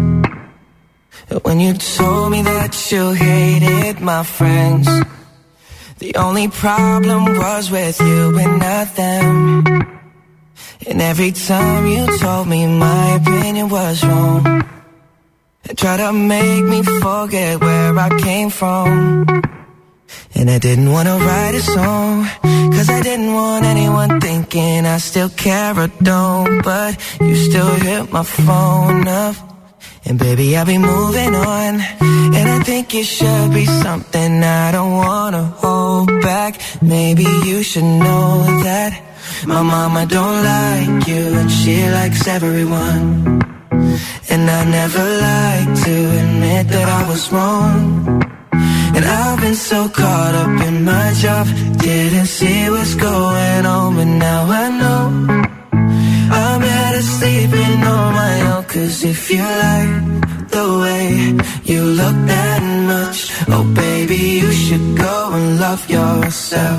[SPEAKER 2] When you told me that you hated my friends, the only problem was with you and not them. And every time you told me my opinion was wrong, and tried to make me forget where I came from. And I didn't wanna write a song, cause I didn't want anyone thinking I still care or don't. But you still hit my phone up, and baby, I'll be moving on. And I think it should be something I don't wanna hold back. Maybe you should know that my mama don't like you, and she likes everyone. And I never like to admit that I was wrong. And I've been so caught up in my job, didn't see what's going on, but now I know I'm better sleeping on my own. Cause if you like the way you look that much, oh baby, you should go and love yourself.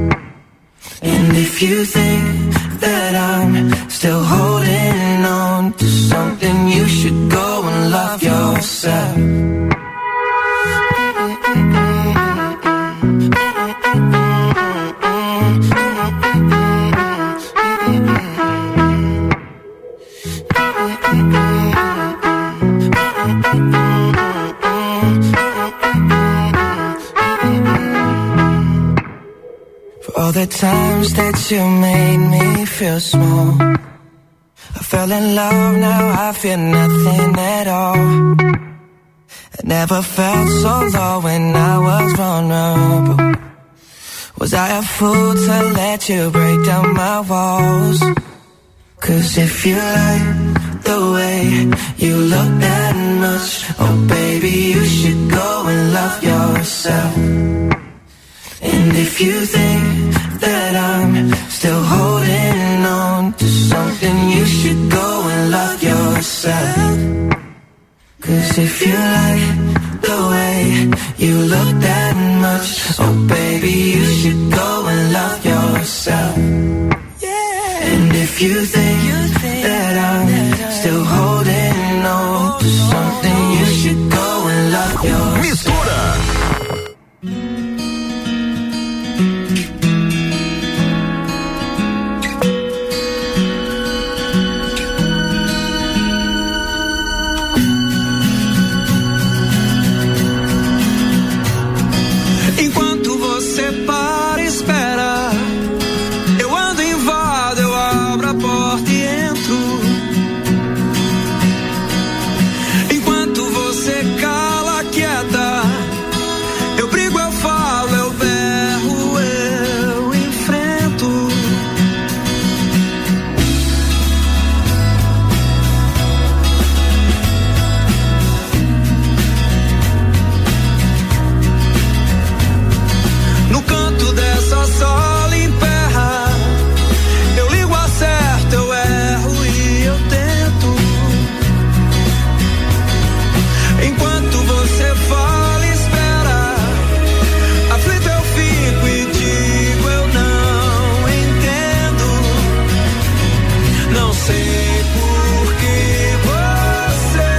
[SPEAKER 2] And if you think that I'm still holding on to something, you should go and love yourself. For all the times times that you made me feel small. I fell in love, now I feel nothing at all. I never felt so low when I was vulnerable. Was I a fool to let you break down my walls? Cause if you like the way you look that much, oh baby, you should go and love yourself. And if you think that I'm still holding on to something, you should go and love yourself. Cause if you like the way you look that much, oh baby, you should go and love yourself. And if you think that I'm still holding on to something, you should go and love yourself.
[SPEAKER 8] Mistura.
[SPEAKER 2] Enquanto você para e espera, eu ando, invado, eu abro a porta e entro. Enquanto você cala, quieta, eu brigo, eu falo, eu berro, eu enfrento. No canto dessa sala em terra, eu ligo, acerto, eu erro e eu tento. Enquanto você fala e espera, aflito eu fico e digo, eu não entendo. Não sei por que você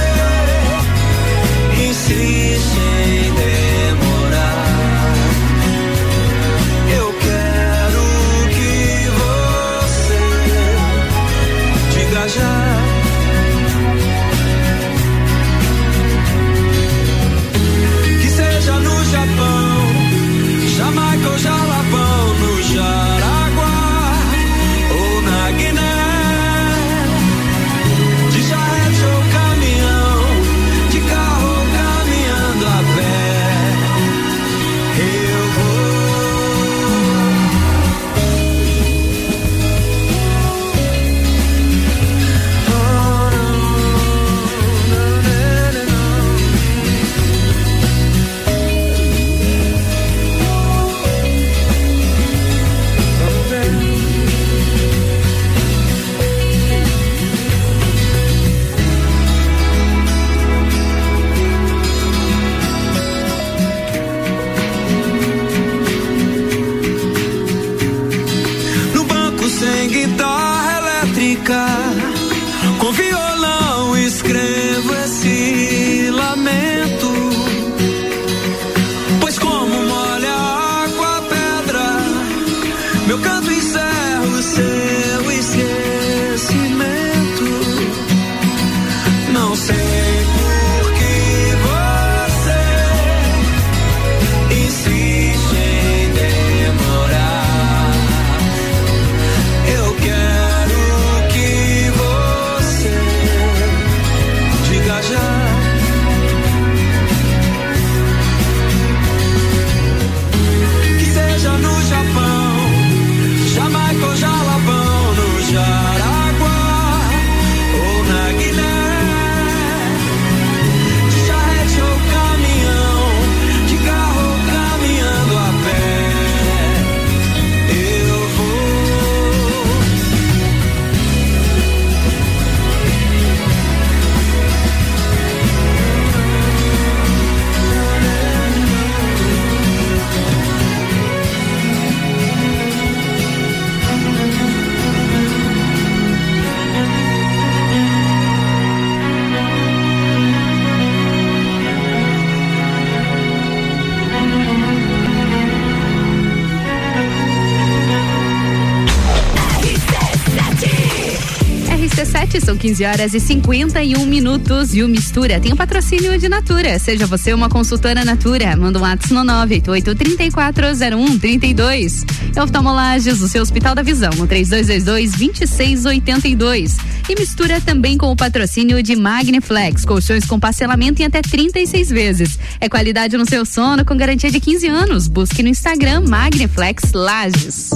[SPEAKER 2] insiste em demorar. Eu quero que você diga já. Que seja no Japão, Jamaica ou Jalapão, no Jaraguá ou na Guiné, de charrete ou caminhão, de carro ou caminhando a pé, eu vou. No banco sem guitarra elétrica, com violão escrevo esse lamento. Pois como molha a água a pedra, meu canto encerra o seu esquecimento. Não sei por que você insiste em demorar. Eu quero que
[SPEAKER 1] sete, são quinze horas e cinquenta e um minutos. E o Mistura tem o patrocínio de Natura. Seja você uma consultora Natura. Manda um WhatsApp no nove oito oito, três quatro zero um, três dois. E Oftalmolages, o seu Hospital da Visão, no três dois dois dois, dois seis oito dois. E Mistura também com o patrocínio de Magniflex, colchões com parcelamento em até trinta e seis vezes. É qualidade no seu sono com garantia de quinze anos. Busque no Instagram Magniflex Lages.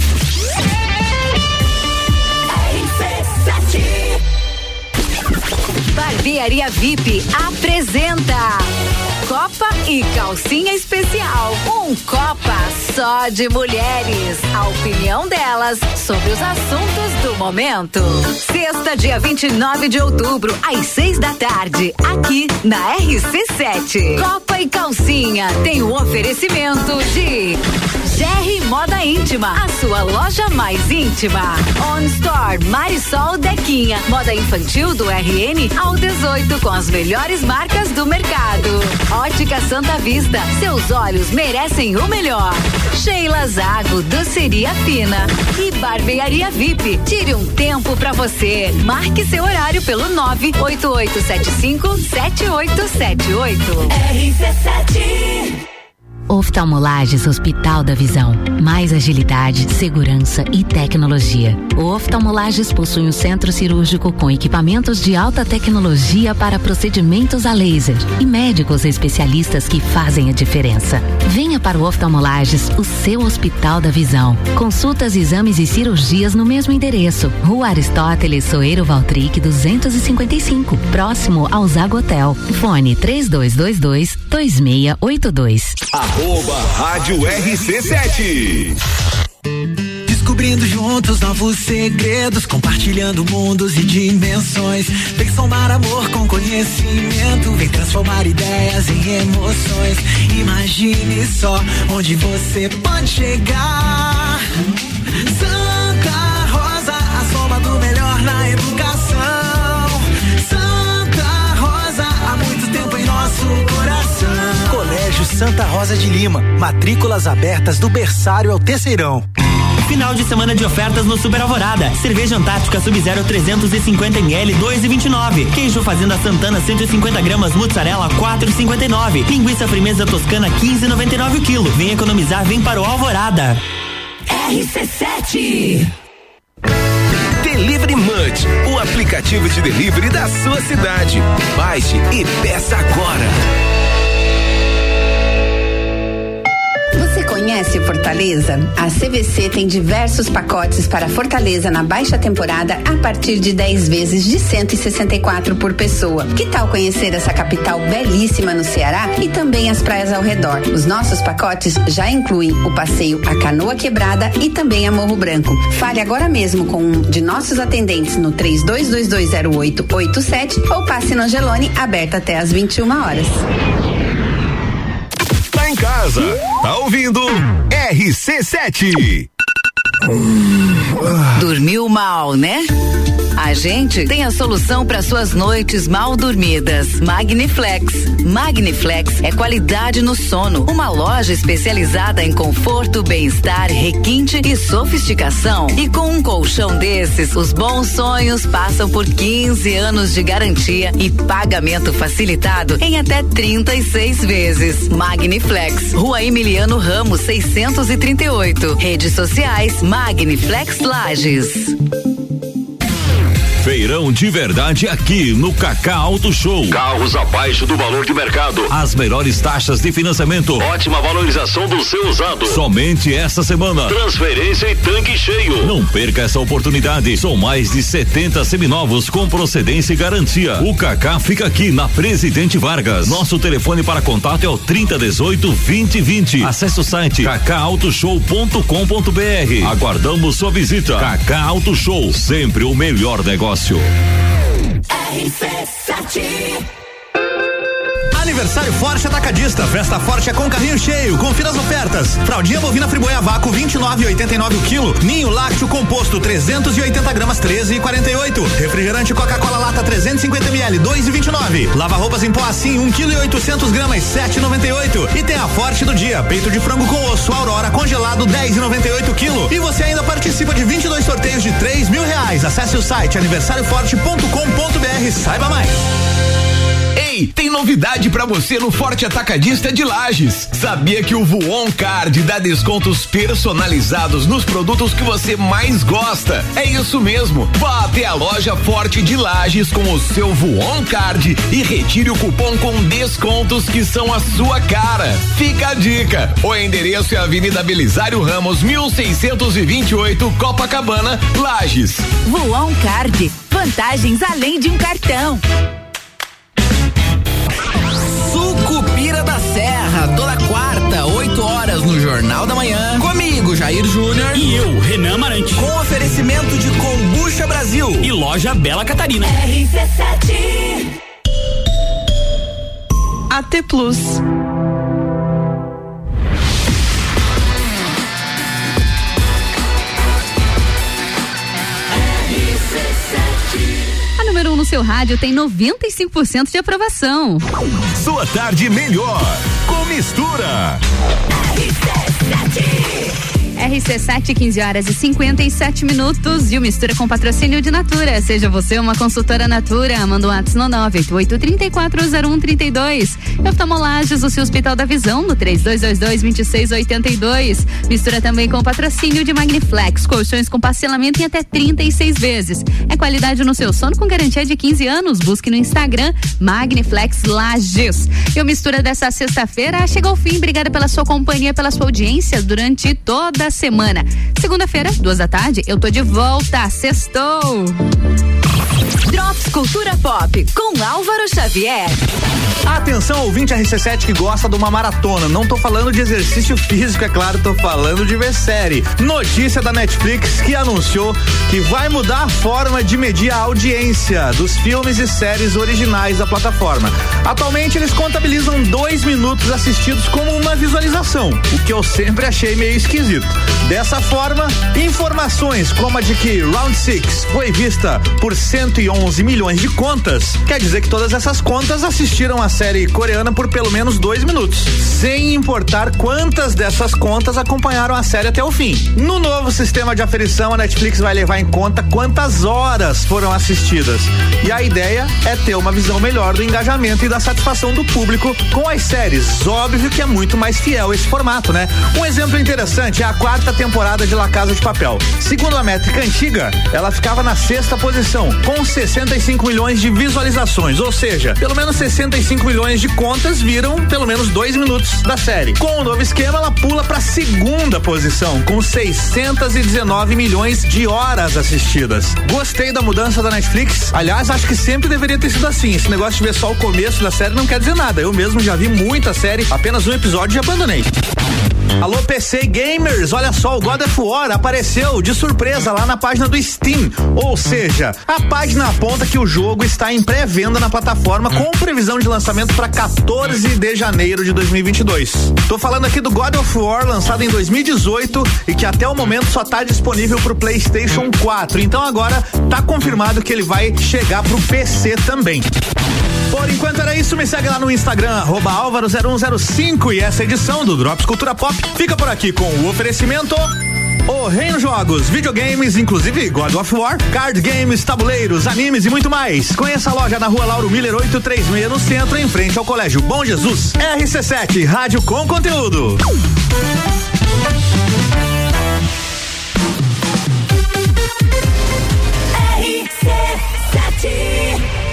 [SPEAKER 5] Barbearia V I P apresenta Copa e Calcinha Especial. Um Copa só de mulheres. A opinião delas sobre os assuntos do momento. Sexta, dia vinte e nove de outubro, às seis da tarde, aqui na R C sete. Copa e Calcinha tem o oferecimento de Jerry Moda Íntima, a sua loja mais íntima. On Store Marisol Dequinha, moda infantil do R N ao dezoito com as melhores marcas do mercado. Ótica Santa Vista, seus olhos merecem o melhor. Sheila Zago, doceria fina e Barbearia V I P. Tire um tempo pra você. Marque seu horário pelo nove oito oito sete cinco, sete oito sete oito. R C sete.
[SPEAKER 10] Oftalmolages Hospital da Visão. Mais agilidade, segurança e tecnologia. O Oftalmolages possui um centro cirúrgico com equipamentos de alta tecnologia para procedimentos a laser e médicos especialistas que fazem a diferença. Venha para o Oftalmolages, o seu Hospital da Visão. Consultas, exames e cirurgias no mesmo endereço. Rua Aristóteles Soeiro Valtric duzentos e cinquenta e cinco, próximo ao Zago Hotel. Fone três dois dois dois, dois seis oito dois.
[SPEAKER 8] Arroba Rádio R C sete.
[SPEAKER 11] Descobrindo juntos novos segredos, compartilhando mundos e dimensões. Vem somar amor com conhecimento, vem transformar ideias em emoções. Imagine só onde você pode chegar. Santa Rosa, a soma do melhor na educação. Santa Rosa, há muito tempo em nosso coração.
[SPEAKER 18] Colégio Santa Rosa de Lima, matrículas abertas do berçário ao terceirão.
[SPEAKER 21] Final de semana de ofertas no Super Alvorada. Cerveja Antártica Sub-Zero trezentos e cinquenta mililitros, dois e vinte e nove. Queijo Fazenda Santana cento e cinquenta gramas, mussarela quatro e cinquenta e nove. Linguiça Frimeza Toscana quinze e noventa e nove o quilo. Vem economizar, vem para o Alvorada.
[SPEAKER 5] R C sete.
[SPEAKER 8] Delivery Munch, o aplicativo de delivery da sua cidade. Baixe e peça agora.
[SPEAKER 22] Você conhece Fortaleza? A C V C tem diversos pacotes para Fortaleza na baixa temporada a partir de dez vezes de cento e sessenta e quatro por pessoa. Que tal conhecer essa capital belíssima no Ceará e também as praias ao redor? Os nossos pacotes já incluem o passeio a Canoa Quebrada e também a Morro Branco. Fale agora mesmo com um de nossos atendentes no três dois dois dois zero oito oito sete ou passe no Angelone, aberta até às vinte e uma horas.
[SPEAKER 8] Tá em casa, tá ouvindo R C sete.
[SPEAKER 5] Dormiu mal, né? A gente tem a solução para suas noites mal dormidas. Magniflex. Magniflex é qualidade no sono. Uma loja especializada em conforto, bem-estar, requinte e sofisticação. E com um colchão desses, os bons sonhos passam por quinze anos de garantia e pagamento facilitado em até trinta e seis vezes. Magniflex. Rua Emiliano Ramos, seiscentos e trinta e oito. Redes sociais Magniflex Lages.
[SPEAKER 24] Feirão de verdade aqui no Cacá Auto Show.
[SPEAKER 27] Carros abaixo do valor de mercado.
[SPEAKER 24] As melhores taxas de financiamento.
[SPEAKER 27] Ótima valorização do seu usado.
[SPEAKER 24] Somente esta semana.
[SPEAKER 27] Transferência e tanque cheio.
[SPEAKER 24] Não perca essa oportunidade. São mais de setenta seminovos com procedência e garantia. O Cacá fica aqui na Presidente Vargas. Nosso telefone para contato é o trinta dezoito, vinte vinte. Acesse o site cacá auto show ponto com ponto b r. Aguardamos sua visita. Cacá Auto Show, sempre o melhor negócio.
[SPEAKER 5] R C sete.
[SPEAKER 19] Aniversário Forte Atacadista, festa forte é com carrinho cheio, confira as ofertas. Fraldinha bovina friboia vácuo vinte e nove e oitenta e nove o quilo, ninho lácteo composto trezentos e oitenta gramas treze e quarenta e oito, refrigerante Coca-Cola lata trezentos e cinquenta mililitros dois e vinte e nove, lava roupas em pó assim um quilo e oitocentos gramas sete e noventa e oito e tem a Forte do dia, peito de frango com osso Aurora congelado dez e noventa e oito o quilo e você ainda participa de vinte e dois sorteios de três mil reais. mais, acesse o site aniversário forte ponto com ponto b r, saiba mais.
[SPEAKER 8] Ei, tem novidade pra você no Forte Atacadista de Lages. Sabia que o Voon Card dá descontos personalizados nos produtos que você mais gosta? É isso mesmo. Vá até a loja Forte de Lages com o seu Voon Card e retire o cupom com descontos que são a sua cara. Fica a dica. O endereço é Avenida Belisário Ramos, mil seiscentos e vinte e oito, Copacabana, Lages.
[SPEAKER 5] Voon Card. Vantagens além de um cartão.
[SPEAKER 9] Sucupira da Serra, toda quarta, oito horas no Jornal da Manhã. Comigo, Jair Júnior.
[SPEAKER 12] E eu, Renan Amarante.
[SPEAKER 9] Com oferecimento de Kombucha Brasil
[SPEAKER 12] e Loja Bela Catarina.
[SPEAKER 5] R C sete.
[SPEAKER 7] A T Plus.
[SPEAKER 1] A número um no seu rádio tem noventa e cinco por cento de aprovação.
[SPEAKER 20] Sua tarde melhor com Mistura.
[SPEAKER 1] R C sete, quinze horas e cinquenta e sete minutos. E o Mistura com patrocínio de Natura. Seja você uma consultora Natura. Manda um WhatsApp no nove oito oito, três quatro zero um três dois. Oftalmolages, o seu Hospital da Visão, no três dois dois dois, dois seis oito dois. Mistura também com patrocínio de Magniflex. Colchões com parcelamento em até trinta e seis vezes. É qualidade no seu sono com garantia de quinze anos. Busque no Instagram Magniflex Lages. E o Mistura dessa sexta-feira chega ao fim. Obrigada pela sua companhia, pela sua audiência durante toda a semana. Segunda-feira, duas da tarde, eu tô de volta. Sextou!
[SPEAKER 5] Drops Cultura Pop com Álvaro Xavier.
[SPEAKER 19] Atenção, ouvinte R C sete que gosta de uma maratona. Não tô falando de exercício físico, é claro, tô falando de ver série. Notícia da Netflix que anunciou que vai mudar a forma de medir a audiência dos filmes e séries originais da plataforma. Atualmente eles contabilizam dois minutos assistidos como uma visualização, o que eu sempre achei meio esquisito. Dessa forma, informações como a de que Round Six foi vista por cento e onze milhões de contas, quer dizer que todas essas contas assistiram a série coreana por pelo menos dois minutos, sem importar quantas dessas contas acompanharam a série até o fim. No novo sistema de aferição, a Netflix vai levar em conta quantas horas foram assistidas. E a ideia é ter uma visão melhor do engajamento e da satisfação do público com as séries. Óbvio que é muito mais fiel esse formato, né? Um exemplo interessante é a quarta temporada de La Casa de Papel. Segundo a métrica antiga, ela ficava na sexta posição, com sessenta e cinco milhões de visualizações, ou seja, pelo menos sessenta e cinco milhões de contas viram pelo menos dois minutos da série. Com o novo esquema, ela pula para segunda posição, com seiscentos e dezenove milhões de horas assistidas. Gostei da mudança da Netflix. Aliás, acho que sempre deveria ter sido assim. Esse negócio de ver só o começo da série não quer dizer nada. Eu mesmo já vi muita série, apenas um episódio e abandonei. Alô P C Gamers, olha só, o God of War apareceu de surpresa lá na página do Steam, ou seja, a página aponta que o jogo está em pré-venda na plataforma com previsão de lançamento para quatorze de janeiro de dois mil e vinte e dois. Tô falando aqui do God of War, lançado em dois mil e dezoito e que até o momento só tá disponível pro PlayStation quatro, então agora tá confirmado que ele vai chegar pro P C também. Por enquanto era isso, me segue lá no Instagram, arroba Álvaro zero um zero cinco, e essa edição do Drops Cultura Pop fica por aqui com o oferecimento O Reino Jogos, videogames, inclusive God of War, card games, tabuleiros, animes e muito mais. Conheça a loja na rua Lauro Miller oitocentos e trinta e seis no centro, em frente ao Colégio Bom Jesus. R C sete, rádio com conteúdo.
[SPEAKER 5] R C sete